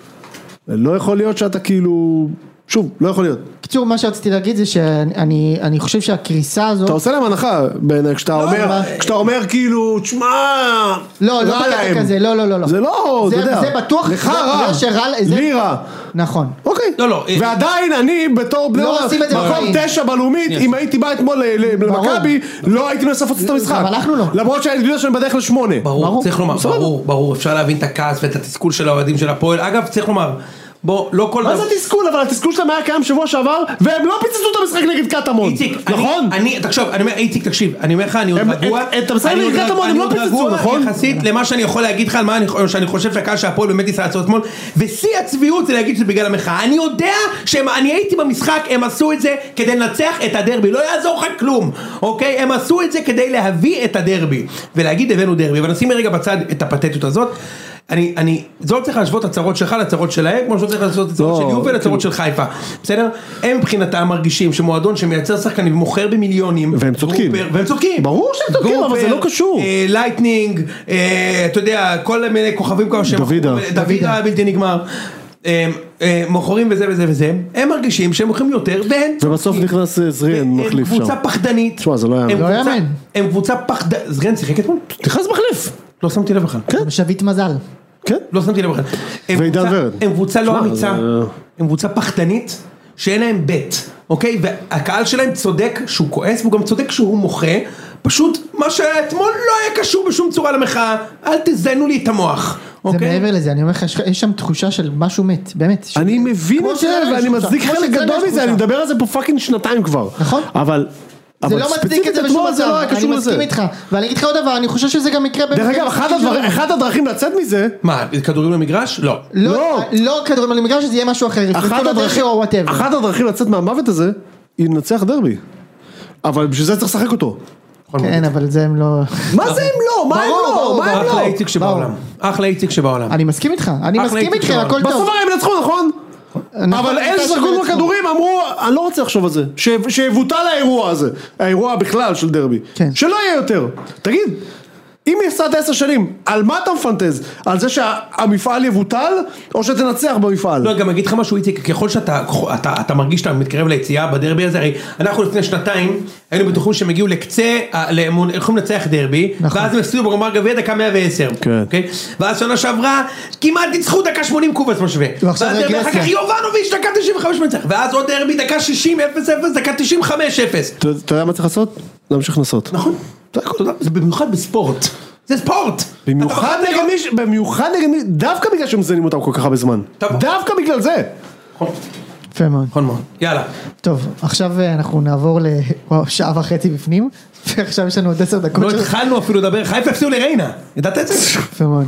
לא יכול להיות שאתה כאילו... שוב, לא יכול להיות. קיצור, מה שרציתי להגיד זה שאני אני חושב שהקריסה הזאת... אתה עושה להם הנחה, בעיניי, כשאתה אומר, כשאתה אומר כאילו, תשמע... לא, לא בקטע כזה, לא, לא, לא. זה לא, אתה יודע. זה בטוח... לך רע, לי רע. נכון. אוקיי. לא, לא. ועדיין אני, בתור בני מקום תשע בלאומית, אם הייתי בא אתמול למכבי, לא הייתי מנסה לפוצץ את המשחק. אבל אנחנו לא. למרות שהייתי יודע שאני בדרך לשמונה. ברור, צריך לומר, ברור, ברור. אפשר להבין את הכעס ואת התסכול של האוהדים של הפועל. אגב, צריך לומר, בוא, לא כל מה זה תסכול? אבל התסכול שלהם היה קיים שבוע שעבר, והם לא פיצצו את המשחק נגד קטמון. איציק, נכון? אני, תחשוב, אני אומר, איציק, תקשיב, אני אומר לך, אני עוד רגוע. את המשחק נגד קטמון הם לא פיצצו, נכון? יחסית למה שאני יכול להגיד לך, על מה שאני חושב שהקהל שהפועל באמת ניסה לעשות אתמול, ושיא הצביעות זה להגיד שזה בגלל המחאה. אני יודע שאני הייתי במשחק, הם עשו את זה כדי לנצח את הדרבי, לא יעזור לך כלום, אוקיי? הם עשו את זה כדי להביא את הדרבי, ולהגיד הבאנו דרבי, ונשים רגע בצד את הפתטיות הזאת. אני, אני, זה לא צריך להשוות הצהרות שלך לצהרות שלהם, כמו שלא צריך להשוות הצהרות של יובל לצהרות של חיפה, בסדר? הם מבחינתם מרגישים שמועדון שמייצר שחקנים ומוכר במיליונים, והם צודקים, והם צודקים, ברור שהם צודקים, אבל זה לא קשור. לייטנינג, אתה יודע, כל מיני כוכבים כמו שהם, דוידה הבלתי נגמר, מוכרים וזה וזה וזה, הם מרגישים שהם מוכרים יותר, ובסוף נכנס זריאן מחליף שם. הם קבוצה פחדנית, תשמע, זה לא יאמן. הם קבוצה פחדנית, זריאן שיחק אתמול? נכנס מחליף. לא שמתי לב בכלל. כן. שביט מזל. כן. לא שמתי לב בכלל. ועידן ורד. הם קבוצה לא אמיצה, הם קבוצה פחדנית, שאין להם בית, אוקיי? והקהל שלהם צודק שהוא כועס, והוא גם צודק שהוא מוחה, פשוט מה שהיה אתמול לא היה קשור בשום צורה למחאה, אל תזיינו לי את המוח. זה מעבר לזה, אני אומר לך, יש שם תחושה של משהו מת, באמת. אני מבין את זה, ואני מצדיק חלק גדול מזה, אני מדבר על זה פה פאקינג שנתיים כבר. נכון. אבל... זה לא מצדיק את זה בשום מצב, אני מסכים איתך, ואני אגיד לך עוד דבר, אני חושב שזה גם יקרה... דרך אגב, אחד הדרכים לצאת מזה... מה, כדורים למגרש? לא. לא כדורים למגרש, זה יהיה משהו אחר. אחת הדרכים לצאת מהמוות הזה, היא לנצח דרבי. אבל בשביל זה צריך לשחק אותו. כן, אבל זה הם לא... מה זה הם לא? מה הם לא? מה הם לא? אחלה איציק שבעולם. אחלה איציק שבעולם. אני מסכים איתך, אני מסכים איתך, הכל טוב. בסוף הם נצחו, נכון? אבל אלה ששחקו בכדורים אמרו, אני לא רוצה לחשוב על זה, שיבוטל האירוע הזה, האירוע בכלל של דרבי, שלא יהיה יותר. תגיד, אם יסעת עשר שנים, על מה אתה מפנטז? על זה שהמפעל יבוטל, או שתנצח במפעל? לא, גם אגיד לך משהו איציק, ככל שאתה אתה, אתה מרגיש שאתה מתקרב ליציאה בדרבי הזה, הרי אנחנו לפני שנתיים, היינו בטוחים שהם הגיעו לקצה, הם יכולים לנצח דרבי, ואז הם הפסידו בגמר גביע דקה מאה ועשר, ואז שנה שעברה, כמעט ניצחו דקה שמונים קובץ משווה, ואז דרבי אחר כך יובנוביץ' דקה תשעים וחמש מנצח, ואז עוד דרבי דקה שישים אפס אפס, דקה תשעים וחמש אפס. אתה יודע מה צריך לעשות? להמשיך לנסות. נכון. זה במיוחד בספורט, זה ספורט. במיוחד נגד מי, במיוחד נגד מי, דווקא בגלל שמזיינים אותם כל כך הרבה זמן. דווקא בגלל זה. יפה מאוד. נכון מאוד. יאללה. טוב, עכשיו אנחנו נעבור לשעה וחצי בפנים, ועכשיו יש לנו עוד עשר דקות. לא התחלנו אפילו לדבר, חיפה הפסידו לריינה. ידעת את זה? יפה מאוד.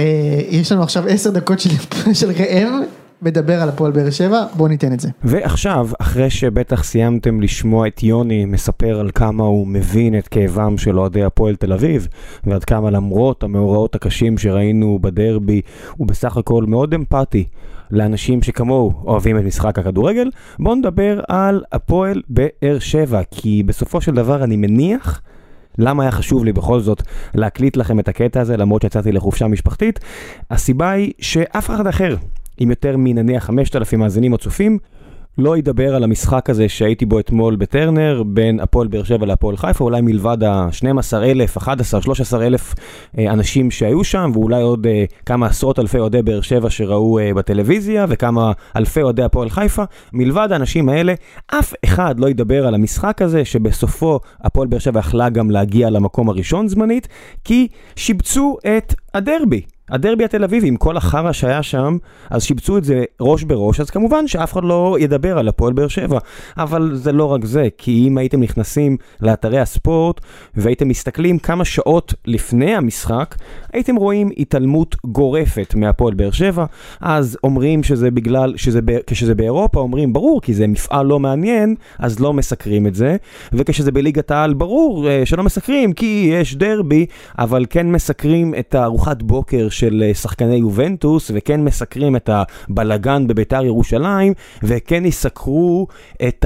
יש לנו עכשיו עשר דקות של ראם. מדבר על הפועל באר שבע, בואו ניתן את זה. ועכשיו, אחרי שבטח סיימתם לשמוע את יוני מספר על כמה הוא מבין את כאבם של אוהדי הפועל תל אביב, ועד כמה למרות המאורעות הקשים שראינו בדרבי, הוא בסך הכל מאוד אמפתי לאנשים שכמוהו אוהבים את משחק הכדורגל, בואו נדבר על הפועל באר שבע, כי בסופו של דבר אני מניח... למה היה חשוב לי בכל זאת להקליט לכם את הקטע הזה, למרות שיצאתי לחופשה משפחתית? הסיבה היא שאף אחד אחר, עם יותר מנניח חמשת אלפים מאזינים או צופים, לא ידבר על המשחק הזה שהייתי בו אתמול בטרנר, בין הפועל באר שבע להפועל חיפה, אולי מלבד ה-שנים עשר אלף, אחד עשר, שלושה עשר אלף אנשים שהיו שם, ואולי עוד כמה עשרות אלפי אוהדי באר שבע שראו בטלוויזיה, וכמה אלפי אוהדי הפועל חיפה, מלבד האנשים האלה, אף אחד לא ידבר על המשחק הזה, שבסופו הפועל באר שבע יכלה גם להגיע למקום הראשון זמנית, כי שיבצו את הדרבי. הדרבי התל אביבי, עם כל החרא שהיה שם, אז שיבצו את זה ראש בראש, אז כמובן שאף אחד לא ידבר על הפועל באר שבע, אבל זה לא רק זה, כי אם הייתם נכנסים לאתרי הספורט, והייתם מסתכלים כמה שעות לפני המשחק, הייתם רואים התעלמות גורפת מהפועל באר שבע, אז אומרים שזה בגלל, שזה, כשזה באירופה, אומרים ברור, כי זה מפעל לא מעניין, אז לא מסקרים את זה, וכשזה בליגת העל, ברור שלא מסקרים, כי יש דרבי, אבל כן מסקרים את הארוחת בוקר של שחקני יובנטוס, וכן מסקרים את הבלגן בביתר ירושלים, וכן יסקרו את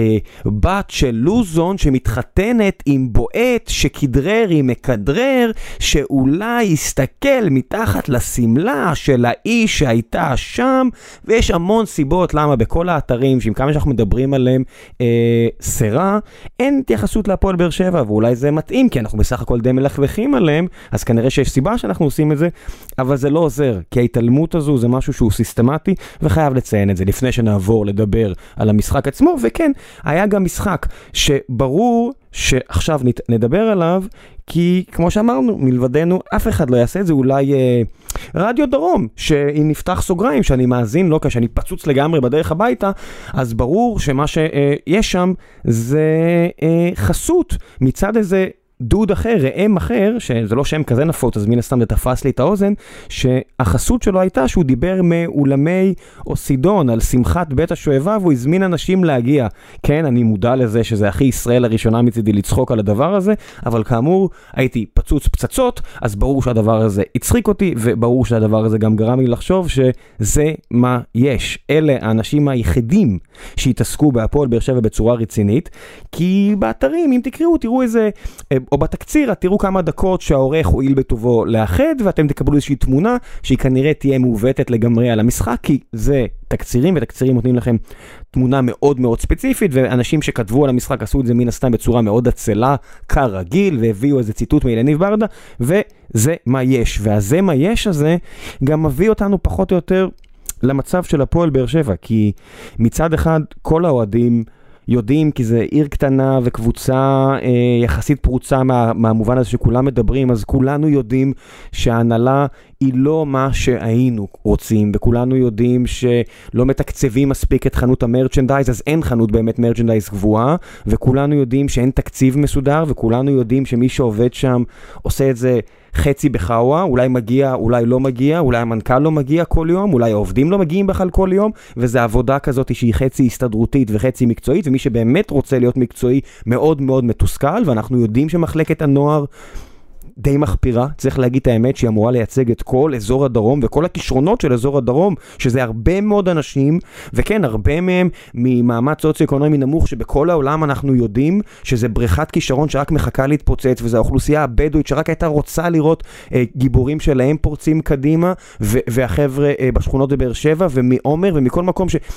הבת של לוזון שמתחתנת עם בועט שכדרר עם מקדרר, שאולי יסתכל מתחת לסמלה של האיש שהייתה שם, ויש המון סיבות למה בכל האתרים, שעם כמה שאנחנו מדברים עליהם אה, סרה, אין התייחסות להפועל באר שבע, ואולי זה מתאים, כי אנחנו בסך הכל די מלכלכים עליהם, אז כנראה שיש סיבה שאנחנו עושים את זה, אבל זה לא עוזר, כי ההתעלמות הזו זה משהו שהוא סיסטמטי, וחייב לציין את זה לפני שנעבור לדבר על המשחק עצמו, וכן, היה גם משחק שברור שעכשיו נדבר עליו, כי כמו שאמרנו, מלבדנו אף אחד לא יעשה את זה, אולי אה, רדיו דרום, שאם נפתח סוגריים, שאני מאזין לו, כשאני פצוץ לגמרי בדרך הביתה, אז ברור שמה שיש שם זה אה, חסות מצד איזה דוד אחר, רעם אחר, שזה לא שם כזה נפוץ, אז מן הסתם זה תפס לי את האוזן, שהחסות שלו הייתה שהוא דיבר מאולמי אוסידון על שמחת בית השואבה, והוא הזמין אנשים להגיע. כן, אני מודע לזה שזה הכי ישראל הראשונה מצידי לצחוק על הדבר הזה, אבל כאמור, הייתי פצוץ פצצות, אז ברור שהדבר הזה הצחיק אותי, וברור שהדבר הזה גם גרם לי לחשוב שזה מה יש. אלה האנשים היחידים שהתעסקו בהפועל באר שבע בצורה רצינית, כי באתרים, אם תקראו, תראו איזה או בתקציר, תראו כמה דקות שהעורך הועיל בטובו לאחד, ואתם תקבלו איזושהי תמונה שהיא כנראה תהיה מעוותת לגמרי על המשחק, כי זה תקצירים, ותקצירים נותנים לכם תמונה מאוד מאוד ספציפית, ואנשים שכתבו על המשחק עשו את זה מן הסתם בצורה מאוד עצלה, כרגיל, והביאו איזה ציטוט מאילניב ברדה, וזה מה יש. והזה מה יש הזה גם מביא אותנו פחות או יותר למצב של הפועל באר שבע, כי מצד אחד כל האוהדים יודעים, כי זה עיר קטנה וקבוצה אה, יחסית פרוצה מה, מהמובן הזה שכולם מדברים, אז כולנו יודעים שההנהלה היא לא מה שהיינו רוצים, וכולנו יודעים שלא מתקצבים מספיק את חנות המרצ'נדייז, אז אין חנות באמת מרצ'נדייז גבוהה, וכולנו יודעים שאין תקציב מסודר, וכולנו יודעים שמי שעובד שם עושה את זה חצי בחאווה, אולי מגיע, אולי לא מגיע, אולי המנכ"ל לא מגיע כל יום, אולי העובדים לא מגיעים בכלל כל יום, וזה עבודה כזאת שהיא חצי הסתדרותית וחצי מקצועית, ומי שבאמת רוצה להיות מקצועי מאוד מאוד מתוסכל, ואנחנו יודעים שמחלקת הנוער די מחפירה, צריך להגיד את האמת שהיא אמורה לייצג את כל אזור הדרום וכל הכישרונות של אזור הדרום, שזה הרבה מאוד אנשים, וכן, הרבה מהם ממעמד סוציו-אקונומי נמוך, שבכל העולם אנחנו יודעים שזה בריכת כישרון שרק מחכה להתפוצץ, וזו האוכלוסייה הבדואית שרק הייתה רוצה לראות אה, גיבורים שלהם פורצים קדימה, ו- והחבר'ה אה, בשכונות בבאר שבע ומעומר ומכל מקום ש...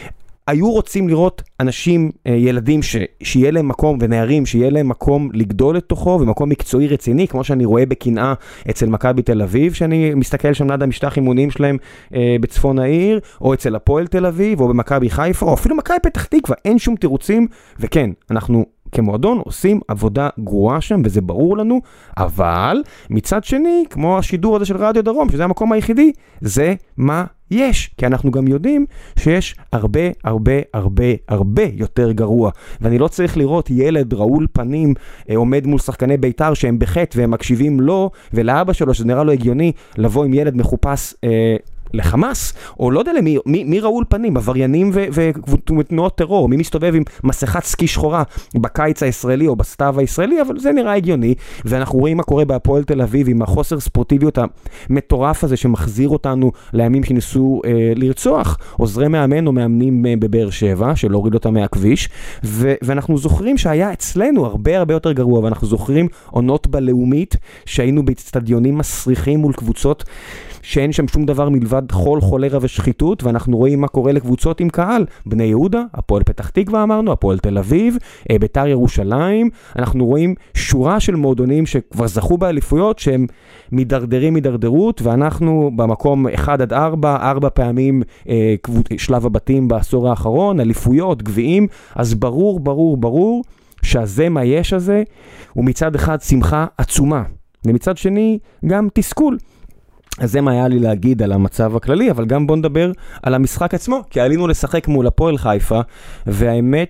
היו רוצים לראות אנשים, ילדים, ש... שיהיה להם מקום, ונערים, שיהיה להם מקום לגדול לתוכו, ומקום מקצועי רציני, כמו שאני רואה בקנאה אצל מכבי תל אביב, שאני מסתכל שם ליד המשטח אימונים שלהם אה, בצפון העיר, או אצל הפועל תל אביב, או במכבי חיפה, או אפילו מכבי פתח תקווה, אין שום תירוצים, וכן, אנחנו כמועדון עושים עבודה גרועה שם, וזה ברור לנו, אבל מצד שני, כמו השידור הזה של רדיו דרום, שזה המקום היחידי, זה מה יש, כי אנחנו גם יודעים שיש הרבה, הרבה, הרבה, הרבה יותר גרוע, ואני לא צריך לראות ילד רעול פנים עומד מול שחקני ביתר שהם בחטא והם מקשיבים לו ולאבא שלו, שזה נראה לו הגיוני לבוא עם ילד מחופש אה, לחמאס, או לא יודע למי, מי, מי רעול פנים, עבריינים ותנועות טרור, מי מסתובב עם מסכת סקי שחורה בקיץ הישראלי או בסתיו הישראלי, אבל זה נראה הגיוני, ואנחנו רואים מה קורה בהפועל תל אביב עם החוסר ספורטיביות המטורף הזה שמחזיר אותנו לימים שניסו אה, לרצוח, עוזרי מאמן או מאמנים אה, בבאר שבע, שלא הוריד אותם מהכביש, ו- ואנחנו זוכרים שהיה אצלנו הרבה הרבה יותר גרוע, ואנחנו זוכרים עונות בלאומית שהיינו באצטדיונים מסריחים מול קבוצות שאין שם שום דבר מלבד חול, חולרה ושחיתות, ואנחנו רואים מה קורה לקבוצות עם קהל. בני יהודה, הפועל פתח תקווה אמרנו, הפועל תל אביב, ביתר ירושלים, אנחנו רואים שורה של מועדונים שכבר זכו באליפויות, שהם מדרדרים מדרדרות, ואנחנו במקום אחד עד ארבע, ארבע פעמים אה, שלב הבתים בעשור האחרון, אליפויות, גביעים, אז ברור, ברור, ברור, שהזה מה יש הזה, ומצד אחד שמחה עצומה, ומצד שני גם תסכול. אז זה מה היה לי להגיד על המצב הכללי, אבל גם בוא נדבר על המשחק עצמו, כי עלינו לשחק מול הפועל חיפה, והאמת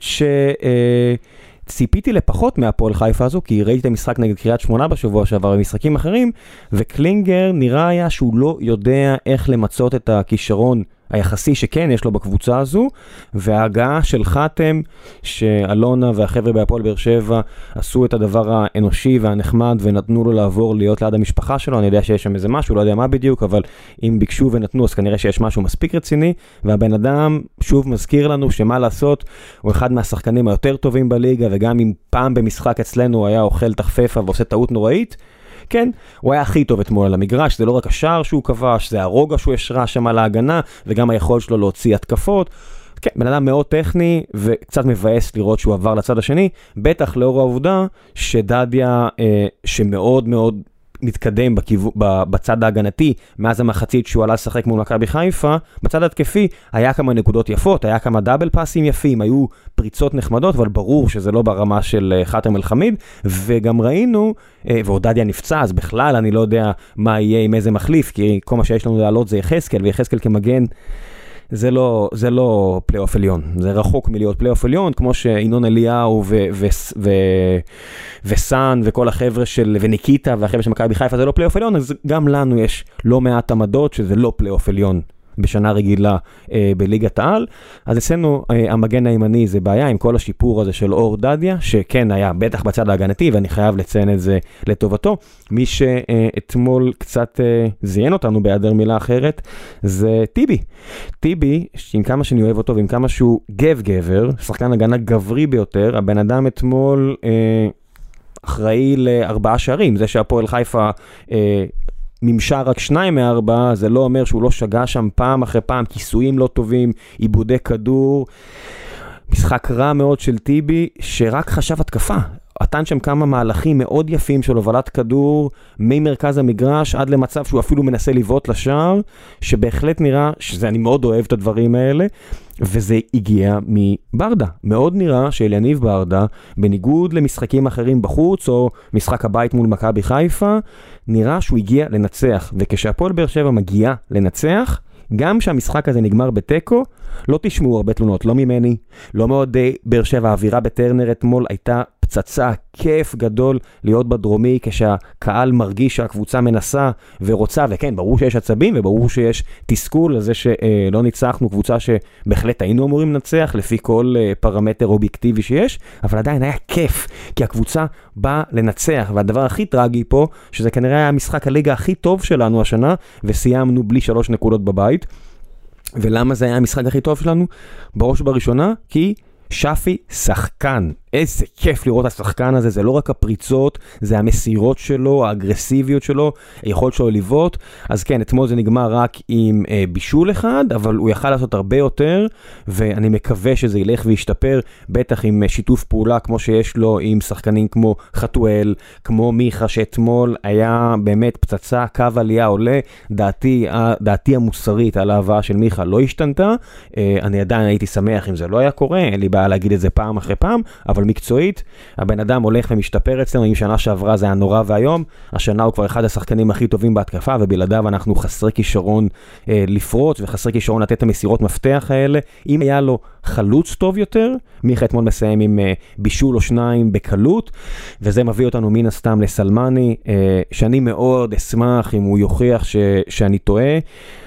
שציפיתי לפחות מהפועל חיפה הזו, כי ראיתי את המשחק נגד קריית שמונה בשבוע שעבר במשחקים אחרים, וקלינגר נראה היה שהוא לא יודע איך למצות את הכישרון היחסי שכן יש לו בקבוצה הזו, וההגעה של חתם, שאלונה והחבר'ה בהפועל באר שבע עשו את הדבר האנושי והנחמד, ונתנו לו לעבור להיות ליד המשפחה שלו. אני יודע שיש שם איזה משהו, לא יודע מה בדיוק, אבל אם ביקשו ונתנו, אז כנראה שיש משהו מספיק רציני, והבן אדם שוב מזכיר לנו שמה לעשות, הוא אחד מהשחקנים היותר טובים בליגה, וגם אם פעם במשחק אצלנו הוא היה אוכל תחפפה ועושה טעות נוראית, כן, הוא היה הכי טוב אתמול על המגרש, זה לא רק השער שהוא כבש, זה הרוגע שהוא ישרה שם על ההגנה, וגם היכולת שלו להוציא התקפות. כן, בן אדם מאוד טכני, וקצת מבאס לראות שהוא עבר לצד השני, בטח לאור העובדה שדדיה, אה, שמאוד מאוד מתקדם בכיו... בצד ההגנתי, מאז המחצית שהוא עלה לשחק מול מכבי חיפה, בצד התקפי היה כמה נקודות יפות, היה כמה דאבל פאסים יפים, היו פריצות נחמדות, אבל ברור שזה לא ברמה של חתם אל-חמיד, וגם ראינו, ועודדיה נפצע, אז בכלל אני לא יודע מה יהיה עם איזה מחליף, כי כל מה שיש לנו לעלות זה יחזקאל, ויחזקאל כמגן, זה לא, זה לא פלייאוף עליון, זה רחוק מלהיות פלייאוף עליון, כמו שאינון אליהו ו- ו- ו- וסן וכל החבר'ה של, וניקיטה והחבר'ה של מכבי חיפה, זה לא פלייאוף עליון, אז גם לנו יש לא מעט עמדות שזה לא פלייאוף עליון בשנה רגילה אה, בליגת העל. אז אצלנו אה, המגן הימני זה בעיה עם כל השיפור הזה של אור דדיה, שכן היה בטח בצד ההגנתי, ואני חייב לציין את זה לטובתו. מי שאתמול קצת אה, זיין אותנו בהיעדר מילה אחרת, זה טיבי. טיבי, עם כמה שאני אוהב אותו, ועם כמה שהוא גב גבר, שחקן הגנה גברי ביותר, הבן אדם אתמול אה, אחראי לארבעה שערים, זה שהפועל חיפה אה, ממשע רק שניים מארבע, זה לא אומר שהוא לא שגע שם פעם אחרי פעם, כיסויים לא טובים, עיבודי כדור, משחק רע מאוד של טיבי, שרק חשב התקפה. נתן שם כמה מהלכים מאוד יפים של הובלת כדור, ממרכז המגרש עד למצב שהוא אפילו מנסה לבעוט לשער, שבהחלט נראה, שזה אני מאוד אוהב את הדברים האלה, וזה הגיע מברדה. מאוד נראה שאליניב ברדה, בניגוד למשחקים אחרים בחוץ, או משחק הבית מול מכבי חיפה, נראה שהוא הגיע לנצח. וכשהפועל באר שבע מגיע לנצח, גם שהמשחק הזה נגמר בטקו, לא תשמעו הרבה תלונות, לא ממני, לא מאוד באר שבע. האווירה בטרנר אתמול הייתה פצצה, כיף גדול להיות בדרומי, כשהקהל מרגיש שהקבוצה מנסה ורוצה, וכן, ברור שיש עצבים וברור שיש תסכול לזה שלא ניצחנו, קבוצה שבהחלט היינו אמורים לנצח לפי כל פרמטר אובייקטיבי שיש, אבל עדיין היה כיף, כי הקבוצה באה לנצח, והדבר הכי טרגי פה, שזה כנראה היה המשחק הליגה הכי טוב שלנו השנה, וסיימנו בלי שלוש נקודות בבית. ולמה זה היה המשחק הכי טוב שלנו? בראש ובראשונה, כי שפי שחקן. איזה כיף לראות את השחקן הזה, זה לא רק הפריצות, זה המסירות שלו, האגרסיביות שלו, היכולת שלו לבעוט. אז כן, אתמול זה נגמר רק עם אה, בישול אחד, אבל הוא יכל לעשות הרבה יותר, ואני מקווה שזה ילך וישתפר, בטח עם שיתוף פעולה כמו שיש לו עם שחקנים כמו חתואל, כמו מיכה, שאתמול היה באמת פצצה, קו עלייה עולה. דעתי, דעתי המוסרית על ההבאה של מיכה לא השתנתה, אה, אני עדיין הייתי שמח אם זה לא היה קורה, אין לי בעיה להגיד את זה פעם אחרי פעם, אבל מקצועית, הבן אדם הולך ומשתפר אצלנו. עם שנה שעברה זה היה נורא והיום, השנה הוא כבר אחד השחקנים הכי טובים בהתקפה, ובלעדיו אנחנו חסרי כישרון אה, לפרוץ, וחסרי כישרון לתת את המסירות מפתח האלה. אם היה לו חלוץ טוב יותר, מיכה אתמול מסיים עם אה, בישול או שניים בקלות, וזה מביא אותנו מן הסתם לסלמני, אה, שאני מאוד אשמח אם הוא יוכיח ש, שאני טועה,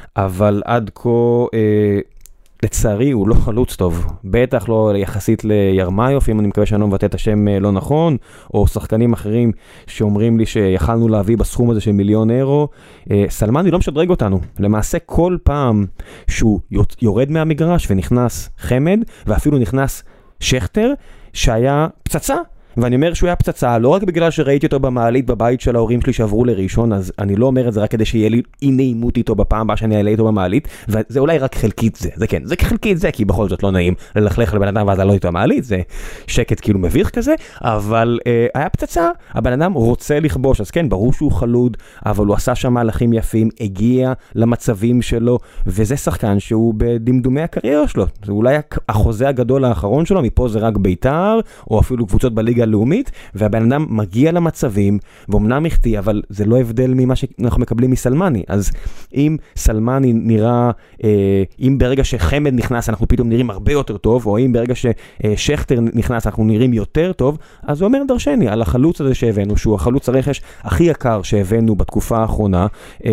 אבל עד כה אה, לצערי הוא לא חלוץ טוב, בטח לא יחסית לירמיוף, אם אני מקווה שאני לא מבטא את השם לא נכון, או שחקנים אחרים שאומרים לי שיכלנו להביא בסכום הזה של מיליון אירו. סלמני לא משדרג אותנו, למעשה כל פעם שהוא יורד מהמגרש ונכנס חמד, ואפילו נכנס שכטר, שהיה פצצה. ואני אומר שהוא היה פצצה, לא רק בגלל שראיתי אותו במעלית בבית של ההורים שלי שעברו לראשון, אז אני לא אומר את זה רק כדי שיהיה לי אי נעימות איתו בפעם הבאה שאני אעלה איתו במעלית, וזה אולי רק חלקית זה, זה כן, זה חלקית זה, כי בכל זאת לא נעים ללכלך לבן אדם ואז לא איתו במעלית, זה שקט כאילו מביך כזה, אבל אה, היה פצצה, הבן אדם רוצה לכבוש, אז כן, ברור שהוא חלוד, אבל הוא עשה שם מהלכים יפים, הגיע למצבים שלו, וזה שחקן שהוא בדמדומי הקריירה שלו, זה אולי החוזה הגדול האחרון שלו, מפה זה רק בית"ר, או אפילו קבוצות בליגה לאומית, והבן אדם מגיע למצבים, ואומנם החטיא, אבל זה לא הבדל ממה שאנחנו מקבלים מסלמני. אז אם סלמני נראה, אה, אם ברגע שחמד נכנס, אנחנו פתאום נראים הרבה יותר טוב, או אם ברגע ששכטר נכנס, אנחנו נראים יותר טוב, אז זה אומר דרשני על החלוץ הזה שהבאנו, שהוא החלוץ הרכש הכי יקר שהבאנו בתקופה האחרונה, אה,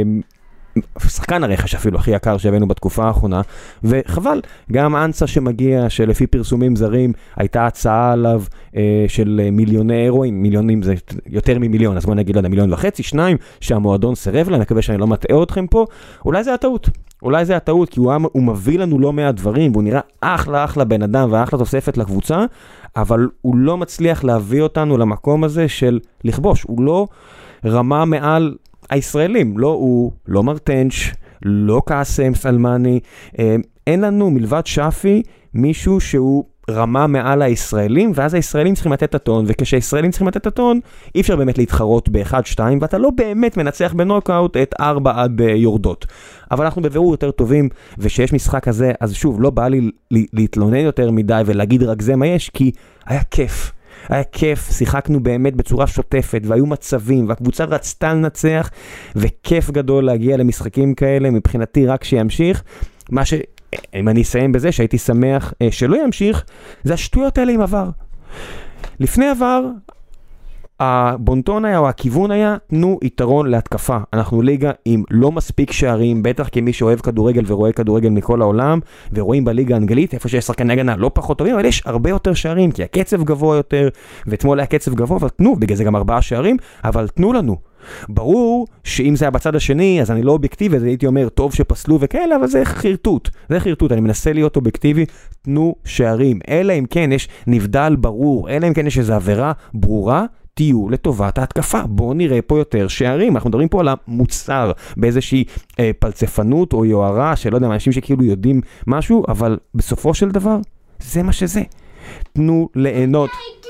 שחקן הרכש אפילו הכי יקר שהבאנו בתקופה האחרונה, וחבל, גם אנסה שמגיע, שלפי פרסומים זרים, הייתה הצעה עליו אה, של מיליוני אירואים, מיליונים זה יותר ממיליון, אז בוא נגיד לו, מיליון וחצי, שניים, שהמועדון סירב לה, מקווה שאני לא מטעה אתכם פה, אולי זה הטעות, אולי זה הטעות, כי הוא, הוא מביא לנו לא מעט דברים, והוא נראה אחלה אחלה בן אדם, ואחלה תוספת לקבוצה, אבל הוא לא מצליח להביא אותנו למקום הזה של לכבוש, הוא לא רמה מעל הישראלים, לא הוא, לא מרטנץ', לא קאסם, סלמני, אין לנו מלבד שפי מישהו שהוא רמה מעל הישראלים, ואז הישראלים צריכים לתת את הטון, וכשהישראלים צריכים לתת את הטון, אי אפשר באמת להתחרות ב-אחד שתיים, ואתה לא באמת מנצח בנוקאוט את ארבע עד יורדות. אבל אנחנו בבירור יותר טובים, ושיש משחק כזה, אז שוב, לא בא לי להתלונן יותר מדי, ולהגיד רק זה מה יש, כי היה כיף. היה כיף, שיחקנו באמת בצורה שוטפת, והיו מצבים, והקבוצה רצתה לנצח, וכיף גדול להגיע למשחקים כאלה, מבחינתי רק שימשיך. מה ש... אם אני אסיים בזה, שהייתי שמח שלא ימשיך, זה השטויות האלה עם עבר. לפני עבר, הבונטון היה, או הכיוון היה, תנו יתרון להתקפה. אנחנו ליגה עם לא מספיק שערים, בטח כמי שאוהב כדורגל ורואה כדורגל מכל העולם, ורואים בליגה האנגלית, איפה שיש שחקני הגנה לא פחות טובים, אבל יש הרבה יותר שערים, כי הקצב גבוה יותר, ואתמול היה קצב גבוה, אבל תנו, בגלל זה גם ארבעה שערים, אבל תנו לנו. ברור שאם זה היה בצד השני, אז אני לא אובייקטיבי, אז הייתי אומר, טוב שפסלו וכאלה, אבל זה חרטוט, זה חרטוט, אני מנסה להיות אובייקטיבי, תנו שערים, אלא אם כן יש נבדל ברור, אלא אם כן יש איזו עבירה ברורה, תהיו לטובת ההתקפה, בואו נראה פה יותר שערים, אנחנו מדברים פה על המוצר, באיזושהי אה, פלצפנות או יוערה, שלא יודע, אנשים שכאילו יודעים משהו, אבל בסופו של דבר, זה מה שזה. תנו ליהנות.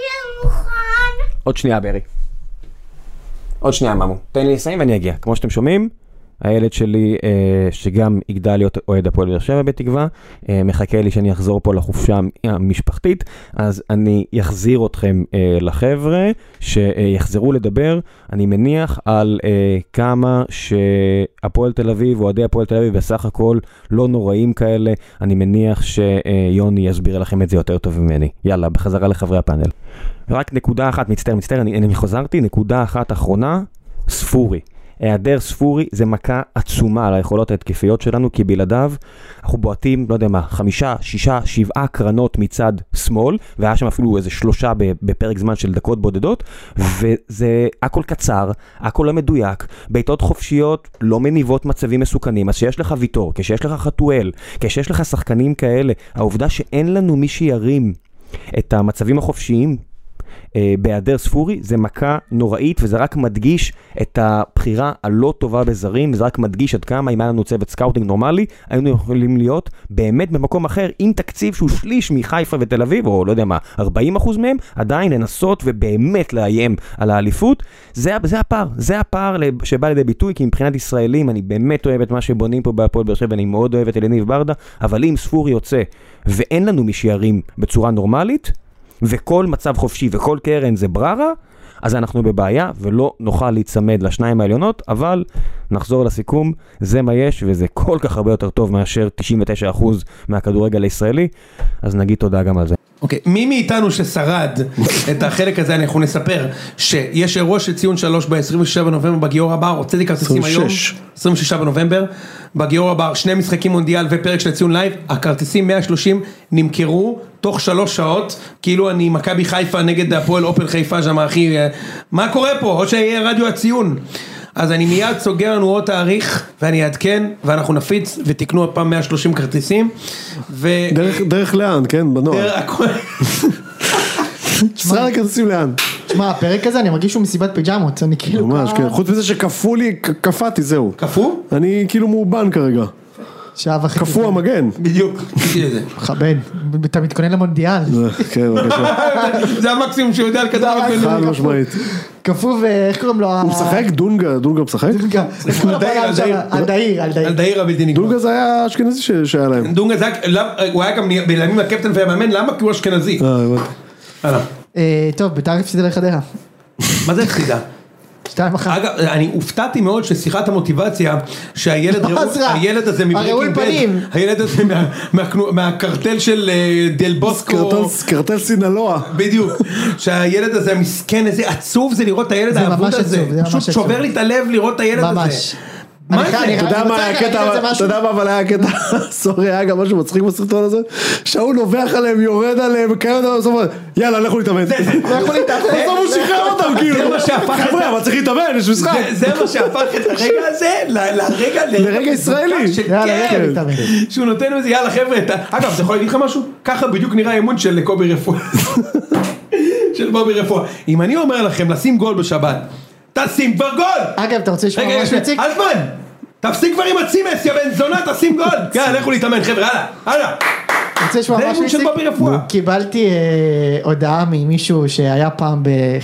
עוד שנייה, ברי. עוד שנייה, ממו. תן לי לסיים ואני אגיע. כמו שאתם שומעים, הילד שלי, אה, שגם יגדל להיות אוהד הפועל באר שבע בתקווה, אה, מחכה לי שאני אחזור פה לחופשה המשפחתית, אז אני אחזיר אתכם אה, לחבר'ה, שיחזרו לדבר, אני מניח על אה, כמה שהפועל תל אביב, אוהדי הפועל תל אביב, בסך הכל לא נוראים כאלה, אני מניח שיוני יסביר לכם את זה יותר טוב ממני. יאללה, בחזרה לחברי הפאנל. רק נקודה אחת, מצטער, מצטער, אני, אני חוזרתי, נקודה אחת אחרונה, ספורי. היעדר ספורי זה מכה עצומה על היכולות ההתקפיות שלנו, כי בלעדיו אנחנו בועטים, לא יודע מה, חמישה, שישה, שבעה קרנות מצד שמאל, והיה שם אפילו איזה שלושה בפרק זמן של דקות בודדות, וזה הכל קצר, הכל לא מדויק, בעיטות חופשיות לא מניבות מצבים מסוכנים, אז שיש לך ויטור, כשיש לך חתואל, כשיש לך שחקנים כאלה, העובדה שאין לנו מי שירים את המצבים החופשיים, בהיעדר ספורי, זה מכה נוראית, וזה רק מדגיש את הבחירה הלא טובה בזרים, וזה רק מדגיש עד כמה, אם היה לנו צוות סקאוטינג נורמלי, היינו יכולים להיות באמת במקום אחר, עם תקציב שהוא שליש מחיפה ותל אביב, או לא יודע מה, ארבעים אחוז מהם, עדיין לנסות ובאמת לאיים על האליפות. זה, זה הפער, זה הפער שבא לידי ביטוי, כי מבחינת ישראלים, אני באמת אוהב את מה שבונים פה בהפועל באר שבע, ואני מאוד אוהב את אליניב ברדה, אבל אם ספורי יוצא, ואין לנו מי שירים בצורה נורמלית, וכל מצב חופשי וכל קרן זה בררה, אז אנחנו בבעיה ולא נוכל להצמד לשניים העליונות, אבל נחזור לסיכום, זה מה יש, וזה כל כך הרבה יותר טוב מאשר תשעים ותשעה אחוז מהכדורגל הישראלי, אז נגיד תודה גם על זה. אוקיי, מי מאיתנו ששרד את החלק הזה, אנחנו נספר שיש אירוע של ציון שלוש ב-עשרים ושש בנובמבר בגיאור הבר, הוצאתי כרטיסים היום, עשרים ושש בנובמבר, בגיאור הבר, שני משחקים מונדיאל ופרק של ציון לייב, הכרטיסים מאה ושלושים נמכרו תוך שלוש שעות, כאילו אני מכבי חיפה נגד הפועל אופל חיפה, שם אחי, מה קורה פה? עוד שיהיה רדיו הציון. אז אני מיד סוגר לנו עוד תאריך, ואני אעדכן, ואנחנו נפיץ, ותקנו עוד פעם מאה ושלושים כרטיסים. ו... דרך, דרך לאן, כן, בנוער. דרך הכל. שרה כרטיסים לאן. תשמע, הפרק הזה אני מרגיש שהוא מסיבת פיג'מות, אני כאילו... ממש, כן, חוץ מזה שקפו לי, קפאתי, זהו. קפו? אני כאילו מאובן כרגע. שעה וחצי. קפוא המגן. בדיוק. מכבד. אתה מתכונן למונדיאל. כן, בבקשה. זה המקסימום שהוא יודע על כדורגל. חד משמעית. קפוא ואיך קוראים לו? הוא משחק? דונגה, דונגה משחק? דונגה. אלדאיר, אלדאיר. אלדאיר הבלתי נגמר. דונגה זה היה אשכנזי שהיה להם. דונגה זה היה, הוא היה גם בימים הקפטן והמאמן, למה? כי הוא אשכנזי. אה, הבנתי. טוב, בית"ר הפסידה לחדרה. מה זה הפסידה? שתיים אחת. אגב, אני הופתעתי מאוד ששיחת המוטיבציה שהילד הזה מבריקים בד, הילד הזה מהקרטל של דל בוסקו, קרטל סינלואה, בדיוק, שהילד הזה המסכן, איזה עצוב זה לראות את הילד העבוד הזה, פשוט שובר לי את הלב לראות את הילד הזה. אתה יודע מה היה הקטע, אתה יודע מה אבל היה הקטע, סורי, היה גם משהו מצחיק בסרטון הזה, שהוא נובח עליהם, יורד עליהם, וקיים אותם, בסוף, יאללה, לכו להתאמן. לכו להתאמן. בסוף הוא שחרר אותם, כאילו. זה מה שהפך את... חבר'ה, אבל צריך להתאמן, יש משחק. זה מה שהפך את הרגע הזה, לרגע... לרגע ישראלי. יאללה, לכו להתאמן. שהוא נותן איזה, יאללה חבר'ה, אגב, אתה יכול להגיד לך משהו? ככה בדיוק נראה האמון של קובי רפואה. של בובי רפואה. אם אני אומר לכם לשים גול בשבת, תשים כבר גול! אגב, אתה רוצה לשמוע ממש מציק? אלפמן! תפסיק כבר עם הצימס, יא בן זונה, תשים גול! יאללה, לכו להתאמן, חבר'ה, הלאה, הלאה! רוצה לשמוע זה משהו אימון של איציק? בובי רפואה. קיבלתי הודעה ממישהו שהיה פעם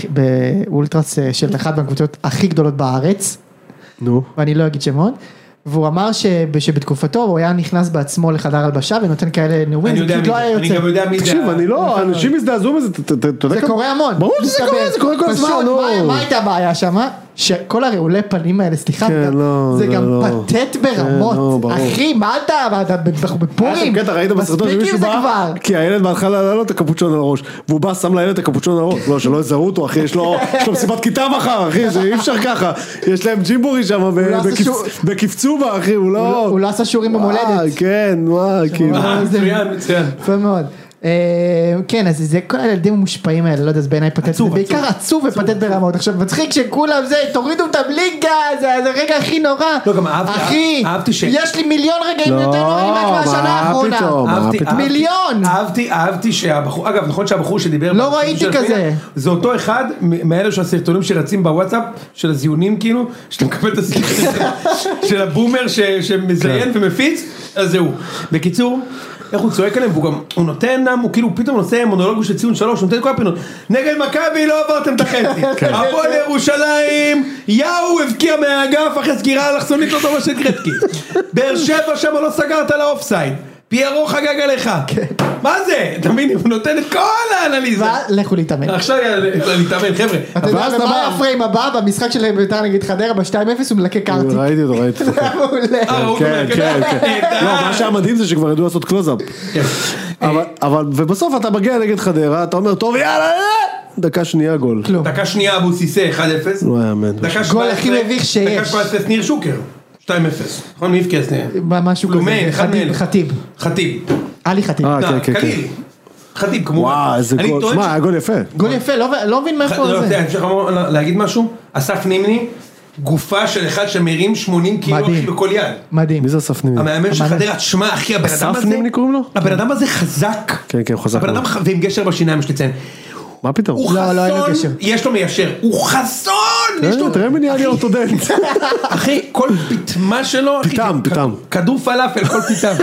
באולטרס של אחת מהקבוצות הכי גדולות בארץ, נו. ואני לא אגיד שמות, והוא אמר שבתקופתו הוא היה נכנס בעצמו לחדר הלבשה ונותן כאלה נאומים, אני יודע מי זה, אני גם יודע מי זה. תקשיב, אני לא, אנשים הזדעזעו מזה, אתה יודע זה כמה... קורה המון. ברור שזה קורה, זה קורה כל הזמן, פשוט, נו. מה- מה הייתה הבעיה שם? שכל הרעולי פנים האלה, סליחה, כן, גם- לא, זה זה גם לא. פתט כן, לא, ברמות. ברור. אחי, מה אתה, מה אתה, אנחנו בפורים? היה שם קטע, ראית בסרטון מספיק שמישהו עם זה בא, כבר. כי הילד בהתחלה עלה לו את הקפוצ'ון על הראש, והוא בא, שם לילד את הקפוצ'ון על הראש, לא, שלא יזהו אותו, אחי, יש לו יש לו מסיבת כיתה מחר, אחי, זה אי אפשר ככה, יש להם ג'ימבורי שם, לא עשה שום- בקפצובה, אחי, הוא לא... הוא לא עשה שיעורים וואי, במולדת. כן, וואי, כאילו. אה, זה- מצוין, מצוין. יפה מאוד. אה, כן, אז זה כל הילדים המושפעים האלה, לא יודע, זה בעיניי פתט, זה עצוב, בעיקר עצוב ופתט ברמות. עכשיו מצחיק שכולם זה, תורידו את הבליגה, זה זה הרגע הכי נורא. לא, גם אהבתי- אחי, אהבתי ש- יש לי מיליון רגעים לא, יותר נוראים רק מהשנה מה האחרונה. פתאום? מה אהבתי- פתאום? אהבתי- מיליון. אהבתי, אהבתי שהבחור, אגב נכון שהבחור שדיבר, לא בסרטון ראיתי של כזה. פנינה, זה אותו אחד מ- מאלה של הסרטונים שרצים בוואטסאפ, של הזיונים כאילו, שאתה מקבל את הסרטון של הבומר ש- שמזיין ומפיץ, אז זהו. בקיצור, איך הוא צועק עליהם, והוא גם, הוא נותן, הוא כאילו פתאום נושא מונולוגו של ציון שלוש, הוא נותן את כל הפינות, נגד מכבי לא עברתם את החצי, הפועל ירושלים, יאו הבקיע מהאגף אחרי סגירה אלכסונית לא טובה של גרצקי, באר שבע שם לא סגרת לאופסייד, פיירו חגג עליך, מה זה? אתה מבין, הוא נותן את כל האנליזה, לכו להתאמן. עכשיו יאללה, להתאמן חבר'ה, אתה יודע ואז אתה ומה בא- הפריים הבא במשחק של בית"ר נגד חדרה ב-שתיים אפס הוא מלקק קארטיק. ראיתי אותו, ראיתי אותו. זה היה מעולה. אה, הוא כן, אומר, כן, כן. נהדר. לא, מה שהיה מדהים זה שכבר ידעו לעשות קלוזאפ. כן. אבל, אבל, ובסוף אתה מגיע נגד חדרה, אתה אומר, טוב, יאללה, יאללה, דקה שנייה גול. כלום. דקה שנייה אבו סיסא אחד אפס, לא יאמן. דקה גול הכי מביך שיש. דקה שבע עשרה ניר שוקר, שתיים אפס, נכון? מי הבקיע שניה? משהו לומיין, כזה, אחד חטיב, מאלה. חטיב. חטיב, עלי חטיב. אה, כן, כן, קלילי, חטיב כמובן. וואו, איזה אני גול. טוען שמע, ש- היה גול יפה. גול יפה, לא לא מבין מאיפה לא, זה. אני חושב להגיד משהו, אסף נימני, גופה של אחד שמרים שמונים קילו מדהים. אחי בכל יד. מדהים. מי זה אסף נימני? המאמן של המאמן. חדרה, תשמע אחי, הבן אדם אסף הזה, נימני קוראים לו? הבן אדם הזה חזק. כן, כן, הוא חזק הבן אדם מאוד. ח- ועם גשר בשיניים יש לציין. מה פתאום? הוא לא, לא, אין לו חסון, גשר. יש לו מיישר, הוא חסון! יש לו- תראה מי נהיה לי אורתודנט. אחי, כל פתמה שלו, אחי, פיתם, זה- פיתם. כדור פלאפל, כל פיתם.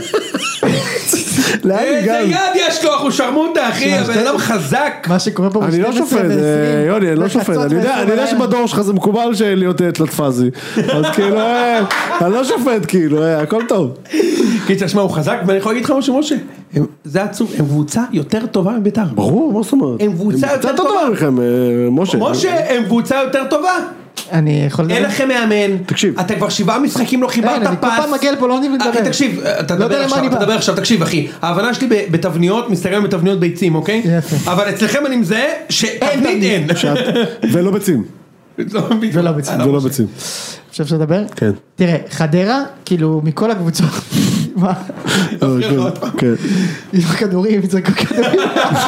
לאן איזה הגענו? יד יש לו, אחו שרמוטה, אחי, הבן אדם חזק. מה שקורה פה אני לא ב-שתים עשרה שופט, ועשרים, אה, יוני, אני לא שופט, בחצות אני יודע, ועשרים אני יודע בלילה. שבדור שלך זה מקובל להיות תלת פאזי, אז כאילו, אה, אני לא שופט, כאילו, אה, הכל טוב. קיצר, שמע, הוא חזק, ואני יכול להגיד לך משהו, משה, הם- זה עצוב, הם קבוצה יותר טובה מביתר. ברור, מה זאת אומרת? הם קבוצה יותר קצת טובה. טובה מכם, אה, משה. משה, הם קבוצה יותר טובה. אני יכול אין לדבר? לכם מאמן. תקשיב. אתה כבר שבעה משחקים לא חיברת אין, אני כל פס. פעם מגיע לפה, לא נותנים לי לדבר. אחי, תקשיב, אתה לא יודע תדבר למה עכשיו, אני אתה בא. תדבר עכשיו, תקשיב, אחי. ההבנה שלי ב- בתבניות, מסתכל בתבניות ביצים, אוקיי? יפה. אבל אצלכם אני מזהה שתבנית תבנית. אין. ולא ביצים, ולא ביצים. ולא ביצים. אפשר לדבר? כן. תראה, חדרה, כאילו, מכל הקבוצות, מה? תפריע עוד פעם. כן. עם כדורים, יצחקו כדורים.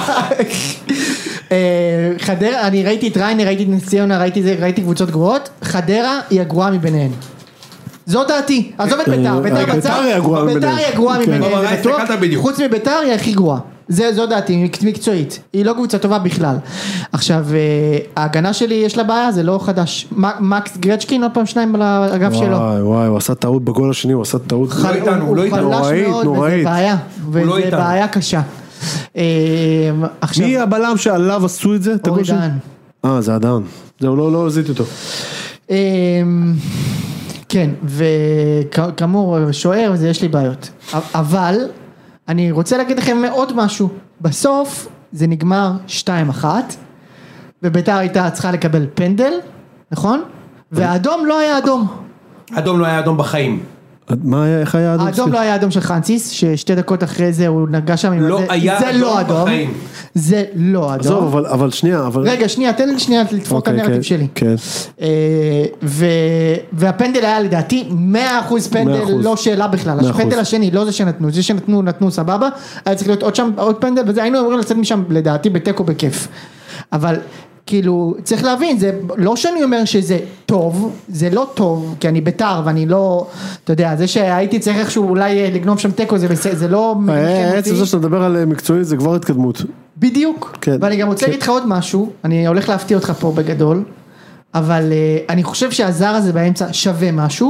אה, חדרה, אני ראיתי את ריינר, ראיתי את נס ציונה, ראיתי זה, ראיתי קבוצות גרועות, חדרה היא הגרועה מביניהן. זו דעתי, עזוב את ביתר, אה, ביתר ביתר בצד, היא הגרועה ביתר מביניהן. היא הגרועה כן. מביניהן, אבל זה בטוח. הסתכלת בדיוק. חוץ מביתר היא הכי גרועה, זה, זו דעתי, מק- מקצועית, היא לא קבוצה טובה בכלל. עכשיו, אה, ההגנה שלי יש לה בעיה, זה לא חדש, מ- מקס גרצ'קין עוד פעם שניים על האגף שלו. וואי וואי, הוא עשה טעות בגול השני, הוא עשה טעות. לא איתנו, הוא לא איתנו. הוא חלש נוראית, מאוד, וזה נוראית. בעיה, לא וזה איתנו. בעיה קשה. אה, עכשיו, מי הבלם שעליו עשו את זה? את אורי הגול שלי? דהן. אה, זה הדהן. זהו, לא לא זיהיתי אותו. אמ, כן, וכאמור, שוער, זה יש לי בעיות. אבל, אני רוצה להגיד לכם עוד משהו. בסוף, זה נגמר שתיים אחת, וביתר הייתה צריכה לקבל פנדל, נכון? והאדום לא היה אדום. אדום לא היה אדום בחיים. מה היה, איך היה האדום? האדום לא היה אדום של חנציס, ששתי דקות אחרי זה הוא נגע שם עם לא זה. היה זה אדום לא אדום. בחיים. זה לא עזוב, אדום. אבל, אבל שנייה, אבל... רגע, שנייה, תן לי שנייה לתפור את אוקיי, הנרטיב כן, שלי. כן. אה, ו- והפנדל היה לדעתי מאה אחוז מאה פנדל, אחוז. לא שאלה בכלל. מאה הפנדל אחוז. השני, לא זה שנתנו, זה שנתנו, נתנו סבבה, היה צריך להיות עוד שם, עוד פנדל, וזה היינו אמורים לצאת משם לדעתי בתיקו בכיף. אבל כאילו, צריך להבין, זה לא שאני אומר שזה טוב, זה לא טוב, כי אני ביתר ואני לא, אתה יודע, זה שהייתי צריך איכשהו אולי לגנוב שם תיקו, זה בסדר, זה לא... אה, עצם זה שאתה מדבר על מקצועי זה כבר התקדמות. בדיוק, כן. ואני גם רוצה כן. להגיד לך עוד משהו, אני הולך להפתיע אותך פה בגדול, אבל uh, אני חושב שהזר הזה באמצע שווה משהו,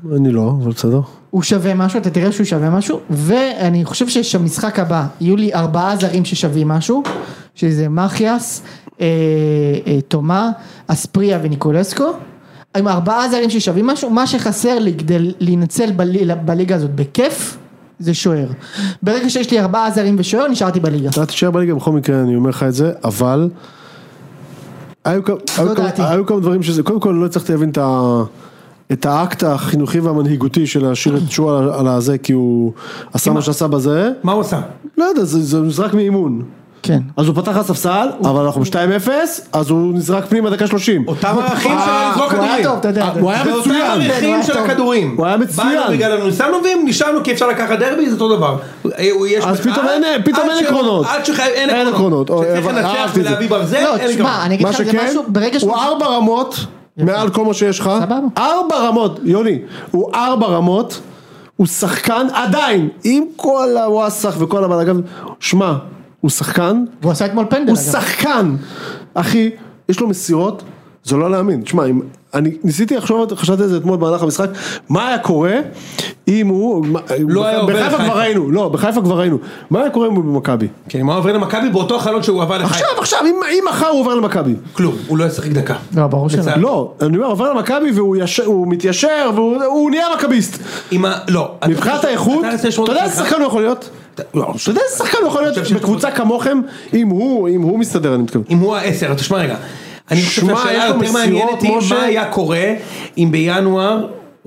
אני לא, אבל בסדר. הוא שווה משהו, אתה תראה שהוא שווה משהו, ואני חושב שהמשחק הבא, יהיו לי ארבעה זרים ששווים משהו, שזה מחיאס, אה, אה, תומה, אספריה וניקולסקו, עם ארבעה זרים ששווים משהו, מה שחסר לי כדי להינצל בליגה, בליגה הזאת בכיף, זה שוער. ברגע שיש לי ארבעה זרים ושוער, נשארתי בליגה. אתה תשאר בליגה בכל מקרה, אני אומר לך את זה, אבל היו כמה דברים שזה, קודם כל לא הצלחתי להבין את האקט החינוכי והמנהיגותי של להשאיר את שועה על הזה, כי הוא עשה מה שעשה בזה. מה הוא עשה? לא יודע, זה נזרק מאימון. כן. אז הוא פתח לספסל, אבל אנחנו ב-שתיים אפס, אז הוא נזרק פנימה דקה שלושים. אותם ערכים של לזרוק כדורים. הוא היה טוב, אתה יודע. הוא היה מצוין. אותם ערכים של הכדורים. הוא היה מצוין. באנו בגלל הנוסנובים, נשארנו כי אפשר לקחת דרבי, זה אותו דבר. אז פתאום אין עקרונות. עד שאין עקרונות. שצריך לנצח ולהביא ברזל, אין עקרונות. תשמע, אני אגיד לך זה משהו, ברגע שהוא... הוא ארבע רמות, מעל כל מה שיש לך. ארבע רמות, יוני. הוא ארבע רמות, הוא שחקן עדיין, עם כל הוואסח וכל הבלגן. שמע, הוא שחקן, והוא עשה אתמול פנדל, הוא שחקן, אחי, יש לו מסירות, זה לא להאמין, תשמע, אני ניסיתי לחשוב, חשבתי את זה אתמול במהלך המשחק, מה היה קורה אם הוא, בחיפה כבר ראינו, לא, בחיפה כבר ראינו, מה היה קורה אם הוא במכבי? כן, אם הוא עובר למכבי באותו חלון שהוא עבר לחיפה. עכשיו, עכשיו, אם מחר הוא עובר למכבי. כלום, הוא לא ישחק דקה. לא, ברור שלא. לא, אני אומר, עובר למכבי והוא מתיישר, והוא נהיה מכביסט. לא. מבחינת האיכות, אתה יודע איזה שחקן הוא יכול להיות? אתה יודע איזה שחקן הוא יכול להיות בקבוצה כמוכם, אם הוא מסתדר, אני מתכוון. אם הוא העשר, תשמע רגע. אני חושב שהשאלה יותר מעניינת היא מה היה קורה אם בינואר,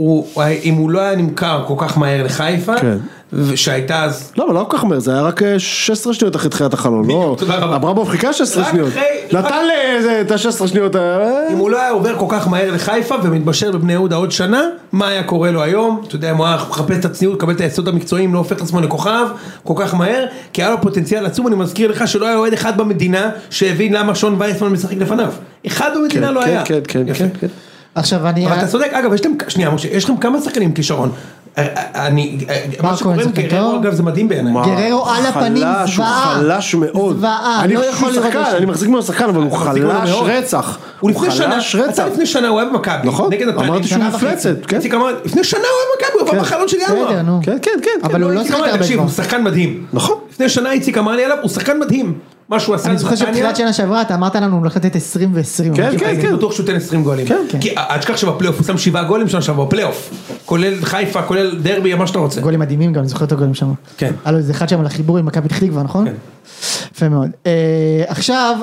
אם הוא לא היה נמכר כל כך מהר לחיפה, שהייתה אז... לא, אבל לא כל כך מהר, זה היה רק שש עשרה שניות אחרי תחילת החלון, לא, אברמוב חיכה שש עשרה שניות, נתן לי את ה-שש עשרה שניות. אם הוא לא היה עובר כל כך מהר לחיפה ומתבשל בבני יהודה עוד שנה, מה היה קורה לו היום? אתה יודע, אם הוא היה מחפש את הצניעות, קבל את היסוד המקצועיים, לא הופך את עצמו לכוכב, כל כך מהר, כי היה לו פוטנציאל עצום. אני מזכיר לך שלא היה אוהד אחד במדינה שהבין למה שון וייסמן משחק לפניו. אחד במדינה לא היה. כן, כן, כן, כן. עכשיו אני... אבל אתה צודק, אגב, יש להם, שנייה, משה, יש לכם כמה שחקנים כישרון. אני, מה שקורה עם גררו, אגב, זה מדהים בעיניי. גררו על הפנים זוועה. הוא חלש מאוד. זוועה, לא יכול לראות שחקן, אני מחזיק ממנו שחקן, אבל הוא חלש רצח. הוא חלש רצח. אתה לפני שנה הוא היה במכבי. נכון, אמרתי שהוא מפלצת. לפני שנה הוא היה במכבי, הוא עבר בחלון של ינואר. כן, כן, כן. אבל הוא לא שחק הרבה כבר. הוא שחקן מדהים. נכון. לפני שנה איציק אמר לי עליו, הוא שחקן מדהים. מה שהוא עשה. אני זוכר שבתחילת שנה שעברה אתה אמרת לנו הוא לתת עשרים ועשרים. כן, כן, כן. אני בטוח שהוא תן עשרים גולים. כי עד שכך שבפלייאוף הוא שם שבעה גולים שנה שעברה בפלייאוף. כולל חיפה, כולל דרבי, מה שאתה רוצה. גולים מדהימים גם, אני זוכר את הגולים שם. כן. היה לו איזה אחד שם על החיבור עם מכבי פתח תקווה, נכון? כן. יפה מאוד. עכשיו,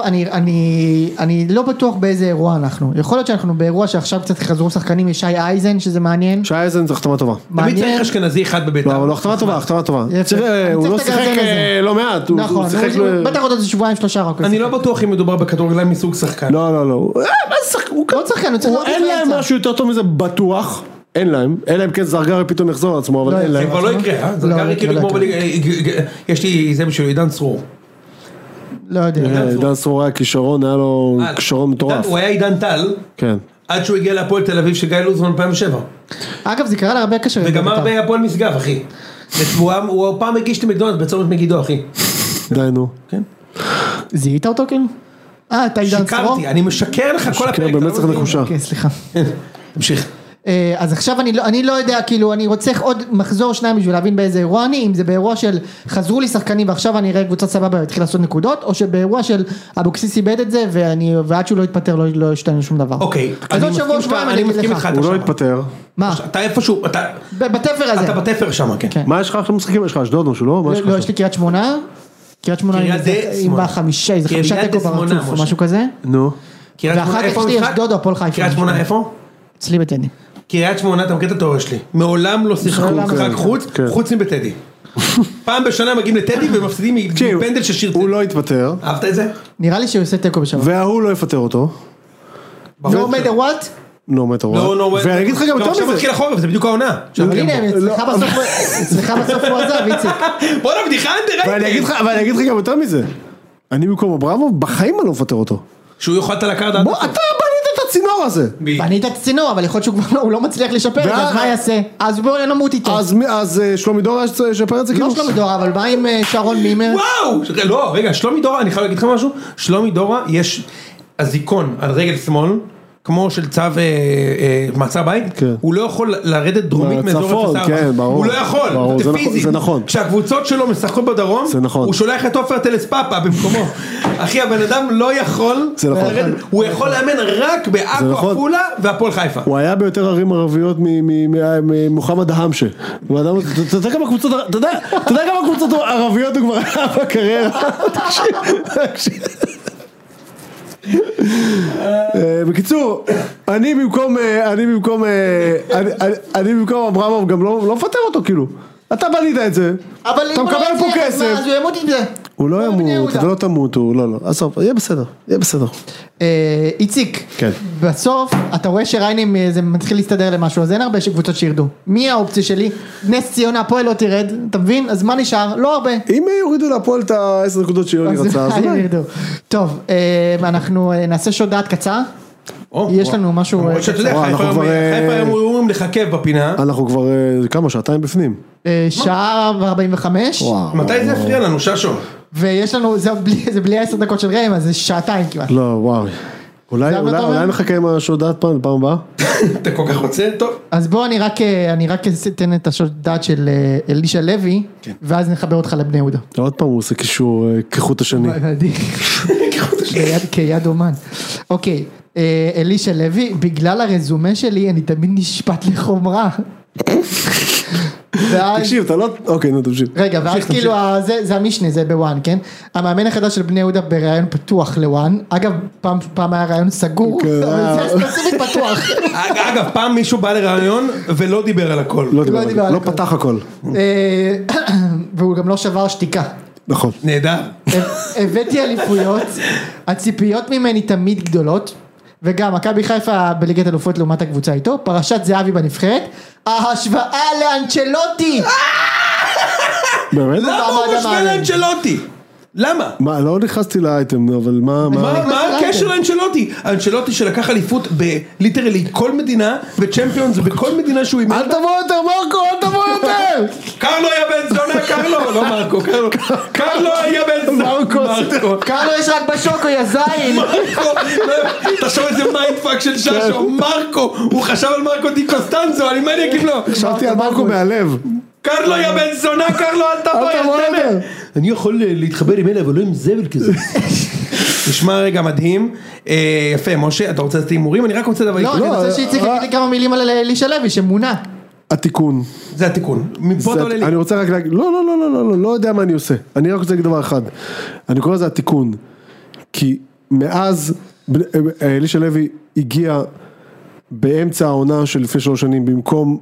אני לא בטוח באיזה אירוע אנחנו. יכול להיות שאנחנו באירוע שעכשיו קצת חזרו שחקנים משי אייזן, שזה מעניין. שי אייזן זה החתמה טובה. תמיד צריך אשכנזי אחד בביתר. לא, אבל לא החתמה טובה, החתמה טובה. הוא לא שיחק לא מעט. נכון, בטח עוד איזה שבועיים שלושה רק. אני לא בטוח אם מדובר בכדורגלן מסוג שחקן. לא, לא, לא. הוא לא שחקן, הוא צריך להיות אין להם משהו יותר טוב מזה בטוח. אין להם, אין להם כן זרגרי פתאום יחזור על עצמו, אבל אין להם. זה כבר לא יקרה, זרגרי כאילו כמו בליגה, יש לי זה בשביל עידן צרור. לא יודע. עידן צרור היה כישרון, היה לו כישרון מטורף. הוא היה עידן טל, עד שהוא הגיע להפועל תל אביב שגיא לוזמן אלפיים ושבע. אגב זה קרה להרבה קשרים. וגמר בהפועל משגב אחי. הוא פעם הגיש לי מקדונלדס בצומת מגידו אחי. די נו. כן. זיהית אותו כאילו? אה, אתה עידן צרור? שיקרתי, אני משקר לך כל הפרק. משקר במצח נחושה. אוקיי, סליחה. תמשיך. אז עכשיו אני לא, אני לא יודע, כאילו, אני רוצה עוד מחזור שניים בשביל להבין באיזה אירוע אני, אם זה באירוע של חזרו לי שחקנים ועכשיו אני אראה קבוצה סבבה והתחיל לעשות נקודות, או שבאירוע של אבוקסיס איבד את זה, ואני, ועד שהוא לא יתפטר לא, לא ישתנה שום דבר. אוקיי. אז עוד שבוע שבועיים אני אגיד לך. הוא לא יתפטר. מה? אתה איפשהו, אתה... בתפר הזה. אתה בתפר שם, כן. מה יש לך עכשיו משחקים? יש לך אשדוד או שלא? לא, יש לי קריית שמונה. קריית שמונה עם החמישה, איזה חמישה תיקו ברצוף או משהו כזה. נו. ואחר כך יש לי אשדוד או הפועל חיפה. קריית שמונה איפה? אצלי בטדי. קריית שמונה, אתה מכיר את התיאוריה שלי, מעולם לא שיחקו משחק חוץ, חוץ מבטדי. פעם בשנה מגיעים לטדי ומפסידים מפנדל של שיר. הוא לא יתפטר. אהבת את זה? נראה לי שהוא עושה טקו בשבוע. והוא לא יפטר אותו. No matter what? no matter what. ואני אגיד לך גם יותר מזה. עכשיו מתחיל החורף, זה בדיוק העונה. אבל הנה, אצלך בסוף הוא עזב, איציק. בוא נבדיחה אנטרייטד. ואני אגיד לך גם יותר מזה. אני במקום אברמוב, בחיים אני לא מפטר אותו. שהוא יוכל את הלקר דעת. בוא, אתה בנית את הצינור הזה. בנית את הצינור, אבל יכול להיות שהוא כבר לא מצליח לשפר את זה, אז מה יעשה? אז בואו נמות איתו. אז שלומי דורה ישפר את זה כאילו? לא שלומי דורה, אבל מה עם שרון מימר? וואו! לא, רגע, שלומי דורה, אני חייב להגיד לך משהו. שלומי דורה, יש הזיקון על רגל שמאל, כמו של צו מעצר בית, הוא לא יכול לרדת דרומית מאזור אפס ארבע, הוא לא יכול, זה פיזי, כשהקבוצות שלו משחקות בדרום, הוא שולח את עופר טלספאפה במקומו, אחי הבן אדם לא יכול לרדת, הוא יכול לאמן רק בעכו עפולה והפועל חיפה. הוא היה ביותר ערים ערביות ממוחמד ההמשי, אתה יודע כמה קבוצות ערביות הוא כבר היה בקריירה, תקשיב. בקיצור, אני במקום אני במקום אני במקום אברמוב גם לא מפטר אותו, כאילו, אתה בנית את זה, אתה מקבל פה כסף, אז הוא ימות עם זה, הוא לא ימות, אתה לא תמות, הוא לא לא, בסוף, יהיה בסדר, יהיה בסדר. איציק, בסוף אתה רואה שריינים זה מתחיל להסתדר למשהו, אז אין הרבה קבוצות שירדו. מי האופציה שלי? נס ציונה, הפועל לא תרד, אתה מבין? אז מה נשאר? לא הרבה. אם יורידו להפועל את העשר נקודות שיוני רצה, אז אולי. טוב, אנחנו נעשה שעות דעת קצר. יש לנו משהו... שאתה יודע, חיפה הם אומרים לחכב בפינה. אנחנו כבר כמה, שעתיים בפנים. שעה וארבעים וחמש. מתי זה הפריע לנו, ששו? ויש לנו, זה בלי עשר דקות של רעים, אז זה שעתיים כמעט. לא, וואו. אולי נחכה עם השעות דעת פעם, פעם הבאה? אתה כל כך רוצה? טוב. אז בוא אני רק, אני רק אתן את השעות דעת של אלישע לוי, ואז נחבר אותך לבני יהודה. עוד פעם הוא עושה קישור כחוט השני. כיד אומן. אוקיי, אלישע לוי, בגלל הרזומה שלי, אני תמיד נשפט לחומרה. תקשיב, אתה לא... אוקיי, נו, תמשיך. רגע, ואז כאילו, זה המשנה, זה בוואן, כן? המאמן החדש של בני יהודה בראיון פתוח לוואן, אגב, פעם היה ראיון סגור, אבל זה ספציפית פתוח. אגב, פעם מישהו בא לראיון ולא דיבר על הכל. לא דיבר על הכל, לא פתח הכל. והוא גם לא שבר שתיקה. נכון. נהדר. הבאתי אליפויות, הציפיות ממני תמיד גדולות, וגם מכבי חיפה בליגת אלופות לעומת הקבוצה איתו, פרשת זהבי בנבחרת, ההשוואה לאנצ'לוטי. באמת? למה הוא משווה לאנצ'לוטי? למה? מה, לא נכנסתי לאייטם, אבל מה... מה הקשר לאנצ'לוטי? האנצ'לוטי שלקח אליפות בליטרלי כל מדינה, וצ'מפיונס בכל מדינה שהוא אימן. אל תבוא יותר מרקו, אל תבוא יותר! קרלו היה בן זונה, קרלו, לא מרקו, קרלו. קרלו היה בן זונה, מרקו. קרלו יש רק בשוקו, יא זין. מרקו, תחשוב איזה מיינדפאק של ששו, מרקו, הוא חשב על מרקו די קוסטנזו, אני מה אני אגיד לו? חשבתי על מרקו מהלב. קרלו יא בן זונה, קרלו אל תבוא יותר. אני יכול להתחבר עם אלה, אבל לא עם זבל כזה. נשמע רגע מדהים. יפה, משה, אתה רוצה לתת הימורים? אני רק רוצה דבר... לא, אני רוצה שיציק להגיד לי כמה מילים על אלישע לוי, שמונה. התיקון. זה התיקון. אני רוצה רק להגיד, לא, לא, לא, לא, לא, לא יודע מה אני עושה. אני רק רוצה להגיד דבר אחד. אני קורא לזה התיקון. כי מאז אלישע לוי הגיע באמצע העונה של לפני שלוש שנים, במקום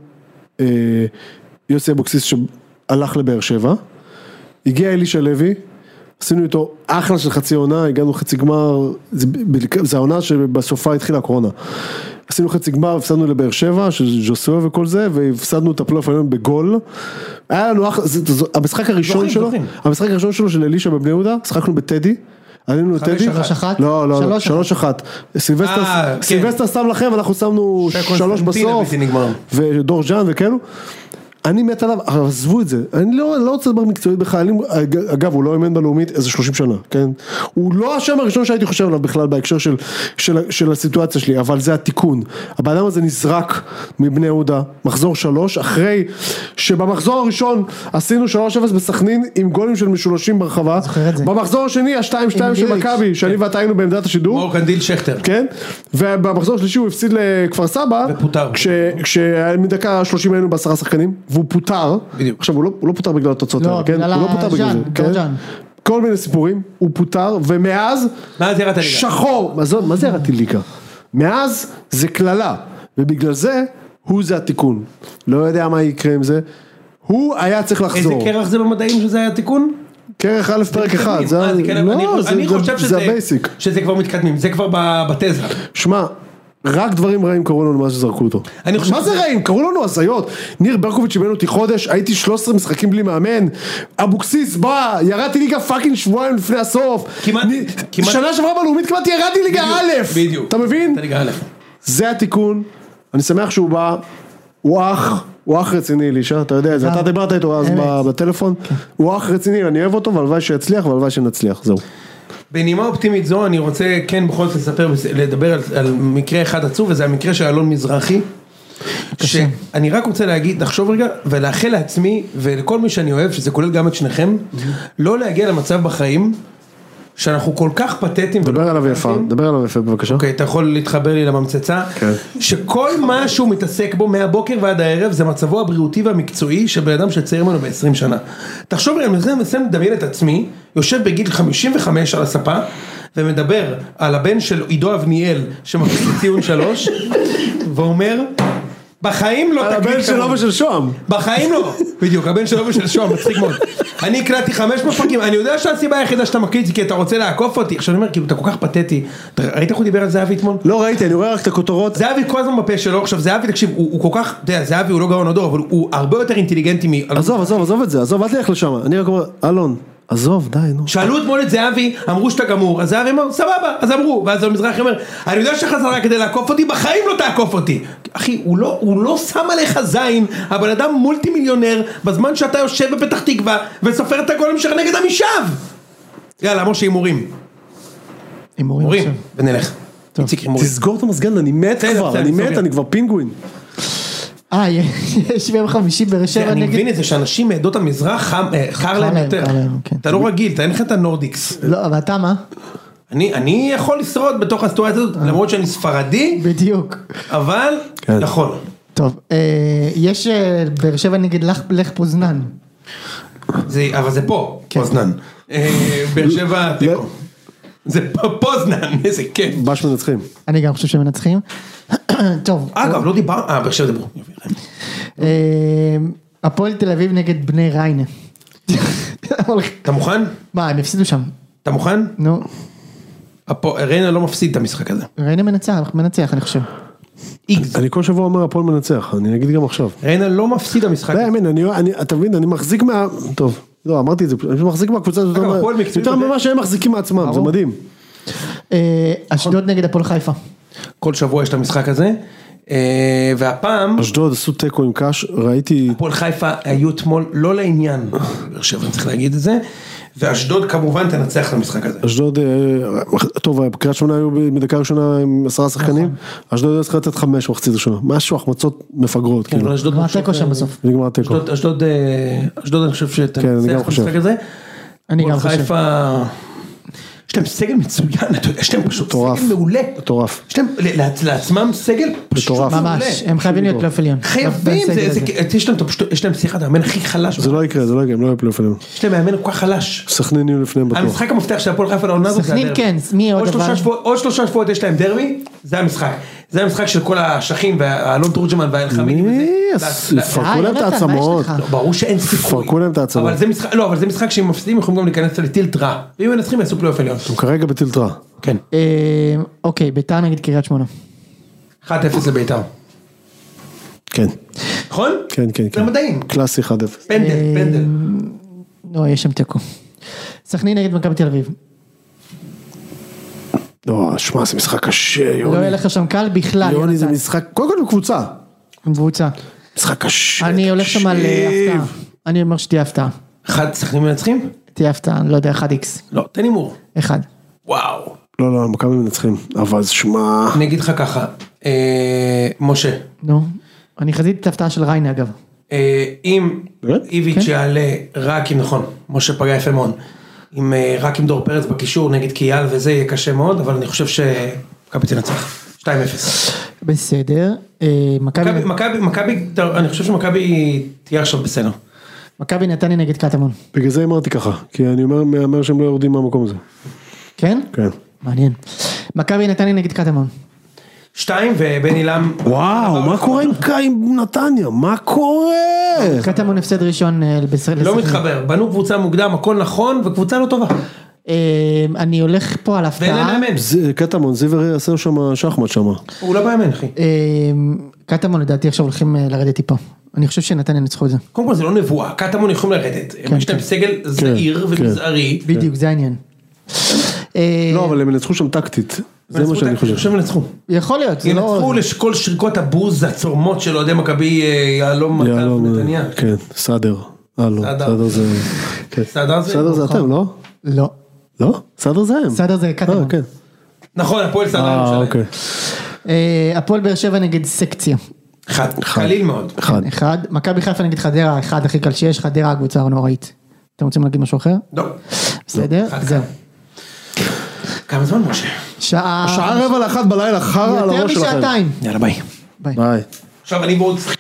יוסי אבוקסיס שהלך לבאר שבע, הגיע אלישע לוי, עשינו איתו אחלה של חצי עונה, הגענו חצי גמר, זה, זה העונה שבסופה התחילה הקורונה, עשינו חצי גמר, הפסדנו לבאר שבע, של ז'וסוי וכל זה, והפסדנו את הפלייאוף היום בגול, היה לנו אחלה, זה, זה, המשחק הראשון שלו, זוכים. המשחק הראשון שלו של אלישע בבני יהודה, שחקנו בטדי, עלינו לטדי, שלוש אחת? לא, לא, שלוש, שלוש אחת, סילבסטר, 아, סילבסטר כן. שם לכם, אנחנו שמנו שלוש בסוף, ודור ז'אן וכאלו, אני מת עליו, עזבו את זה, אני לא, לא רוצה לדבר מקצועית בחיילים, אגב הוא לא אימן בלאומית איזה שלושים שנה, כן? הוא לא השם הראשון שהייתי חושב עליו בכלל בהקשר של, של, של הסיטואציה שלי, אבל זה התיקון, הבאדם הזה נזרק מבני יהודה, מחזור שלוש, אחרי שבמחזור הראשון עשינו שלוש אפס בסכנין עם גולים של משולשים ברחבה, במחזור השני השתיים שתיים של מכבי, שאני ואתה היינו בעמדת השידור, מור קנדיל שכטר, כן? ובמחזור השלישי הוא הפסיד לכפר סבא, ופוטר, כש, כשמדקה שלושים היינו בעשרה שחקנים, והוא פוטר, עכשיו הוא לא, הוא לא פוטר בגלל התוצאות האלה, כן? הוא לא פוטר בגלל זה, כן? כל מיני סיפורים, הוא פוטר, ומאז שחור, מה זה ירדתי ליגה? מאז זה כללה, ובגלל זה, הוא זה התיקון, לא יודע מה יקרה עם זה, הוא היה צריך לחזור. איזה קרח זה במדעים שזה היה התיקון? קרח א' פרק אחד, זה הבייסיק. שזה כבר מתקדמים, זה כבר בתזה. שמע, רק דברים רעים קראו לנו מאז שזרקו אותו. מה זה רעים? קראו לנו הזיות. ניר ברקוביץ' אימן אותי חודש, הייתי שלושה עשר משחקים בלי מאמן, אבוקסיס בא, ירדתי ליגה פאקינג שבועיים לפני הסוף, שנה שעברה בלאומית כמעט ירדתי ליגה א', אתה מבין? זה התיקון, אני שמח שהוא בא, הוא אח, הוא אח רציני אלישע, אתה יודע את זה, אתה דיברת איתו אז בטלפון, הוא אח רציני, אני אוהב אותו, והלוואי שיצליח והלוואי שנצליח, זהו. בנימה אופטימית זו אני רוצה כן בכל זאת לספר, לדבר על, על מקרה אחד עצוב, וזה המקרה של אלון מזרחי, שאני רק רוצה להגיד, לחשוב רגע ולאחל לעצמי ולכל מי שאני אוהב, שזה כולל גם את שניכם, לא להגיע למצב בחיים שאנחנו כל כך פתטיים. דבר עליו יפה, דבר עליו יפה בבקשה. אוקיי, אתה יכול להתחבר לי לממצצה, שכל מה שהוא מתעסק בו מהבוקר ועד הערב זה מצבו הבריאותי והמקצועי של בן אדם שצייר ממנו ב-עשרים שנה. תחשוב רגע, אני מנסה לדמיין את עצמי, יושב בגיל חמישים וחמש על הספה ומדבר על הבן של עידו אבניאל שמחזיק ציון שלוש ואומר בחיים לא תקליט כמוני. הבן שלו ושל שוהם. בחיים לא. בדיוק, הבן שלו ושל שוהם, מצחיק מאוד. אני הקלטתי חמש מפרקים, אני יודע שהסיבה היחידה שאתה מקליט כי אתה רוצה לעקוף אותי. עכשיו אני אומר, כאילו, אתה כל כך פתטי. ראית איך הוא דיבר על זהבי אתמול? לא ראיתי, אני רואה רק את הכותרות. זהבי כל הזמן בפה שלו, עכשיו זהבי, תקשיב, הוא כל כך, אתה יודע, זהבי הוא לא גאון הדור, אבל הוא הרבה יותר אינטליגנטי מ... עזוב, עזוב, עזוב את זה, עזוב, אל תלך לשם. אני רק אומר, אלון, עזוב, די, נו. שאלו אתמול את זהבי, אמרו שאתה גמור, אז זהבי אמר, סבבה, אז אמרו, ואז המזרחי אומר, אני יודע שחזרה כדי לעקוף אותי, בחיים לא תעקוף אותי. אחי, הוא לא, הוא לא שם עליך זין, הבן אדם מולטי מיליונר, בזמן שאתה יושב בפתח תקווה, וסופר את הגולים שלך נגד המשאב. יאללה, משה, הימורים. הימורים, ונלך. תסגור את המסגן, אני מת כבר, אני מת, אני כבר פינגווין. אה, יש ביום חמישי באר שבע נגד... אני מבין את זה שאנשים מעדות המזרח קר להם יותר. אתה לא רגיל, אתה אין לך את הנורדיקס. לא, אבל אתה מה? אני יכול לשרוד בתוך הסיטואציה הזאת, למרות שאני ספרדי. בדיוק. אבל יכול. טוב, יש באר שבע נגד לך פוזנן. אבל זה פה, פוזנן. באר שבע תיקו. זה פוזנן, איזה כיף. בש מנצחים. אני גם חושב שמנצחים. טוב. אגב, לא דיבר, אה, באר שבע דיברו. הפועל תל אביב נגד בני ריינה. אתה מוכן? מה, הם הפסידו שם. אתה מוכן? נו. ריינה לא מפסיד את המשחק הזה. ריינה מנצח, מנצח אני חושב. אני כל שבוע אומר הפועל מנצח, אני אגיד גם עכשיו. ריינה לא מפסיד את המשחק הזה. אתה מבין, אני מחזיק מה... טוב, לא, אמרתי את זה, אני מחזיק מהקבוצה הזאת יותר ממה שהם מחזיקים מעצמם, זה מדהים. אשדוד נגד הפועל חיפה. כל שבוע יש את המשחק הזה. והפעם אשדוד עשו תיקו עם קש, ראיתי הפועל חיפה היו אתמול לא לעניין, באר שבע צריך להגיד את זה, ואשדוד כמובן תנצח את המשחק הזה. אשדוד, טוב, בקריית שמונה היו בדקה ראשונה עם עשרה שחקנים, אשדוד היה צריך לתת חמש מחצית ראשונה, משהו החמצות מפגרות. כן, אבל אשדוד תיקו שם בסוף. נגמר תיקו. אשדוד, אשדוד אני חושב שתנצח את המשחק הזה. אני גם חושב. חיפה יש להם סגל מצוין, יש להם פשוט סגל מעולה. מטורף. יש להם לעצמם סגל פשוט מעולה. ממש, הם חייבים להיות פלייאוף עליון. חייבים, יש להם שיחת המאמן הכי חלש. זה לא יקרה, זה לא יקרה, הם לא יהיו פלייאוף עליון. יש להם מאמן כל כך חלש. סכנין יהיו לפניהם בטוח. המשחק המפתח של הפועל חיפה לעונה הזאת זה הדרבי. סכנין כן, מי עוד דבר? עוד שלושה שבועות יש להם דרבי, זה המשחק. זה המשחק של כל השכים והאלון תורג'מן והאלחמידים וזה. פרקו להם את העצמות. ברור שאין סיכוי. פרקו להם את העצמות. לא, אבל זה משחק שהם מפסידים, יכולים גם להיכנס לטילט רע. ואם הם מנצחים, יעשו פלייאוף עליון. הם כרגע בטילט רע. כן. אוקיי, ביתר נגד קריית שמונה. אחת אפס לביתר. כן. נכון? כן, כן, כן. זה מדהים. קלאסי אחד אפס. פנדל, פנדל. לא, יש שם תיקו. סכנין נגד מכבי תל אביב. לא, שמע, זה משחק קשה, יוני. לא ילך שם קל בכלל. יוני זה משחק, קודם כל בקבוצה. בקבוצה. משחק קשה. אני הולך שם על הפתעה. אני אומר שתהיה הפתעה. אחד סכנין מנצחים? תהיה הפתעה, לא יודע, אחד איקס. לא, תן הימור. אחד. וואו. לא, לא, מכבי מנצחים. אבל שמע... אני אגיד לך ככה, משה. נו, אני חזיתי את ההפתעה של ריינה אגב. אם איביץ' יעלה רק אם נכון, משה פגע יפה מאוד. עם רק עם דור פרץ בקישור נגד קייל וזה יהיה קשה מאוד, אבל אני חושב שמכבי תנצח. שתיים אפס. בסדר. מכבי, מכבי, אני חושב שמכבי תהיה עכשיו בסדר. מכבי נתניה נגד קטמון. בגלל זה אמרתי ככה, כי אני אומר, אומר שהם לא יורדים מהמקום הזה. כן? כן. מעניין. מכבי נתניה נגד קטמון. שתיים ובן אילם. וואו, מה קורה עם נתניה? מה קורה? קטמון הפסד ראשון בסרט. לא מתחבר, בנו קבוצה מוקדם, הכל נכון, וקבוצה לא טובה. אני הולך פה על הפתעה. ואין להם מאמן. קטמון, זיוור יעשה שם שחמט שם. הוא לא מאמן, אחי. קטמון לדעתי עכשיו הולכים לרדת טיפה. אני חושב שנתניה ניצחו את זה. קודם כל זה לא נבואה, קטמון יכולים לרדת. יש להם סגל זעיר ומזערי. בדיוק, זה העניין. לא, אבל הם נצחו שם טקטית. זה מה שאני חושב. אני חושב ינצחו. יכול להיות. ינצחו לכל שריקות הבוז, הצורמות של אוהדי מכבי יהלום נתניה. כן, סדר. הלו, סדר זה... סדר זה? סדר זה אתם, לא? לא. לא? סדר זה הם. סדר זה קטמון. כן. נכון, הפועל סדר אה, ירושלים. אוקיי. אה, הפועל באר שבע נגד סקציה. אחד, קליל מאוד. אחד. אחד. מכבי חיפה נגד חדרה, אחד הכי קל שיש, חדרה הקבוצה הנוראית. אתם רוצים להגיד משהו אחר? לא. בסדר? זהו. כמה זמן משה? שעה... שעה רבע לאחת בלילה, חרא על יותר הראש שלכם. משעתיים. יאללה ביי. ביי. ביי. עכשיו אני מאוד